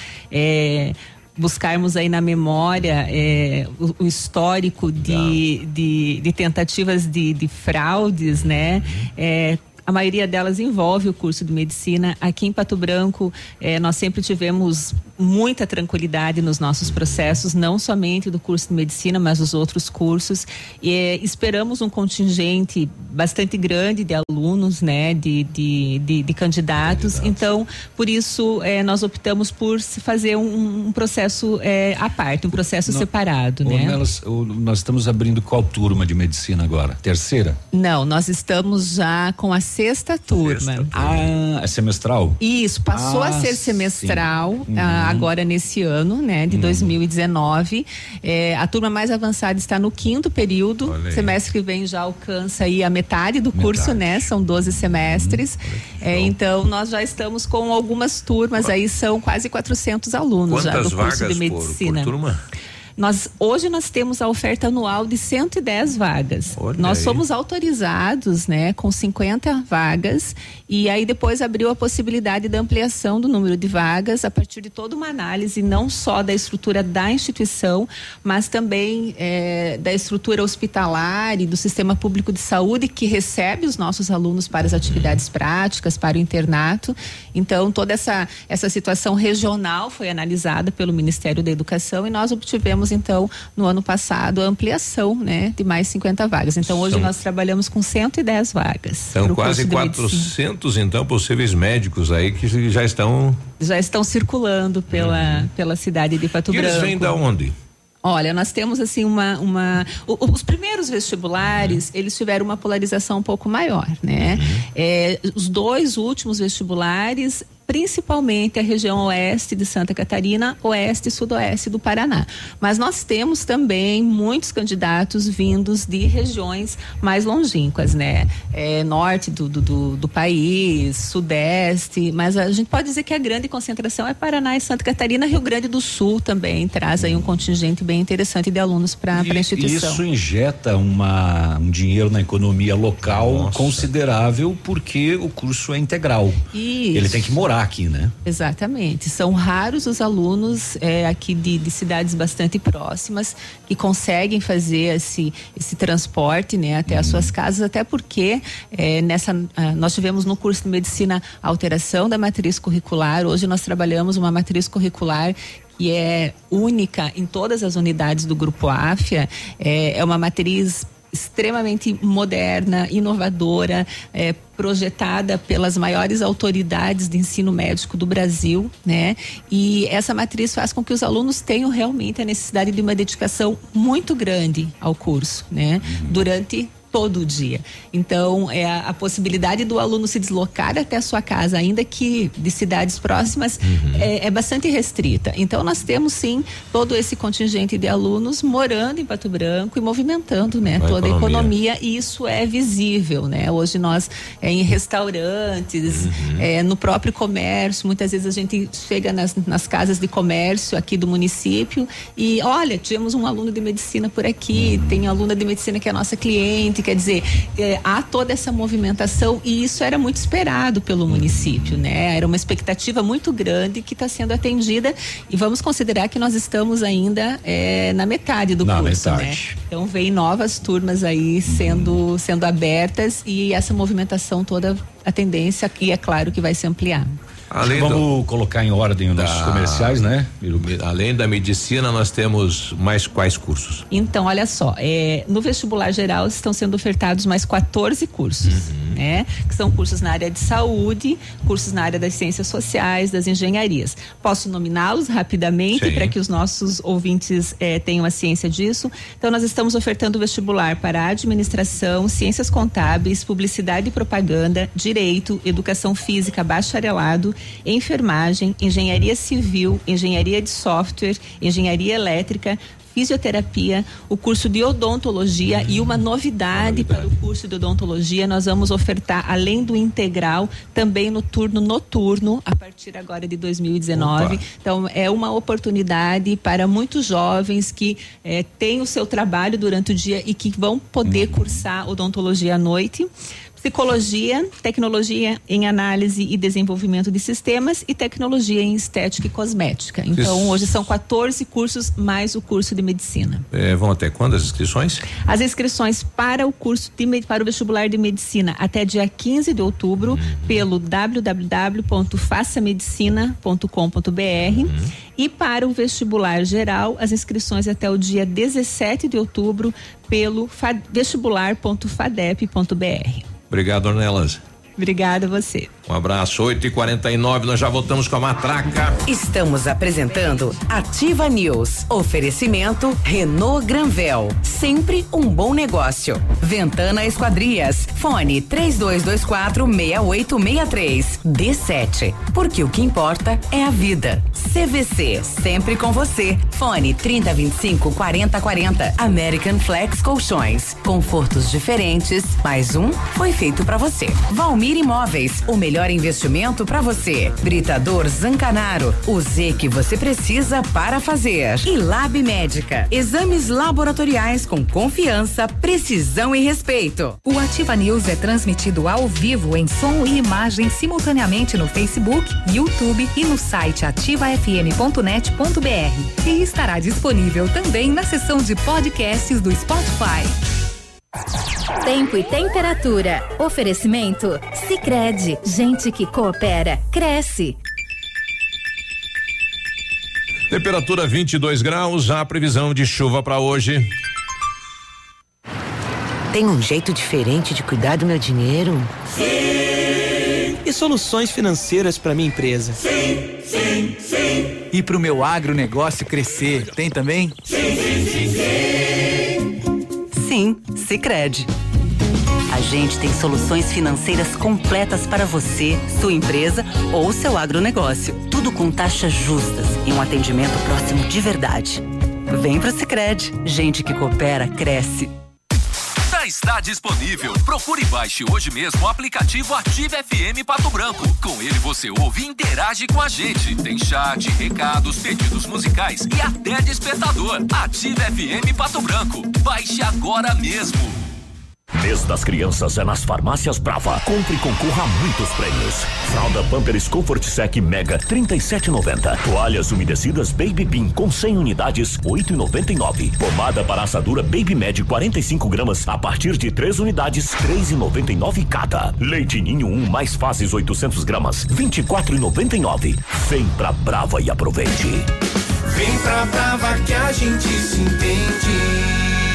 é, buscarmos aí na memória é, o, o histórico de, de, de tentativas de, de fraudes, né? É, a maioria delas envolve o curso de medicina. Aqui em Pato Branco, eh, nós sempre tivemos muita tranquilidade nos nossos processos, não somente do curso de medicina, mas os outros cursos. E eh, esperamos um contingente bastante grande de alunos, né, de, de, de, de candidatos. candidatos. Então, por isso, eh, nós optamos por se fazer um, um processo eh, à parte, um processo não, separado, né? Nelas, o, nós estamos abrindo qual turma de medicina agora? Terceira? Não, nós estamos já com a sexta turma. Sexta turma. Ah, é semestral? Isso, passou ah, a ser semestral uhum. ah, agora nesse ano, né, de uhum. dois mil e dezenove. É, a turma mais avançada está no quinto período. Semestre que vem já alcança aí a metade do metade. curso, né? São doze semestres. Uhum. É, então nós já estamos com algumas turmas aí, são quase quatrocentos alunos. Quantas já do curso vagas de medicina. Por, por turma? Nós, hoje nós temos a oferta anual de cento e dez vagas. Olha nós aí. somos autorizados, né, com cinquenta vagas, e aí depois abriu a possibilidade da ampliação do número de vagas a partir de toda uma análise, não só da estrutura da instituição, mas também é, da estrutura hospitalar e do sistema público de saúde que recebe os nossos alunos para as atividades práticas, para o internato. Então, toda essa, essa situação regional foi analisada pelo Ministério da Educação e nós obtivemos, então, no ano passado, a ampliação, né, de mais cinquenta vagas. Então, hoje São... nós trabalhamos com cento e dez vagas. São quase quatrocentos, então, possíveis médicos aí que já estão... Já estão circulando pela, uhum. pela cidade de Pato e Branco. Eles vêm da onde? Olha, nós temos assim uma, uma o, os primeiros vestibulares, uhum. eles tiveram uma polarização um pouco maior, né? Uhum. É, os dois últimos vestibulares, principalmente a região oeste de Santa Catarina, oeste e sudoeste do Paraná. Mas nós temos também muitos candidatos vindos de regiões mais longínquas, né? É, norte do, do, do, do país, sudeste, mas a gente pode dizer que a grande concentração é Paraná e Santa Catarina. Rio Grande do Sul também traz aí um contingente bem interessante de alunos para a instituição. Isso injeta uma, um dinheiro na economia local Nossa. considerável, porque o curso é integral. Isso. Ele tem que morar aqui, né? Exatamente. São raros os alunos é, aqui de, de cidades bastante próximas que conseguem fazer esse, esse transporte, né, até uhum. as suas casas, até porque é, nessa, ah, nós tivemos no curso de medicina a alteração da matriz curricular. Hoje nós trabalhamos uma matriz curricular que é única em todas as unidades do Grupo Áfia. É, é uma matriz extremamente moderna, inovadora, é, projetada pelas maiores autoridades de ensino médico do Brasil, né? E essa matriz faz com que os alunos tenham realmente a necessidade de uma dedicação muito grande ao curso, né? Uhum. Durante todo o dia. Então, é a, a possibilidade do aluno se deslocar até a sua casa, ainda que de cidades próximas, uhum. é, é bastante restrita. Então, nós temos sim todo esse contingente de alunos morando em Pato Branco e movimentando, né, toda a economia, e isso é visível, né? Hoje nós, é, em restaurantes, uhum. é, no próprio comércio, muitas vezes a gente chega nas, nas casas de comércio aqui do município e, olha, tivemos um aluno de medicina por aqui, uhum. tem aluna de medicina que é nossa cliente. Quer dizer, é, há toda essa movimentação e isso era muito esperado pelo município, né? Era uma expectativa muito grande que está sendo atendida e vamos considerar que nós estamos ainda é, na metade do na curso, metade. né? Então vem novas turmas aí sendo, uhum. sendo abertas e essa movimentação toda, a tendência aqui é claro que vai se ampliar. Além Vamos do, colocar em ordem os da, nossos comerciais, né? Além da medicina, nós temos mais quais cursos? Então, olha só, é, no vestibular geral estão sendo ofertados mais quatorze cursos, uhum. né? Que são cursos na área de saúde, cursos na área das ciências sociais, das engenharias. Posso nominá-los rapidamente para que os nossos ouvintes é, tenham a ciência disso. Então, nós estamos ofertando o vestibular para administração, ciências contábeis, publicidade e propaganda, direito, educação física, bacharelado, enfermagem, engenharia civil, engenharia de software, engenharia elétrica, fisioterapia, o curso de odontologia, uhum. e uma novidade, novidade para o curso de odontologia, nós vamos ofertar, além do integral, também no turno noturno, a partir agora de dois mil e dezenove. Opa. Então, é uma oportunidade para muitos jovens que eh, têm o seu trabalho durante o dia e que vão poder uhum. cursar odontologia à noite. Psicologia, tecnologia em análise e desenvolvimento de sistemas e tecnologia em estética e cosmética. Então, Isso. hoje são quatorze cursos mais o curso de medicina. É, vão até quando as inscrições? As inscrições para o curso de, para o vestibular de medicina até dia quinze de outubro, uhum. pelo w w w ponto faça medicina ponto com ponto b r, uhum. e para o vestibular geral, as inscrições até o dia dezessete de outubro pelo vestibular ponto fadep ponto b r. Obrigado, Ornelas. Obrigada a você. Um abraço, oito e quarenta e nove, nós já voltamos com a matraca. Estamos apresentando Ativa News. Oferecimento Renault Granvel, sempre um bom negócio. Ventana Esquadrias, fone três dois dois quatro seis oito seis três. D sete, porque o que importa é a vida. C V C, sempre com você. Fone trinta, vinte e cinco, quarenta, quarenta. American Flex Colchões, confortos diferentes, mais um foi feito pra você. Valmir Imóveis, o melhor melhor investimento para você. Britador Zancanaro, o Z que você precisa para fazer. E Lab Médica, exames laboratoriais com confiança, precisão e respeito. O Ativa News é transmitido ao vivo em som e imagem simultaneamente no Facebook, YouTube e no site ativa f m ponto net ponto b r. E estará disponível também na seção de podcasts do Spotify. Tempo e temperatura. Oferecimento Sicredi. Gente que coopera, cresce. Temperatura vinte e dois graus, a previsão de chuva para hoje. Tem um jeito diferente de cuidar do meu dinheiro? Sim! E soluções financeiras para minha empresa? Sim, sim, sim. E para o meu agronegócio crescer? Tem também? Sim, sim, sim, sim. Sim, Sicredi. A gente tem soluções financeiras completas para você, sua empresa ou seu agronegócio. Tudo com taxas justas e um atendimento próximo de verdade. Vem pro Sicredi. Gente que coopera, cresce. Já está disponível. Procure e baixe hoje mesmo o aplicativo Ativa F M Pato Branco. Com ele você ouve e interage com a gente. Tem chat, recados, pedidos musicais e até despertador. Ativa F M Pato Branco. Baixe agora mesmo. Mês das Crianças é nas Farmácias Brava. Compre e concorra a muitos prêmios. Fralda Pampers Comfort Sec Mega trinta e sete e noventa. Toalhas umedecidas Baby Bean com cem unidades oito e noventa e nove. Pomada para assadura Baby Med quarenta e cinco gramas a partir de três unidades três e noventa e nove cada. Leite Ninho um mais fases oitocentos gramas vinte e quatro e noventa e nove. Vem pra Brava e aproveite. Vem pra Brava que a gente se entende.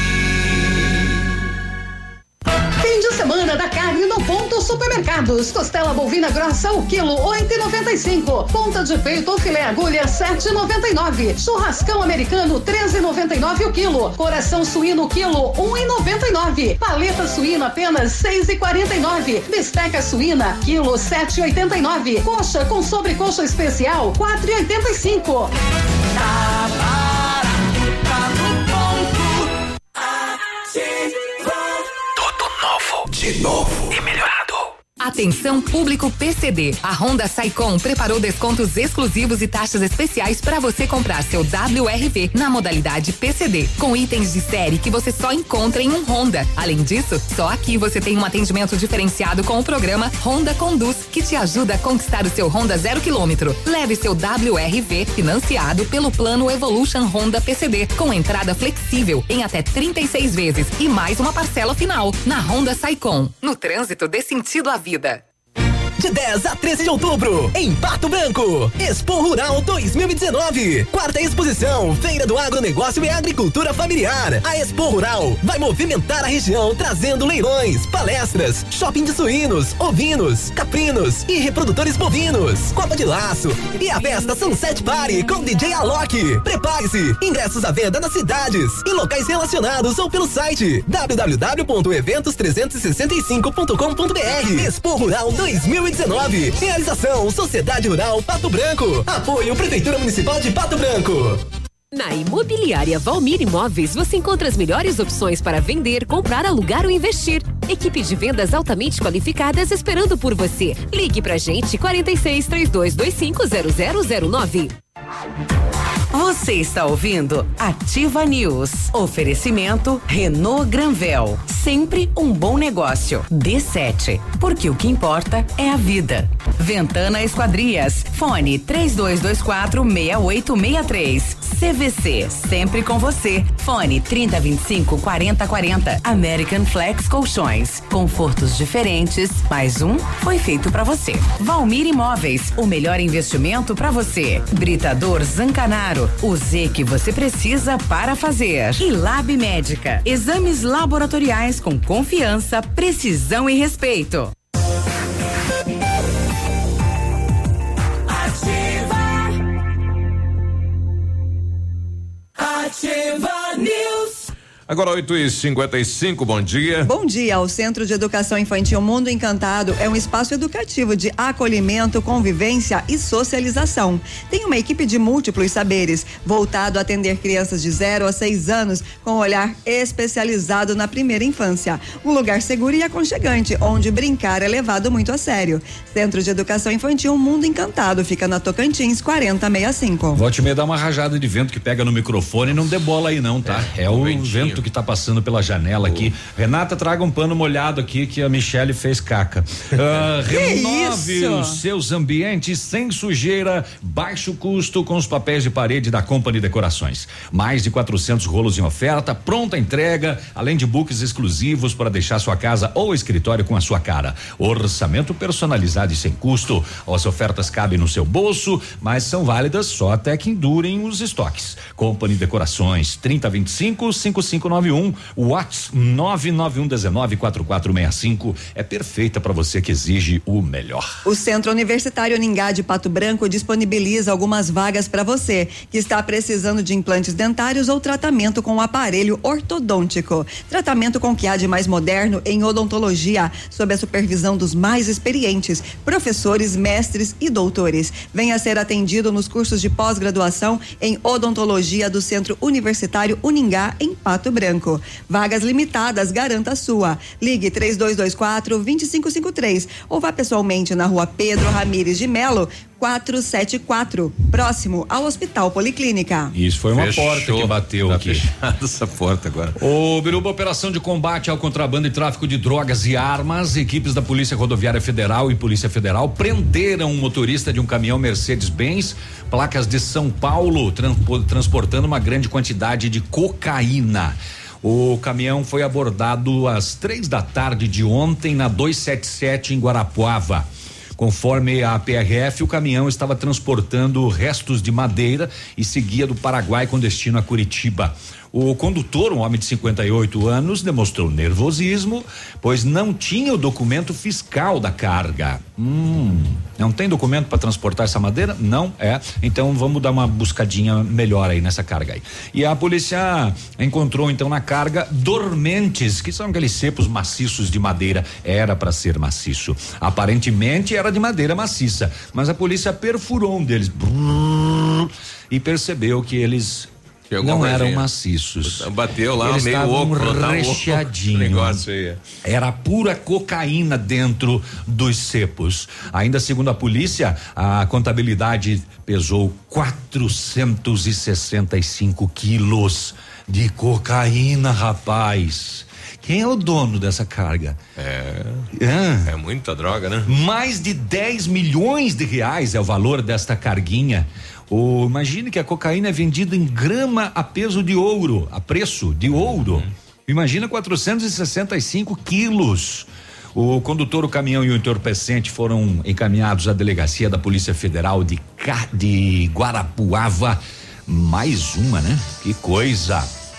Fim de semana da carne no Ponto Supermercados. Costela bovina grossa o quilo oito e noventa e cinco. Ponta de peito ou filé agulha sete e noventa e nove. Churrascão americano treze e noventa e nove o quilo. Coração suíno quilo um e noventa e nove. Paleta suína apenas seis e quarenta e nove. Bisteca suína quilo sete e oitenta e nove. Coxa com sobrecoxa especial quatro e oitenta e cinco. Tá barato, tá no ponto. Ativa. De novo e melhorado. Atenção público P C D. A Honda Saicom preparou descontos exclusivos e taxas especiais para você comprar seu W R V na modalidade P C D, com itens de série que você só encontra em um Honda. Além disso, só aqui você tem um atendimento diferenciado com o programa Honda Conduz, que te ajuda a conquistar o seu Honda zero quilômetro. Leve seu W R V financiado pelo plano Evolution Honda P C D, com entrada flexível em até trinta e seis vezes e mais uma parcela final na Honda Saicom. No trânsito, dê sentido à vida. De dez a treze de outubro, em Pato Branco, Expo Rural dois mil e dezenove. Quarta exposição, Feira do Agronegócio e Agricultura Familiar. A Expo Rural vai movimentar a região, trazendo leilões, palestras, shopping de suínos, ovinos, caprinos e reprodutores bovinos, Copa de Laço e a festa Sunset Party com D J Alok. Prepare-se, ingressos à venda nas cidades e locais relacionados ou pelo site w w w ponto eventos trezentos e sessenta e cinco ponto com ponto b r. Expo Rural dois mil e dezenove. Realização Sociedade Rural Pato Branco. Apoio Prefeitura Municipal de Pato Branco. Na Imobiliária Valmir Imóveis, você encontra as melhores opções para vender, comprar, alugar ou investir. Equipe de vendas altamente qualificadas esperando por você. Ligue pra gente quarenta e seis, trinta e dois, vinte e cinco, zero zero zero nove. Você está ouvindo Ativa News. Oferecimento Renault Granvel. Sempre um bom negócio. D sete. Porque o que importa é a vida. Ventana Esquadrias. Fone três dois dois quatro, seis oito seis três. C V C. Sempre com você. Fone trinta, vinte e cinco, quarenta, quarenta. American Flex Colchões. Confortos diferentes. Mais um foi feito pra você. Valmir Imóveis. O melhor investimento pra você. Britador Zancanaro. O Z que você precisa para fazer. E Lab Médica. Exames laboratoriais com confiança, precisão e respeito. Ativa News. Agora oito e cinquenta e cinco, bom dia. Bom dia. O Centro de Educação Infantil Mundo Encantado é um espaço educativo de acolhimento, convivência e socialização. Tem uma equipe de múltiplos saberes, voltado a atender crianças de zero a seis anos, com um olhar especializado na primeira infância. Um lugar seguro e aconchegante, onde brincar é levado muito a sério. Centro de Educação Infantil Mundo Encantado, fica na Tocantins quarenta sessenta e cinco. Volte e meia dá uma rajada de vento que pega no microfone e não debola aí não, tá? É, é o ventinho. Vento que tá passando pela janela aqui. Renata, traga um pano molhado aqui que a Michele fez caca. Uh, renove os seus ambientes sem sujeira, baixo custo com os papéis de parede da Company Decorações. Mais de quatrocentos rolos em oferta, pronta entrega, além de books exclusivos para deixar sua casa ou escritório com a sua cara. Orçamento personalizado e sem custo. As ofertas cabem no seu bolso, mas são válidas só até que durem os estoques. Company Decorações, trinta vinte e cinco, cinquenta e cinco noventa e um, WhatsApp nove nove um um nove quatro quatro seis cinco, é perfeita para você que exige o melhor. O Centro Universitário Uningá de Pato Branco disponibiliza algumas vagas para você que está precisando de implantes dentários ou tratamento com aparelho ortodôntico. Tratamento com o que há de mais moderno em odontologia, sob a supervisão dos mais experientes, professores, mestres e doutores. Venha ser atendido nos cursos de pós-graduação em odontologia do Centro Universitário Uningá em Pato Branco. Vagas limitadas, garanta a sua. Ligue três dois dois quatro, dois cinco cinco três ou vá pessoalmente na Rua Pedro Ramires de Melo, quatrocentos e setenta e quatro, próximo ao Hospital Policlínica. Isso foi uma Fechou. porta que bateu tá aqui. Fechada essa porta agora. O Biruba, operação de combate ao contrabando e tráfico de drogas e armas, equipes da Polícia Rodoviária Federal e Polícia Federal prenderam um motorista de um caminhão Mercedes-Benz, placas de São Paulo, transportando uma grande quantidade de cocaína. O caminhão foi abordado às três da tarde de ontem na duzentos e setenta e sete em Guarapuava. Conforme a P R F, o caminhão estava transportando restos de madeira e seguia do Paraguai com destino a Curitiba. O condutor, um homem de cinquenta e oito anos, demonstrou nervosismo, pois não tinha o documento fiscal da carga. Hum, não tem documento para transportar essa madeira? Não é. Então vamos dar uma buscadinha melhor aí nessa carga aí. E a polícia encontrou então na carga dormentes, que são aqueles cepos maciços de madeira. Era para ser maciço. Aparentemente era de madeira maciça, mas a polícia perfurou um deles brrr, e percebeu que eles não eram maciços. Bateu lá, eles meio estavam oco, recheadinho. Negócio aí. Era pura cocaína dentro dos cepos. Ainda segundo a polícia, a contabilidade pesou quatrocentos e sessenta e cinco quilos de cocaína, rapaz. Quem é o dono dessa carga? É. É, é muita droga, né? Mais de dez milhões de reais é o valor desta carguinha. Oh, imagine que a cocaína é vendida em grama a peso de ouro, a preço de ouro. Uhum. Imagina quatrocentos e sessenta e cinco quilos. O condutor, o caminhão e o entorpecente foram encaminhados à delegacia da Polícia Federal de, Ca... de Guarapuava. Mais uma, né? Que coisa.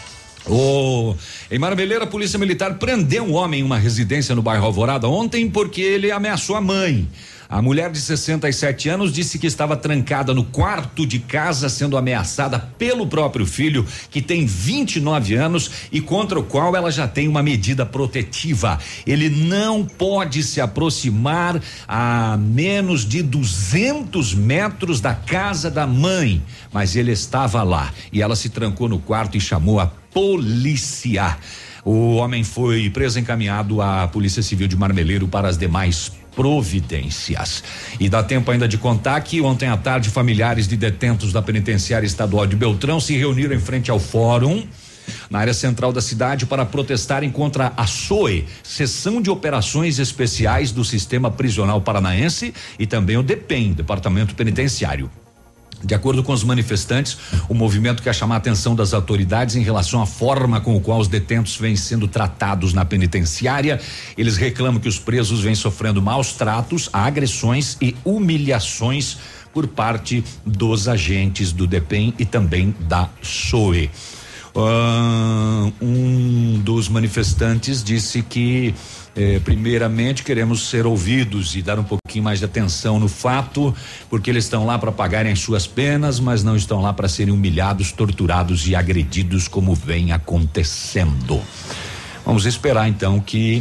Oh, em Marmeleira, a Polícia Militar prendeu um homem em uma residência no bairro Alvorada ontem porque ele ameaçou a mãe. A mulher de sessenta e sete anos disse que estava trancada no quarto de casa, sendo ameaçada pelo próprio filho, que tem vinte e nove anos e contra o qual ela já tem uma medida protetiva. Ele não pode se aproximar a menos de duzentos metros da casa da mãe, mas ele estava lá e ela se trancou no quarto e chamou a polícia. O homem foi preso e encaminhado à Polícia Civil de Marmeleiro para as demais providências. E dá tempo ainda de contar que ontem à tarde familiares de detentos da Penitenciária Estadual de Beltrão se reuniram em frente ao fórum na área central da cidade para protestarem contra a S O E, Seção de Operações Especiais do Sistema Prisional Paranaense, e também o DEPEN, Departamento Penitenciário. De acordo com os manifestantes, o movimento quer chamar a atenção das autoridades em relação à forma com a qual os detentos vêm sendo tratados na penitenciária. Eles reclamam que os presos vêm sofrendo maus tratos, agressões e humilhações por parte dos agentes do DEPEN e também da S O E. Uh, um dos manifestantes disse que Eh, primeiramente, queremos ser ouvidos e dar um pouquinho mais de atenção no fato, porque eles estão lá para pagarem as suas penas, mas não estão lá para serem humilhados, torturados e agredidos como vem acontecendo. Vamos esperar então que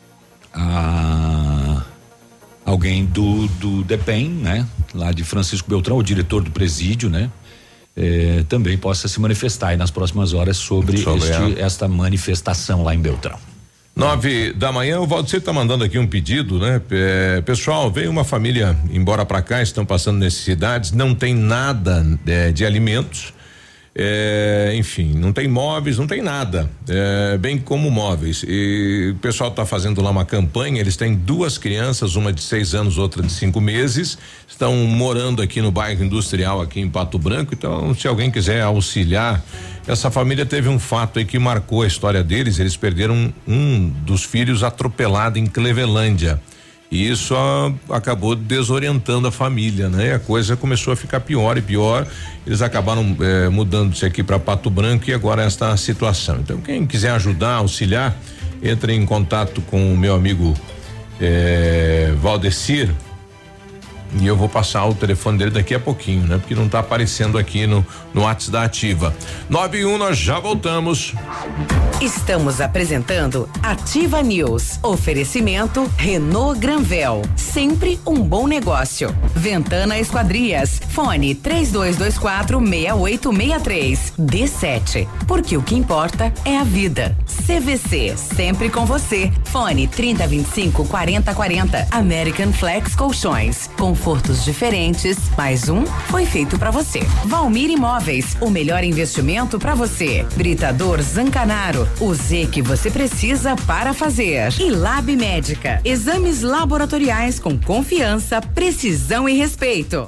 a, alguém do do DEPEN, né, lá de Francisco Beltrão, o diretor do presídio, né, eh, também possa se manifestar aí nas próximas horas sobre, sobre este, esta manifestação lá em Beltrão. Nove da manhã, o Valdir tá mandando aqui um pedido, né? É, pessoal, veio uma família embora para cá, estão passando necessidades, não tem nada é, de alimentos, é, enfim, não tem móveis, não tem nada, é, bem como móveis. E o pessoal tá fazendo lá uma campanha, eles têm duas crianças, uma de seis anos, outra de cinco meses, estão morando aqui no bairro industrial aqui em Pato Branco, então se alguém quiser auxiliar. Essa família teve um fato aí que marcou a história deles. Eles perderam um, um dos filhos atropelado em Clevelândia. E isso ah, acabou desorientando a família, né? A coisa começou a ficar pior e pior. Eles acabaram eh, mudando-se aqui para Pato Branco e agora esta situação. Então, quem quiser ajudar, auxiliar, entre em contato com o meu amigo eh, Valdecir. E eu vou passar o telefone dele daqui a pouquinho, né? Porque não tá aparecendo aqui no, no WhatsApp da Ativa. nove e um, nós já voltamos. Estamos apresentando Ativa News. Oferecimento Renault Granvel. Sempre um bom negócio. Ventana Esquadrias. Fone três dois dois quatro seis oito seis três. D sete. Porque o que importa é a vida. C V C. Sempre com você. Fone trinta, vinte e cinco, quarenta, quarenta. American Flex Colchões. Confortos diferentes. Mais um foi feito pra você. Valmir Imóveis. O melhor investimento pra você. Britador Zancanaro. O Z que você precisa para fazer. E Lab Médica. Exames laboratoriais com confiança, precisão e respeito.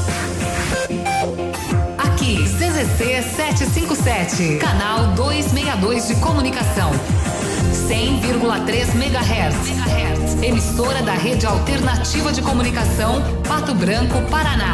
Aqui, C Z C setecentos e cinquenta e sete, canal duzentos e sessenta e dois de comunicação. cem vírgula três megahertz. Emissora da Rede Alternativa de Comunicação, Pato Branco, Paraná.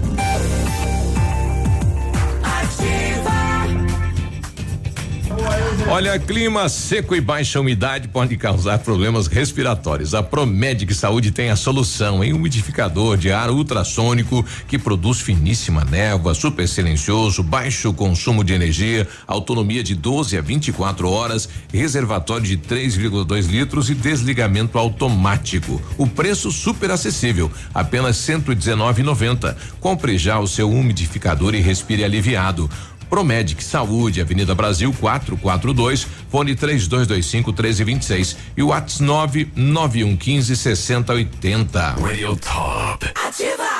Olha, clima seco e baixa umidade pode causar problemas respiratórios. A Promedic Saúde tem a solução em umidificador de ar ultrassônico que produz finíssima névoa, super silencioso, baixo consumo de energia, autonomia de doze a vinte e quatro horas, reservatório de três vírgula dois litros e desligamento automático. O preço super acessível, apenas cento e dezenove reais e noventa centavos. Compre já o seu umidificador e respire aliviado. Promedic Saúde, Avenida Brasil quatrocentos e quarenta e dois, fone três dois dois cinco, um três dois seis e o WhatsApp nove nove um um cinco, seis zero oito zero. Radio Top. Ativa!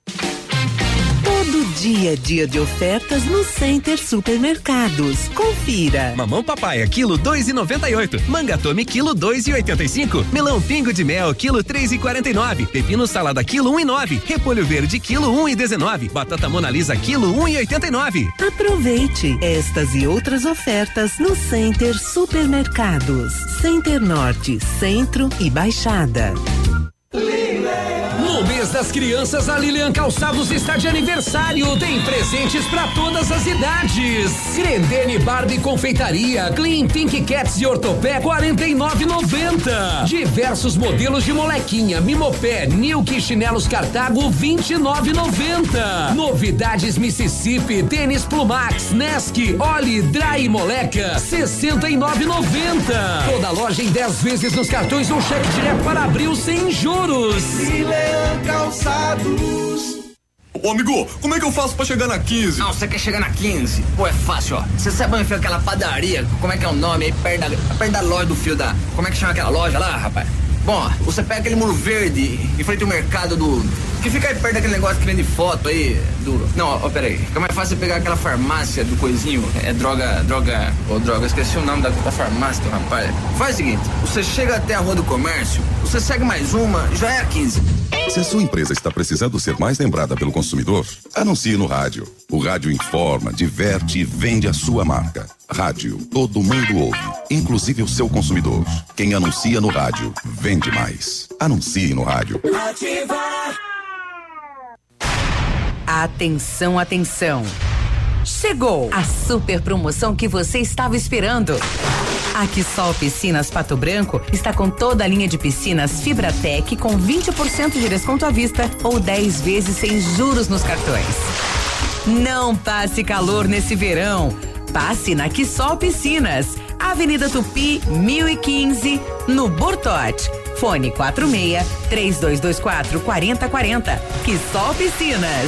Todo dia é dia de ofertas no Center Supermercados. Confira. Mamão papaya, quilo dois e noventa e oito. Manga tome, quilo dois e oitenta e cinco. Melão pingo de mel, quilo três e quarenta e nove. Pepino salada, quilo um e nove. Repolho verde, quilo um e dezenove. Batata Mona Lisa, quilo um e oitenta e nove. Aproveite estas e outras ofertas no Center Supermercados. Center Norte, Centro e Baixada. No mês das crianças, a Lilian Calçados está de aniversário. Tem presentes para todas as idades. Grendene Barbie Confeitaria, Clean Pink Cats e Ortopé, quarenta e nove reais e noventa centavos. Diversos modelos de molequinha, Mimopé, Nilk e chinelos Cartago, vinte e nove reais e noventa centavos. Novidades Mississippi, tênis Plumax, Nesk, Oli, Dry e Moleca, sessenta e nove reais e noventa centavos. Toda loja em dez vezes nos cartões ou cheque direto para abril sem juros. Lilian Calçados. Ô amigo, como é que eu faço pra chegar na quinze? Não, você quer chegar na quinze? Pô, é fácil, ó. Você sabe onde fica aquela padaria? Como é que é o nome aí? Perto da, perto da loja do fio da. Como é que chama aquela loja lá, rapaz? Bom, ó, você pega aquele muro verde em frente ao mercado do. Que fica aí perto daquele negócio que vende foto aí. Do. Não, ó, pera aí. Fica mais fácil você pegar aquela farmácia do coisinho. É droga. Droga. Ô, droga, esqueci o nome da, da farmácia, rapaz. Faz o seguinte: você chega até a Rua do Comércio, você segue mais uma, já é a quinze. Se a sua empresa está precisando ser mais lembrada pelo consumidor, anuncie no rádio. O rádio informa, diverte e vende a sua marca. Rádio, todo mundo ouve, inclusive o seu consumidor. Quem anuncia no rádio, vende mais. Anuncie no rádio. Ativa! Atenção, atenção. Chegou a super promoção que você estava esperando. A Quissol Piscinas Pato Branco está com toda a linha de piscinas Fibratec com vinte por cento de desconto à vista ou dez vezes sem juros nos cartões. Não passe calor nesse verão. Passe na Quissol Piscinas, Avenida Tupi, mil e quinze, no Bortote. Fone quatro seis, três dois dois quatro, quatro zero quatro zero. Quissol Piscinas.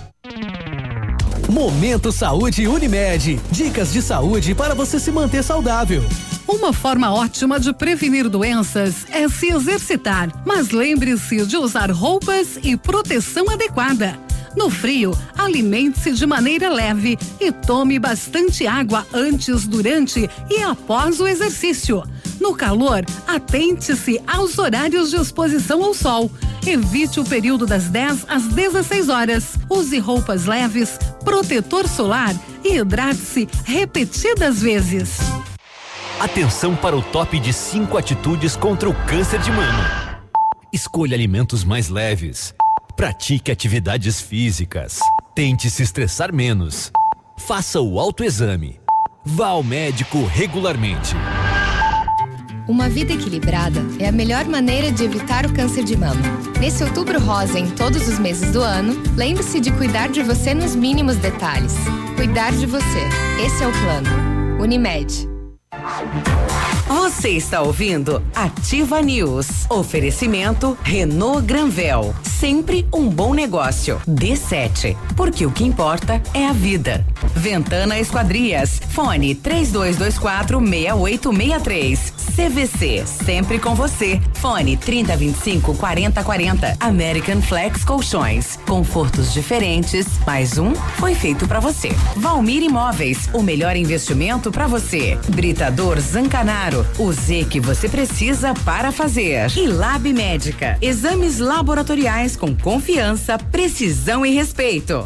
Momento Saúde Unimed. Dicas de saúde para você se manter saudável. Uma forma ótima de prevenir doenças é se exercitar, mas lembre-se de usar roupas e proteção adequada. No frio, alimente-se de maneira leve e tome bastante água antes, durante e após o exercício. No calor, atente-se aos horários de exposição ao sol. Evite o período das dez às dezesseis horas. Use roupas leves, protetor solar e hidrate-se repetidas vezes. Atenção para o top de cinco atitudes contra o câncer de mama. Escolha alimentos mais leves. Pratique atividades físicas. Tente se estressar menos. Faça o autoexame. Vá ao médico regularmente. Uma vida equilibrada é a melhor maneira de evitar o câncer de mama. Nesse Outubro Rosa, em todos os meses do ano, lembre-se de cuidar de você nos mínimos detalhes. Cuidar de você. Esse é o plano. Unimed. Você está ouvindo Ativa News. Oferecimento Renault Granvel. Sempre um bom negócio. D sete. Porque o que importa é a vida. Ventana Esquadrias. Fone três dois dois quatro, seis oito seis três. C V C. Sempre com você. Fone trinta, vinte e cinco, quarenta, quarenta. American Flex Colchões. Confortos diferentes. Mais um foi feito pra você. Valmir Imóveis. O melhor investimento pra você. Britador Zancanaro. O Z que você precisa para fazer. E Lab Médica. Exames laboratoriais com confiança, precisão e respeito.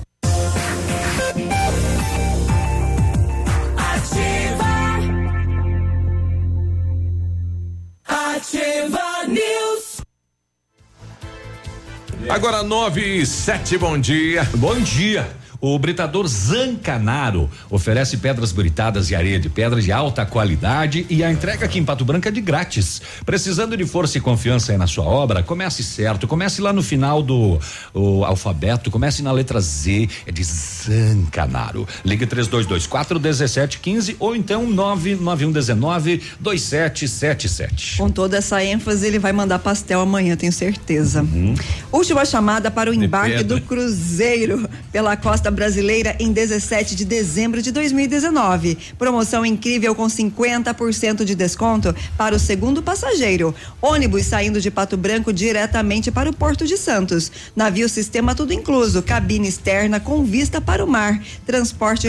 Ativa. Ativa News. Agora nove e sete, bom dia. Bom dia. O Britador Zancanaro oferece pedras britadas e areia de pedra de alta qualidade e a entrega aqui em Pato Branco é de grátis. Precisando de força e confiança aí na sua obra, comece certo, comece lá no final do o alfabeto, comece na letra Z, é de Zancanaro. Ligue três dois dois quatro, um sete um cinco ou então nove nove um um nove, dois sete sete sete. Com toda essa ênfase, ele vai mandar pastel amanhã, tenho certeza. Uhum. Última chamada para o embarque do cruzeiro pela costa brasileira em dezessete de dezembro de dois mil e dezenove. Promoção incrível com cinquenta por cento de desconto para o segundo passageiro. Ônibus saindo de Pato Branco diretamente para o Porto de Santos. Navio sistema tudo incluso, cabine externa com vista para o mar, transporte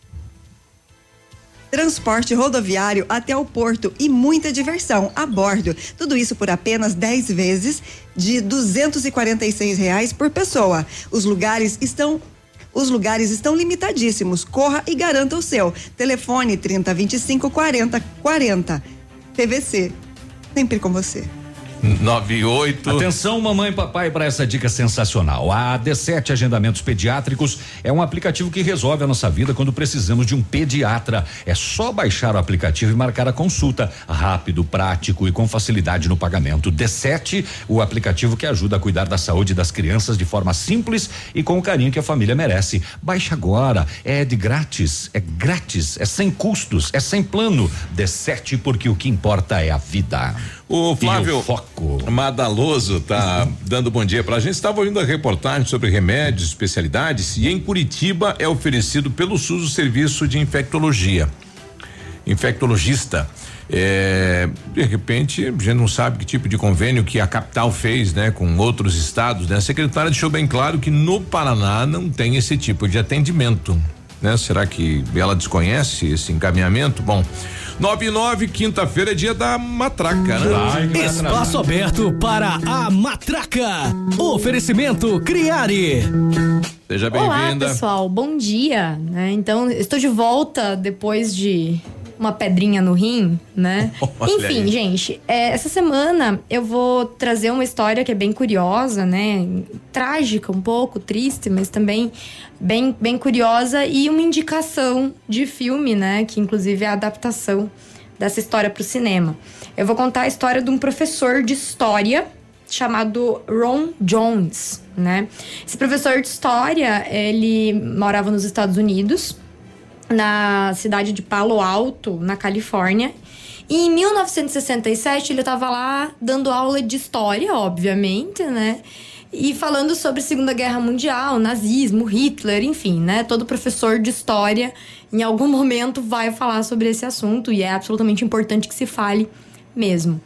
Transporte rodoviário até o porto e muita diversão a bordo. Tudo isso por apenas dez vezes de duzentos e quarenta e seis reais por pessoa. Os lugares estão Os lugares estão limitadíssimos. Corra e garanta o seu. Telefone trinta, vinte e cinco, quarenta, quarenta. T V C. Sempre com você. nove e oito. Atenção, mamãe e papai, para essa dica sensacional. A D sete Agendamentos Pediátricos é um aplicativo que resolve a nossa vida quando precisamos de um pediatra. É só baixar o aplicativo e marcar a consulta. Rápido, prático e com facilidade no pagamento. D sete, o aplicativo que ajuda a cuidar da saúde das crianças de forma simples e com o carinho que a família merece. Baixe agora. É de grátis. É grátis. É sem custos. É sem plano. D sete, porque o que importa é a vida. O Flávio Madaloso tá dando bom dia pra gente. Estava ouvindo a reportagem sobre remédios, especialidades, e em Curitiba é oferecido pelo SUS o serviço de infectologia. Infectologista. É, de repente, a gente não sabe que tipo de convênio que a capital fez, né, com outros estados, né? A secretária deixou bem claro que no Paraná não tem esse tipo de atendimento, né? Será que ela desconhece esse encaminhamento? Bom, nove e nove, quinta-feira é dia da matraca, né? Ai, espaço aberto para a matraca. Oferecimento Criare. Seja bem-vinda. Olá, pessoal, bom dia, né? Então, estou de volta depois de uma pedrinha no rim, né? Olha Enfim, aí. gente, é, essa semana eu vou trazer uma história que é bem curiosa, né? Trágica um pouco, triste, mas também bem, bem curiosa, e uma indicação de filme, né? Que inclusive é a adaptação dessa história pro cinema. Eu vou contar a história de um professor de história chamado Ron Jones, né? Esse professor de história, ele morava nos Estados Unidos, na cidade de Palo Alto, na Califórnia. E em mil novecentos e sessenta e sete, ele estava lá dando aula de história, obviamente, né? E falando sobre a Segunda Guerra Mundial, nazismo, Hitler, enfim, né? Todo professor de história, em algum momento, vai falar sobre esse assunto. E é absolutamente importante que se fale mesmo.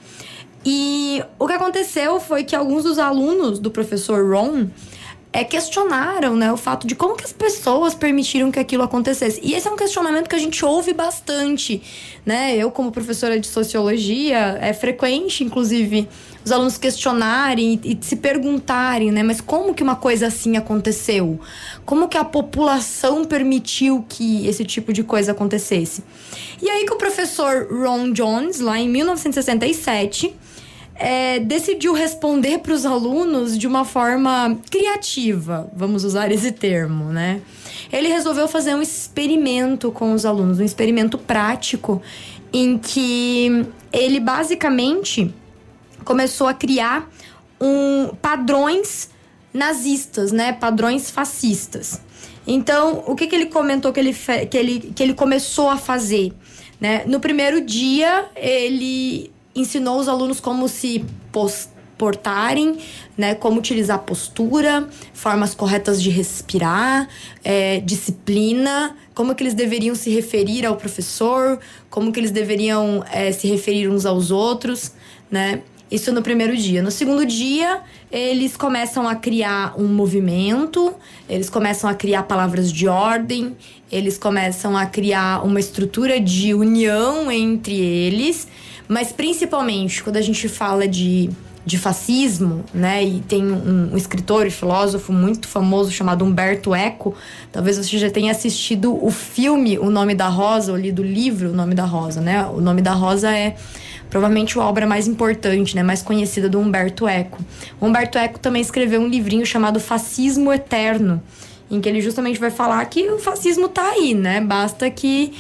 E o que aconteceu foi que alguns dos alunos do professor Ron é, questionaram, né, o fato de como que as pessoas permitiram que aquilo acontecesse. E esse é um questionamento que a gente ouve bastante, né? Eu, como professora de sociologia, é frequente, inclusive, os alunos questionarem e, e se perguntarem, né? Mas como que uma coisa assim aconteceu? Como que a população permitiu que esse tipo de coisa acontecesse? E aí que o professor Ron Jones, lá em mil novecentos e sessenta e sete... É, decidiu responder para os alunos de uma forma criativa, vamos usar esse termo, né? Ele resolveu fazer um experimento com os alunos, um experimento prático, em que ele basicamente começou a criar um, padrões nazistas, né? Padrões fascistas. Então, o que, que ele comentou que ele, que, ele, que ele começou a fazer, né? No primeiro dia, ele ensinou os alunos como se portarem, né, como utilizar postura, formas corretas de respirar, é, disciplina, como que eles deveriam se referir ao professor, como que eles deveriam é, se referir uns aos outros, né? Isso no primeiro dia. No segundo dia, eles começam a criar um movimento, eles começam a criar palavras de ordem, eles começam a criar uma estrutura de união entre eles. Mas principalmente quando a gente fala de, de fascismo, né? E tem um, um escritor e filósofo muito famoso chamado Umberto Eco. Talvez você já tenha assistido o filme O Nome da Rosa, ou lido o livro O Nome da Rosa, né? O Nome da Rosa é provavelmente a obra mais importante, né? Mais conhecida do Umberto Eco. O Umberto Eco também escreveu um livrinho chamado Fascismo Eterno, em que ele justamente vai falar que o fascismo tá aí, né? Basta que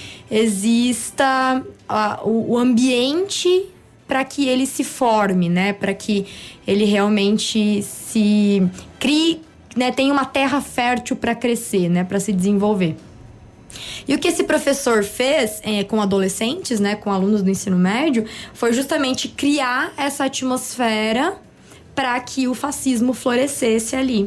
exista uh, o, o ambiente para que ele se forme, né? Para que ele realmente se crie, né? Tenha uma terra fértil para crescer, né? Para se desenvolver. E o que esse professor fez é, com adolescentes, né? Com alunos do ensino médio, foi justamente criar essa atmosfera para que o fascismo florescesse ali.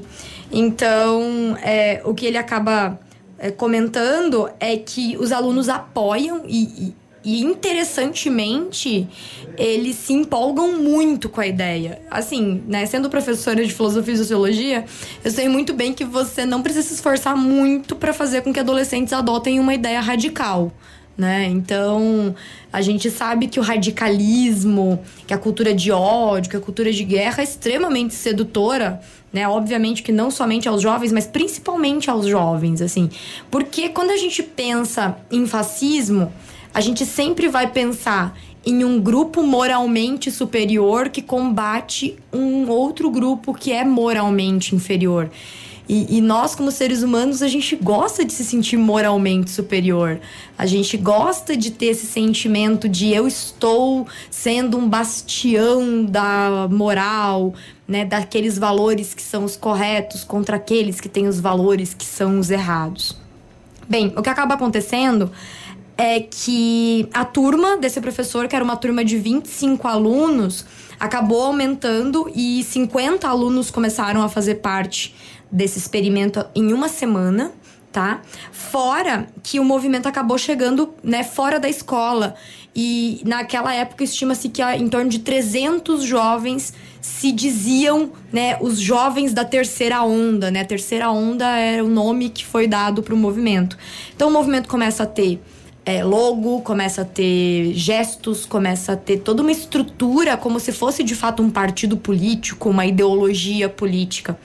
Então, é, o que ele acaba é, comentando é que os alunos apoiam e, e, e, interessantemente, eles se empolgam muito com a ideia. Assim, né, sendo professora de filosofia e sociologia, eu sei muito bem que você não precisa se esforçar muito para fazer com que adolescentes adotem uma ideia radical, né? Então, a gente sabe que o radicalismo, que a cultura de ódio, que a cultura de guerra é extremamente sedutora, né? Obviamente que não somente aos jovens, mas principalmente aos jovens, assim. Porque quando a gente pensa em fascismo, a gente sempre vai pensar em um grupo moralmente superior que combate um outro grupo que é moralmente inferior. E, e nós, como seres humanos, a gente gosta de se sentir moralmente superior. A gente gosta de ter esse sentimento de eu estou sendo um bastião da moral, né, daqueles valores que são os corretos contra aqueles que têm os valores que são os errados. Bem, o que acaba acontecendo é que a turma desse professor, que era uma turma de vinte e cinco alunos, acabou aumentando e cinquenta alunos começaram a fazer parte desse experimento em uma semana, tá? Fora que o movimento acabou chegando, né, fora da escola. E naquela época estima-se que em torno de trezentos jovens se diziam, né, os jovens da terceira onda, né? A terceira onda era o nome que foi dado para o movimento. Então o movimento começa a ter É, logo, começa a ter gestos, começa a ter toda uma estrutura como se fosse de fato um partido político, uma ideologia política.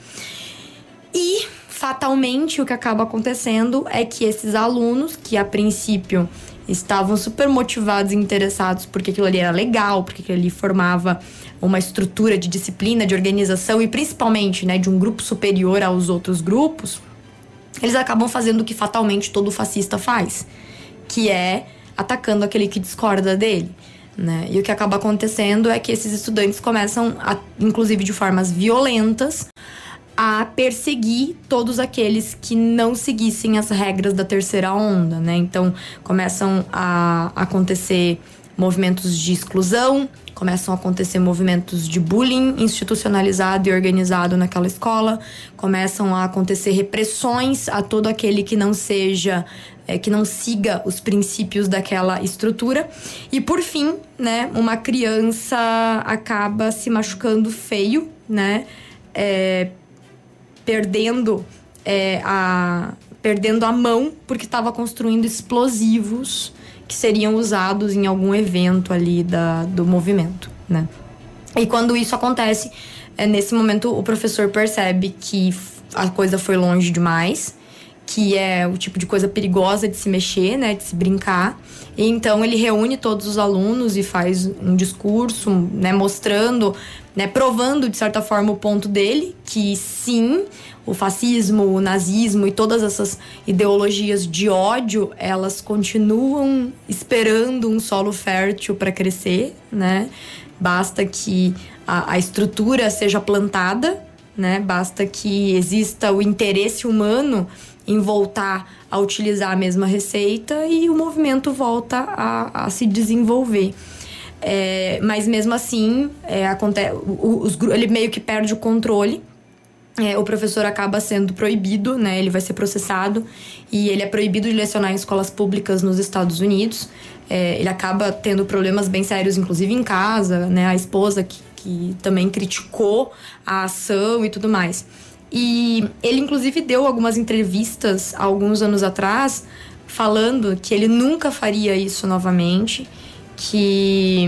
E, fatalmente, o que acaba acontecendo é que esses alunos, que a princípio estavam super motivados e interessados porque aquilo ali era legal, porque aquilo ali formava uma estrutura de disciplina, de organização e principalmente, né, de um grupo superior aos outros grupos, eles acabam fazendo o que fatalmente todo fascista faz, que é atacando aquele que discorda dele, né? E o que acaba acontecendo é que esses estudantes começam, a, inclusive de formas violentas, a perseguir todos aqueles que não seguissem as regras da terceira onda, né? Então, começam a acontecer movimentos de exclusão, começam a acontecer movimentos de bullying institucionalizado e organizado naquela escola, começam a acontecer repressões a todo aquele que não seja, é, que não siga os princípios daquela estrutura. E, por fim, né, uma criança acaba se machucando feio, né? É, perdendo, é, a, perdendo a mão porque estava construindo explosivos que seriam usados em algum evento ali da, do movimento, né? E quando isso acontece, é, nesse momento o professor percebe que a coisa foi longe demais, que é o tipo de coisa perigosa de se mexer, né, de se brincar. E então ele reúne todos os alunos e faz um discurso, né, mostrando, né, provando de certa forma o ponto dele, que sim, o fascismo, o nazismo e todas essas ideologias de ódio, elas continuam esperando um solo fértil para crescer, né? Basta que a, a estrutura seja plantada, né? Basta que exista o interesse humano em voltar a utilizar a mesma receita e o movimento volta a, a se desenvolver. É, mas mesmo assim, é, acontece, os, ele meio que perde o controle. É, o professor acaba sendo proibido, né? Ele vai ser processado e ele é proibido de lecionar em escolas públicas nos Estados Unidos. É, ele acaba tendo problemas bem sérios, inclusive em casa, né? A esposa que, que também criticou a ação e tudo mais. E ele, inclusive, deu algumas entrevistas há alguns anos atrás falando que ele nunca faria isso novamente, que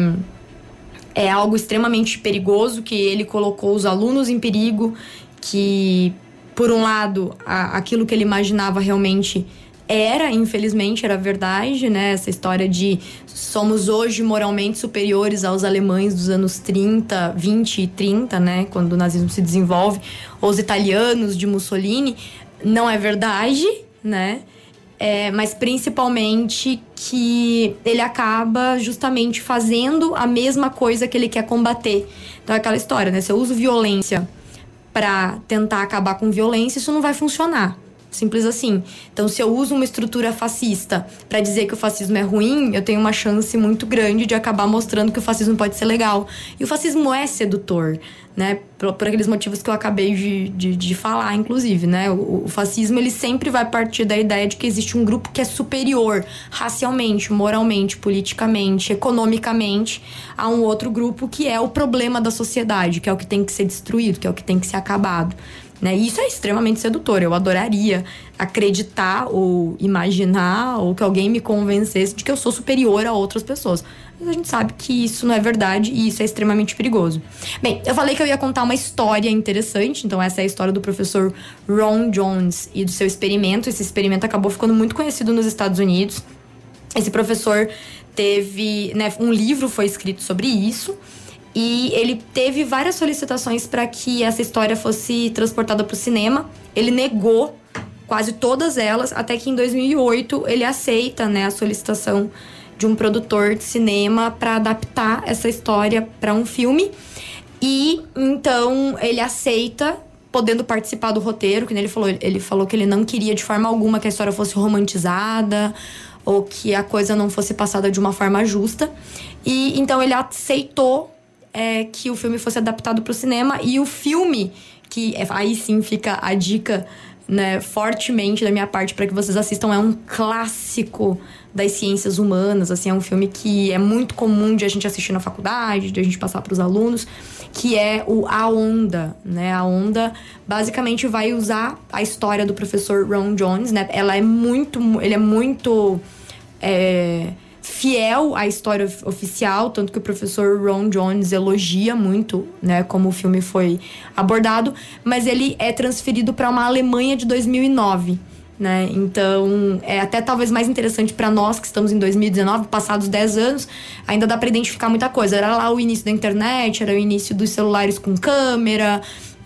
é algo extremamente perigoso, que ele colocou os alunos em perigo, que, por um lado, a, aquilo que ele imaginava realmente era, infelizmente, era verdade, né? Essa história de somos hoje moralmente superiores aos alemães dos anos trinta, vinte e trinta, né? Quando o nazismo se desenvolve, ou os italianos de Mussolini, não é verdade, né? É, mas principalmente que ele acaba justamente fazendo a mesma coisa que ele quer combater. Então é aquela história, né? Se eu uso violência para tentar acabar com violência, isso não vai funcionar. Simples assim. Então, se eu uso uma estrutura fascista para dizer que o fascismo é ruim, eu tenho uma chance muito grande de acabar mostrando que o fascismo pode ser legal. E o fascismo é sedutor, né? Por, por aqueles motivos que eu acabei de, de, de falar, inclusive, né? O, o fascismo, ele sempre vai partir da ideia de que existe um grupo que é superior racialmente, moralmente, politicamente, economicamente a um outro grupo que é o problema da sociedade, que é o que tem que ser destruído, que é o que tem que ser acabado. Né? E isso é extremamente sedutor. Eu adoraria acreditar ou imaginar ou que alguém me convencesse de que eu sou superior a outras pessoas. Mas a gente sabe que isso não é verdade e isso é extremamente perigoso. Bem, eu falei que eu ia contar uma história interessante. Então essa é a história do professor Ron Jones e do seu experimento. Esse experimento acabou ficando muito conhecido nos Estados Unidos. Esse professor teve, né, um livro foi escrito sobre isso. E ele teve várias solicitações para que essa história fosse transportada para o cinema. Ele negou quase todas elas, até que em dois mil e oito ele aceita, né, a solicitação de um produtor de cinema para adaptar essa história para um filme. E então ele aceita, podendo participar do roteiro, que ele falou, ele falou que ele não queria de forma alguma que a história fosse romantizada ou que a coisa não fosse passada de uma forma justa. E então ele aceitou É, que o filme fosse adaptado para o cinema. E o filme, que é, aí sim fica a dica, né, fortemente da minha parte para que vocês assistam, é um clássico das ciências humanas, assim, é um filme que é muito comum de a gente assistir na faculdade, de a gente passar para os alunos, que é o A Onda, né? A Onda basicamente vai usar a história do professor Ron Jones, né? Ela é muito, ele é muito é, fiel à história oficial, tanto que o professor Ron Jones elogia muito, né, como o filme foi abordado, mas ele é transferido para uma Alemanha de dois mil e nove, né? Então, é até talvez mais interessante para nós que estamos em dois mil e dezenove, passados dez anos, ainda dá para identificar muita coisa. Era lá o início da internet, era o início dos celulares com câmera,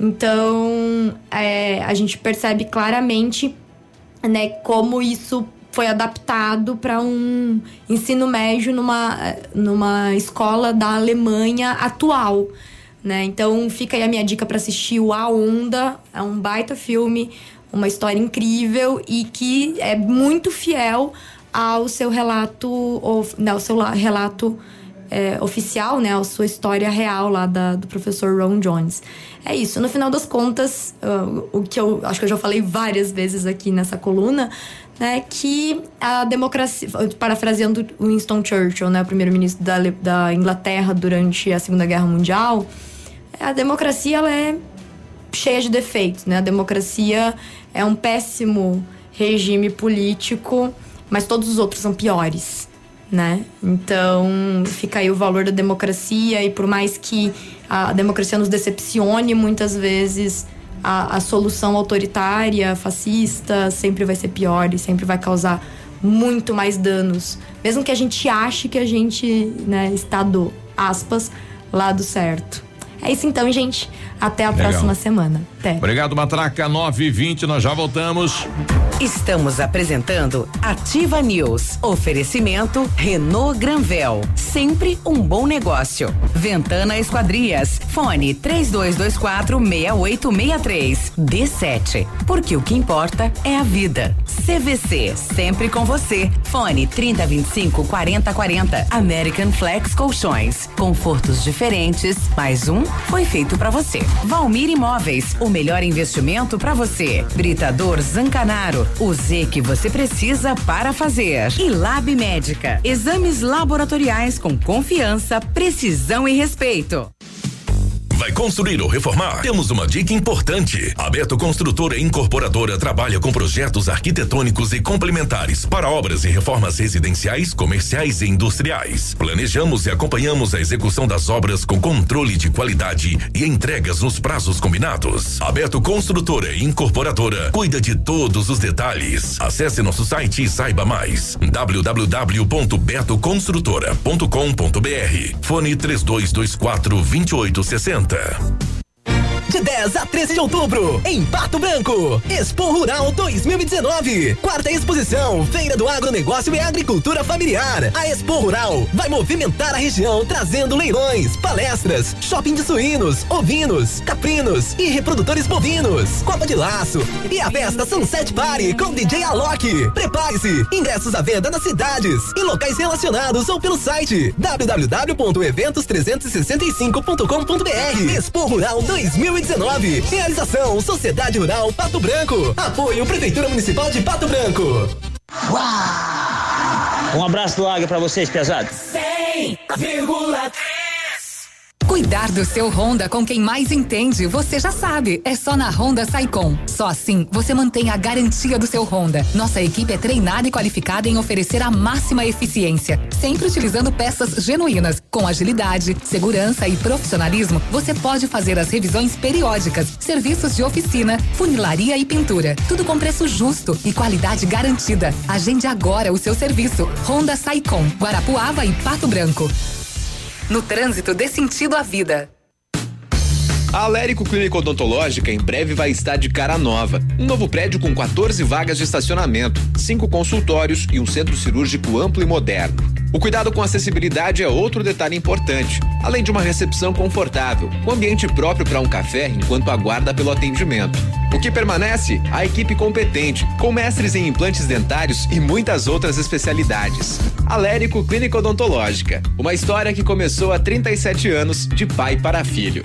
então é, a gente percebe claramente, né, como isso foi adaptado para um ensino médio numa, numa escola da Alemanha atual, né? Então fica aí a minha dica para assistir o A Onda, é um baita filme, uma história incrível e que é muito fiel ao seu relato, ou, não, ao seu relato é, oficial, né? A sua história real lá da, do professor Ron Jones. É isso, no final das contas, uh, o que eu acho que eu já falei várias vezes aqui nessa coluna, né, que a democracia, parafraseando Winston Churchill, né, o primeiro-ministro da, da Inglaterra durante a Segunda Guerra Mundial, a democracia ela é cheia de defeitos, né? A democracia é um péssimo regime político, mas todos os outros são piores, né? Então, fica aí o valor da democracia e por mais que a democracia nos decepcione, muitas vezes a, a solução autoritária, fascista, sempre vai ser pior e sempre vai causar muito mais danos. Mesmo que a gente ache que a gente, né, está do, aspas, lado certo. É isso então, gente. Até a Legal. próxima semana. Até. Obrigado, Matraca. nove e vinte, nós já voltamos. Estamos apresentando Ativa News. Oferecimento Renault Granvel. Sempre um bom negócio. Ventana Esquadrias. Fone três dois dois quatro, seis oito seis três. D sete. Porque o que importa é a vida. C V C. Sempre com você. Fone trinta, vinte e cinco, quarenta, quarenta. American Flex Colchões. Confortos diferentes. Mais um foi feito pra você. Valmir Imóveis. O melhor investimento pra você. Britador Zancanaro. O Z que você precisa para fazer. E Lab Médica. Exames laboratoriais com confiança, precisão e respeito. Vai construir ou reformar? Temos uma dica importante. A Beto Construtora e Incorporadora trabalha com projetos arquitetônicos e complementares para obras e reformas residenciais, comerciais e industriais. Planejamos e acompanhamos a execução das obras com controle de qualidade e entregas nos prazos combinados. A Beto Construtora e Incorporadora cuida de todos os detalhes. Acesse nosso site e saiba mais. w w w ponto beto construtora ponto com ponto b r. Fone três dois dois quatro, dois oito seis zero. De dez a treze de outubro, em Pato Branco, Expo Rural dois mil e dezenove. Quarta exposição, Feira do Agronegócio e Agricultura Familiar. A Expo Rural vai movimentar a região, trazendo leilões, palestras, shopping de suínos, ovinos, caprinos e reprodutores bovinos, Copa de Laço e a festa Sunset Party com D J Alok. Prepare-se, ingressos à venda nas cidades e locais relacionados ou pelo site w w w ponto eventos trezentos e sessenta e cinco ponto com ponto b r. Expo Rural dois mil e dezenove. Realização Sociedade Rural Pato Branco. Apoio Prefeitura Municipal de Pato Branco. Um abraço do Águia pra vocês, pesados. cem vírgula três. Cuidar do seu Honda com quem mais entende, você já sabe, é só na Honda Saicom. Só assim você mantém a garantia do seu Honda. Nossa equipe é treinada e qualificada em oferecer a máxima eficiência, sempre utilizando peças genuínas. Com agilidade, segurança e profissionalismo, você pode fazer as revisões periódicas, serviços de oficina, funilaria e pintura. Tudo com preço justo e qualidade garantida. Agende agora o seu serviço. Honda Saicom, Guarapuava e Pato Branco. No trânsito, dê sentido à vida. A Alérico Clínica Odontológica em breve vai estar de cara nova. Um novo prédio com quatorze vagas de estacionamento, cinco consultórios e um centro cirúrgico amplo e moderno. O cuidado com acessibilidade é outro detalhe importante, além de uma recepção confortável, um ambiente próprio para um café enquanto aguarda pelo atendimento. O que permanece? A equipe competente, com mestres em implantes dentários e muitas outras especialidades. Alérico Clínica Odontológica, uma história que começou há trinta e sete anos, de pai para filho.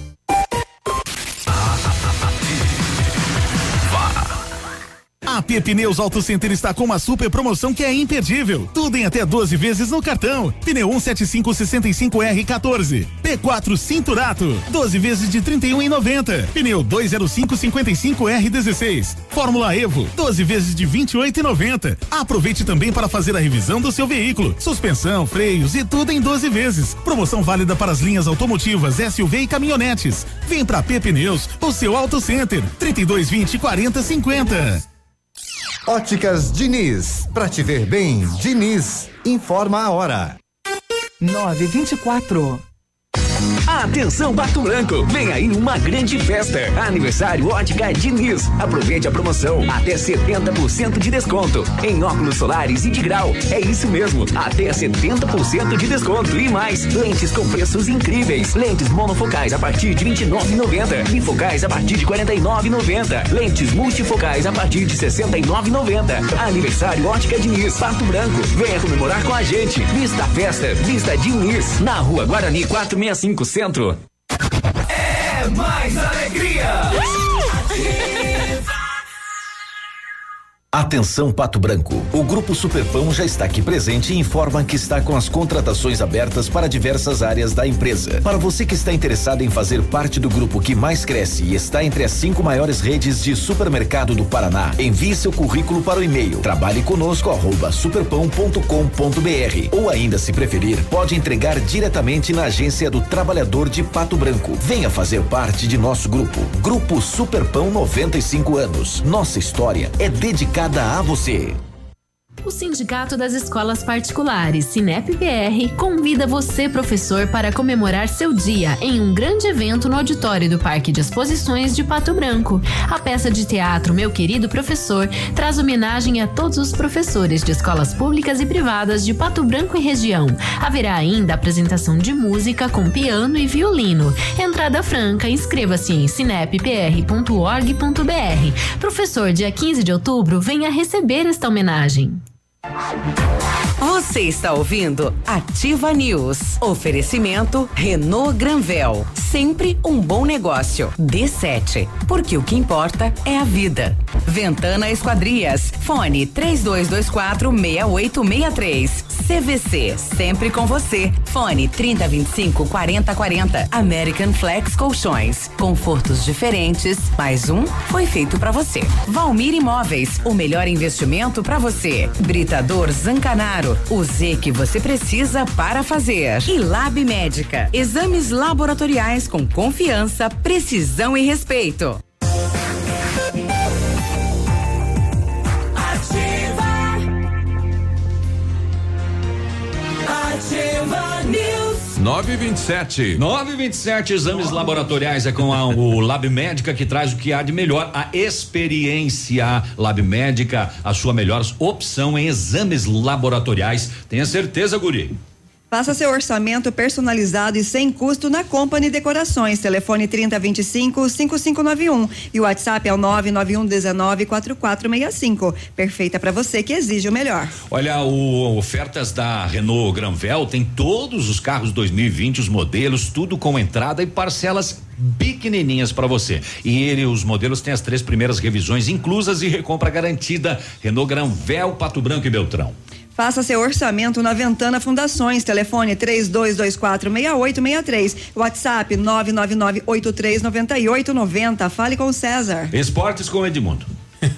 A P Pneus Auto Center está com uma super promoção que é imperdível. Tudo em até doze vezes no cartão. Pneu um sete cinco seis cinco R quatorze. P quatro Cinturato. doze vezes de trinta e um e noventa. Pneu dois zero cinco cinco cinco R dezesseis. Fórmula Evo. doze vezes de vinte e oito e noventa. Aproveite também para fazer a revisão do seu veículo. Suspensão, freios e tudo em doze vezes. Promoção válida para as linhas automotivas, S U V e caminhonetes. Vem pra P Pneus, o seu Auto Center. trinta e dois vinte, quarenta, cinquenta. Óticas Diniz, pra te ver bem, Diniz, informa a hora. nove e vinte e quatro. Atenção Pato Branco, vem aí uma grande festa. Aniversário Ótica Diniz. Aproveite a promoção, até setenta por cento de desconto em óculos solares e de grau. É isso mesmo, até setenta por cento de desconto e mais. Lentes com preços incríveis. Lentes monofocais a partir de vinte e nove reais e noventa centavos. Bifocais a partir de quarenta e nove reais e noventa centavos. Lentes multifocais a partir de sessenta e nove reais e noventa centavos. Aniversário Ótica Diniz, Pato Branco. Venha comemorar com a gente. Vista a festa, Vista Diniz, na Rua Guarani quatrocentos e sessenta e cinco Centro. É mais alegria. Atenção Pato Branco, o Grupo Superpão já está aqui presente e informa que está com as contratações abertas para diversas áreas da empresa. Para você que está interessado em fazer parte do grupo que mais cresce e está entre as cinco maiores redes de supermercado do Paraná, envie seu currículo para o e-mail trabalhe conosco arroba superpão ponto com ponto br ou ainda, se preferir, pode entregar diretamente na agência do trabalhador de Pato Branco. Venha fazer parte de nosso grupo. Grupo Superpão, noventa e cinco anos. Nossa história é dedicada a você. O Sindicato das Escolas Particulares, Sinep P R, convida você, professor, para comemorar seu dia em um grande evento no auditório do Parque de Exposições de Pato Branco. A peça de teatro Meu Querido Professor traz homenagem a todos os professores de escolas públicas e privadas de Pato Branco e região. Haverá ainda apresentação de música com piano e violino. Entrada franca, inscreva-se em sinep p r ponto org ponto b r. Professor, dia quinze de outubro, venha receber esta homenagem. Você está ouvindo Ativa News. Oferecimento Renault Granvel. Sempre um bom negócio. D sete. Porque o que importa é a vida. Ventana Esquadrias. Fone três dois dois quatro seis oito seis três. C V C. Sempre com você. Fone trinta, vinte e cinco, quarenta, quarenta. American Flex Colchões. Confortos diferentes. Mais um foi feito pra você. Valmir Imóveis. O melhor investimento pra você. Britador Zancanaro. O Z que você precisa para fazer. E Lab Médica. Exames laboratoriais com confiança, precisão e respeito. Ativa. Ativa News. nove e vinte e sete. nove e vinte e sete, exames laboratoriais é com a, o Lab Médica, que traz o que há de melhor, a experiência. Lab Médica, a sua melhor opção em exames laboratoriais. Tenha certeza, guri. Faça seu orçamento personalizado e sem custo na Company Decorações. Telefone trinta, vinte e cinco, cinquenta e cinco noventa e um e o WhatsApp é o nove nove um dezenove, quarenta e quatro sessenta e cinco. Perfeita para você que exige o melhor. Olha, o ofertas da Renault Granvel tem todos os carros dois mil e vinte, os modelos, tudo com entrada e parcelas pequenininhas para você. E ele, os modelos têm as três primeiras revisões inclusas e recompra garantida. Renault Granvel, Pato Branco e Beltrão. Faça seu orçamento na Ventana Fundações. Telefone três dois dois quatro, seis oito seis três. WhatsApp nove nove nove oito três nove oito nove zero. Fale com o César. Esportes com Edmundo.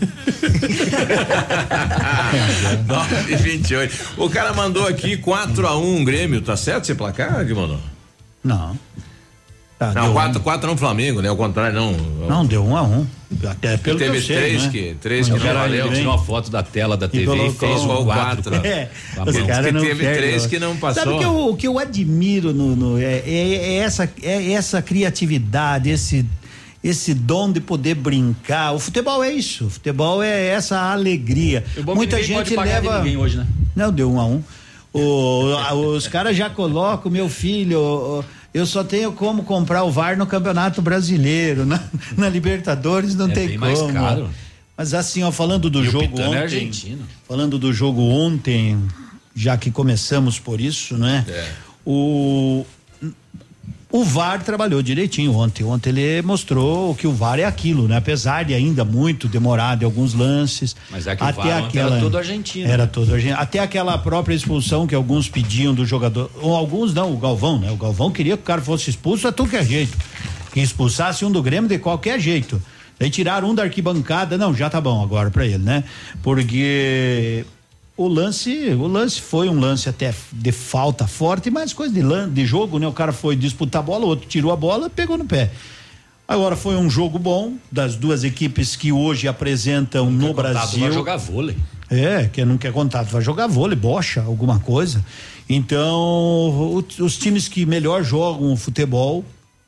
nove e vinte e oito. O cara mandou aqui quatro a um Grêmio, tá certo esse placar, Edmundo? Não. Tá, não, quatro a um Flamengo, né? Ao contrário, não. Não, deu um a um. Até pelo teve que eu sei, três né? que, três que não valeu. Ele tirou uma foto da tela da T V e, e fez o quatro. É, tá os caras não teve perdem, três não. que não passou. Sabe que eu, o que eu admiro no, no é, é, é essa é essa criatividade, esse esse dom de poder brincar. O futebol é isso. O futebol é essa alegria. Muita gente leva. Hoje, né? Não, deu um a um. O, os caras já colocam, meu filho, eu só tenho como comprar o V A R no Campeonato Brasileiro, na, na Libertadores não é tem bem como. Mais caro. Mas assim, ó, falando do e jogo o Pitano ontem, é argentino. falando do jogo ontem, já que começamos por isso, né? É. O O V A R trabalhou direitinho ontem. Ontem ele mostrou que o V A R é aquilo, né? Apesar de ainda muito demorado em alguns lances. Mas é que até o V A R aquela, era todo argentino. Era todo argentino. Até aquela própria expulsão que alguns pediam do jogador. Ou alguns não, o Galvão, né? O Galvão queria que o cara fosse expulso a qualquer jeito. Que expulsasse um do Grêmio de qualquer jeito. Daí tiraram um da arquibancada. Não, já tá bom agora pra ele, né? Porque o lance, o lance foi um lance até de falta forte, mas coisa de, lan, de jogo, né? O cara foi disputar a bola, o outro tirou a bola, pegou no pé. Agora foi um jogo bom das duas equipes que hoje apresentam no Brasil. Vai jogar vôlei. É, que não quer contato, vai jogar vôlei, bocha, alguma coisa. Então, o, os times que melhor jogam o futebol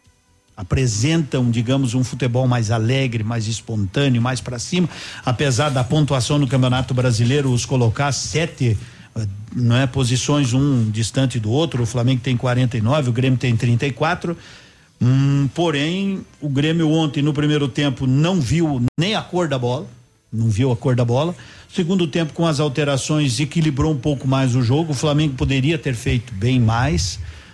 apresentam, digamos, um futebol mais alegre, mais espontâneo, mais para cima, apesar da pontuação no Campeonato Brasileiro os colocar sete, não é, posições um distante do outro. O Flamengo tem quarenta e nove, o Grêmio tem trinta e quatro. Hum, porém, o Grêmio ontem no primeiro tempo não viu nem a cor da bola, não viu a cor da bola. Segundo tempo, com as alterações, equilibrou um pouco mais o jogo. O Flamengo poderia ter feito bem mais.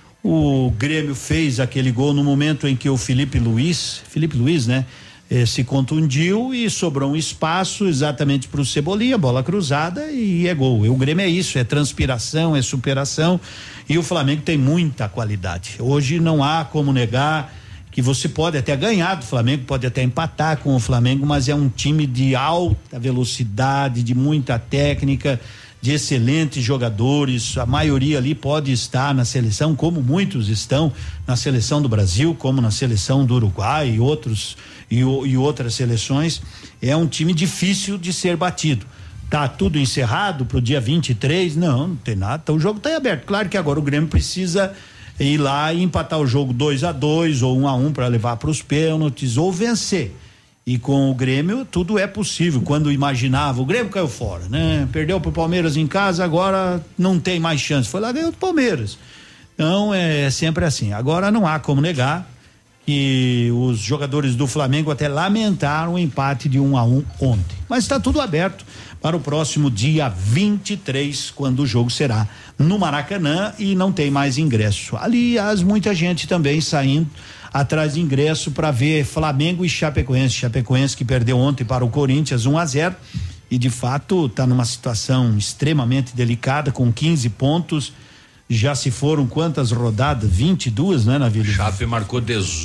O Grêmio fez aquele gol no momento em que o Felipe Luiz, Felipe Luiz, né? Eh, se contundiu e sobrou um espaço exatamente para o Cebolinha, bola cruzada e é gol. E o Grêmio é isso, é transpiração, é superação, e o Flamengo tem muita qualidade. Hoje não há como negar que você pode até ganhar do Flamengo, pode até empatar com o Flamengo, mas é um time de alta velocidade, de muita técnica, de excelentes jogadores. A maioria ali pode estar na seleção, como muitos estão na seleção do Brasil, como na seleção do Uruguai e outros e, e outras seleções. É um time difícil de ser batido. Tá tudo encerrado pro dia vinte e três? Não, não tem nada. Então, o jogo tá aberto. Claro que agora o Grêmio precisa ir lá e empatar o jogo dois a dois ou um a um para levar para os pênaltis ou vencer. E com o Grêmio tudo é possível. Quando imaginava, o Grêmio caiu fora, né? Perdeu pro Palmeiras em casa, agora não tem mais chance. Foi lá, ganhou do Palmeiras. Então é sempre assim. Agora não há como negar que os jogadores do Flamengo até lamentaram o empate de um a um ontem. Mas está tudo aberto para o próximo dia vinte e três, quando o jogo será no Maracanã e não tem mais ingresso. Aliás, muita gente também saindo atrás de ingresso para ver Flamengo e Chapecoense. Chapecoense que perdeu ontem para o Corinthians um a zero e de fato está numa situação extremamente delicada, com quinze pontos. Já se foram quantas rodadas? vinte e duas, né, Navilho? Chape marcou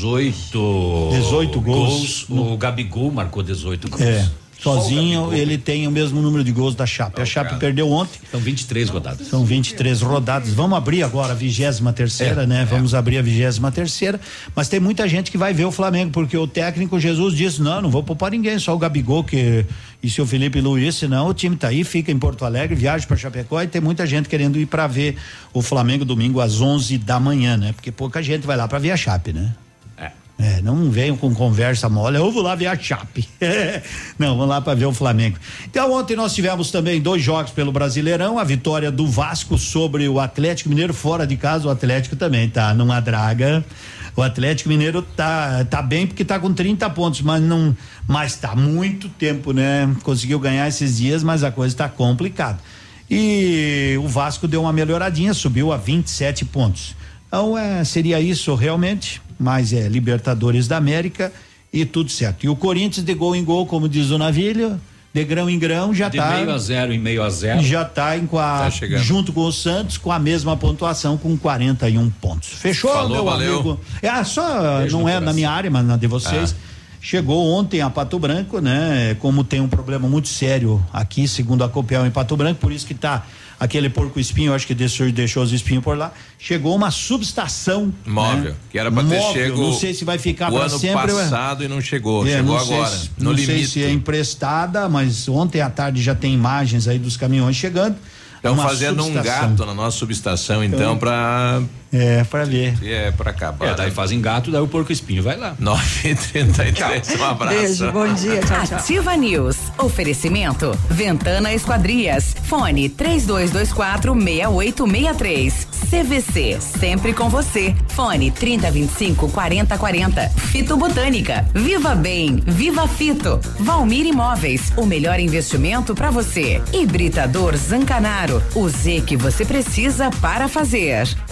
dezoito dezoito gols. gols. O Gabigol marcou dezoito gols. É. Sozinho ele tem o mesmo número de gols da Chape. Oh, a Chape cara. perdeu ontem. São vinte e três rodadas. São vinte e três rodadas. Vamos abrir agora a vigésima terceira, é, né? É. Vamos abrir a vigésima terceira. Mas tem muita gente que vai ver o Flamengo, porque o técnico Jesus disse: não, não vou poupar ninguém, só o Gabigol que, e seu Felipe Luiz, senão o time tá aí, fica em Porto Alegre, viaja para Chapecó, e tem muita gente querendo ir para ver o Flamengo domingo às onze da manhã, né? Porque pouca gente vai lá para ver a Chape, né? É, não venham com conversa mole, eu vou lá ver a Chape. Não, vamos lá para ver o Flamengo. Então, ontem nós tivemos também dois jogos pelo Brasileirão, a vitória do Vasco sobre o Atlético Mineiro, fora de casa. O Atlético também tá numa draga. O Atlético Mineiro tá tá bem porque tá com trinta pontos, mas não, mas tá muito tempo, né? Conseguiu ganhar esses dias, mas a coisa tá complicada. E o Vasco deu uma melhoradinha, subiu a vinte e sete pontos. Então, é, seria isso realmente, mas é Libertadores da América e tudo certo. E o Corinthians, de gol em gol, como diz o Navilho, de grão em grão, já de tá. De meio a zero em meio a zero. Já tá, em, com a, tá chegando. Junto com o Santos, com a mesma pontuação, com quarenta e um pontos. Fechou, Falou, meu valeu. amigo? É, só, Beijo não é na minha área, mas na de vocês. Ah. Chegou ontem a Pato Branco, né? Como tem um problema muito sério aqui, segundo a Copel, em Pato Branco, por isso que tá aquele porco espinho, eu acho que deixou, deixou os espinhos por lá. Chegou uma subestação móvel, né? que era para ter Móvel, chego. Não sei se vai ficar o para ano sempre. passado é... e não chegou, é, chegou não sei agora, se, no não limite. sei se é emprestada, mas ontem à tarde já tem imagens aí dos caminhões chegando. Estamos fazendo um gato na nossa subestação, então, então para É, para ver. É, para acabar. É, daí fazem gato, daí o porco espinho vai lá. nove e trinta e três, um abraço. Beijo, bom dia, tchau, tchau. Ativa News. Oferecimento Ventana Esquadrias. Fone três dois dois quatro seis oito seis três. C V C, sempre com você. Fone trinta, vinte e cinco, quarenta, quarenta. Fito Botânica. Viva Bem, Viva Fito. Valmir Imóveis, o melhor investimento para você. Hibridador Zancanaro, o Z que você precisa para fazer.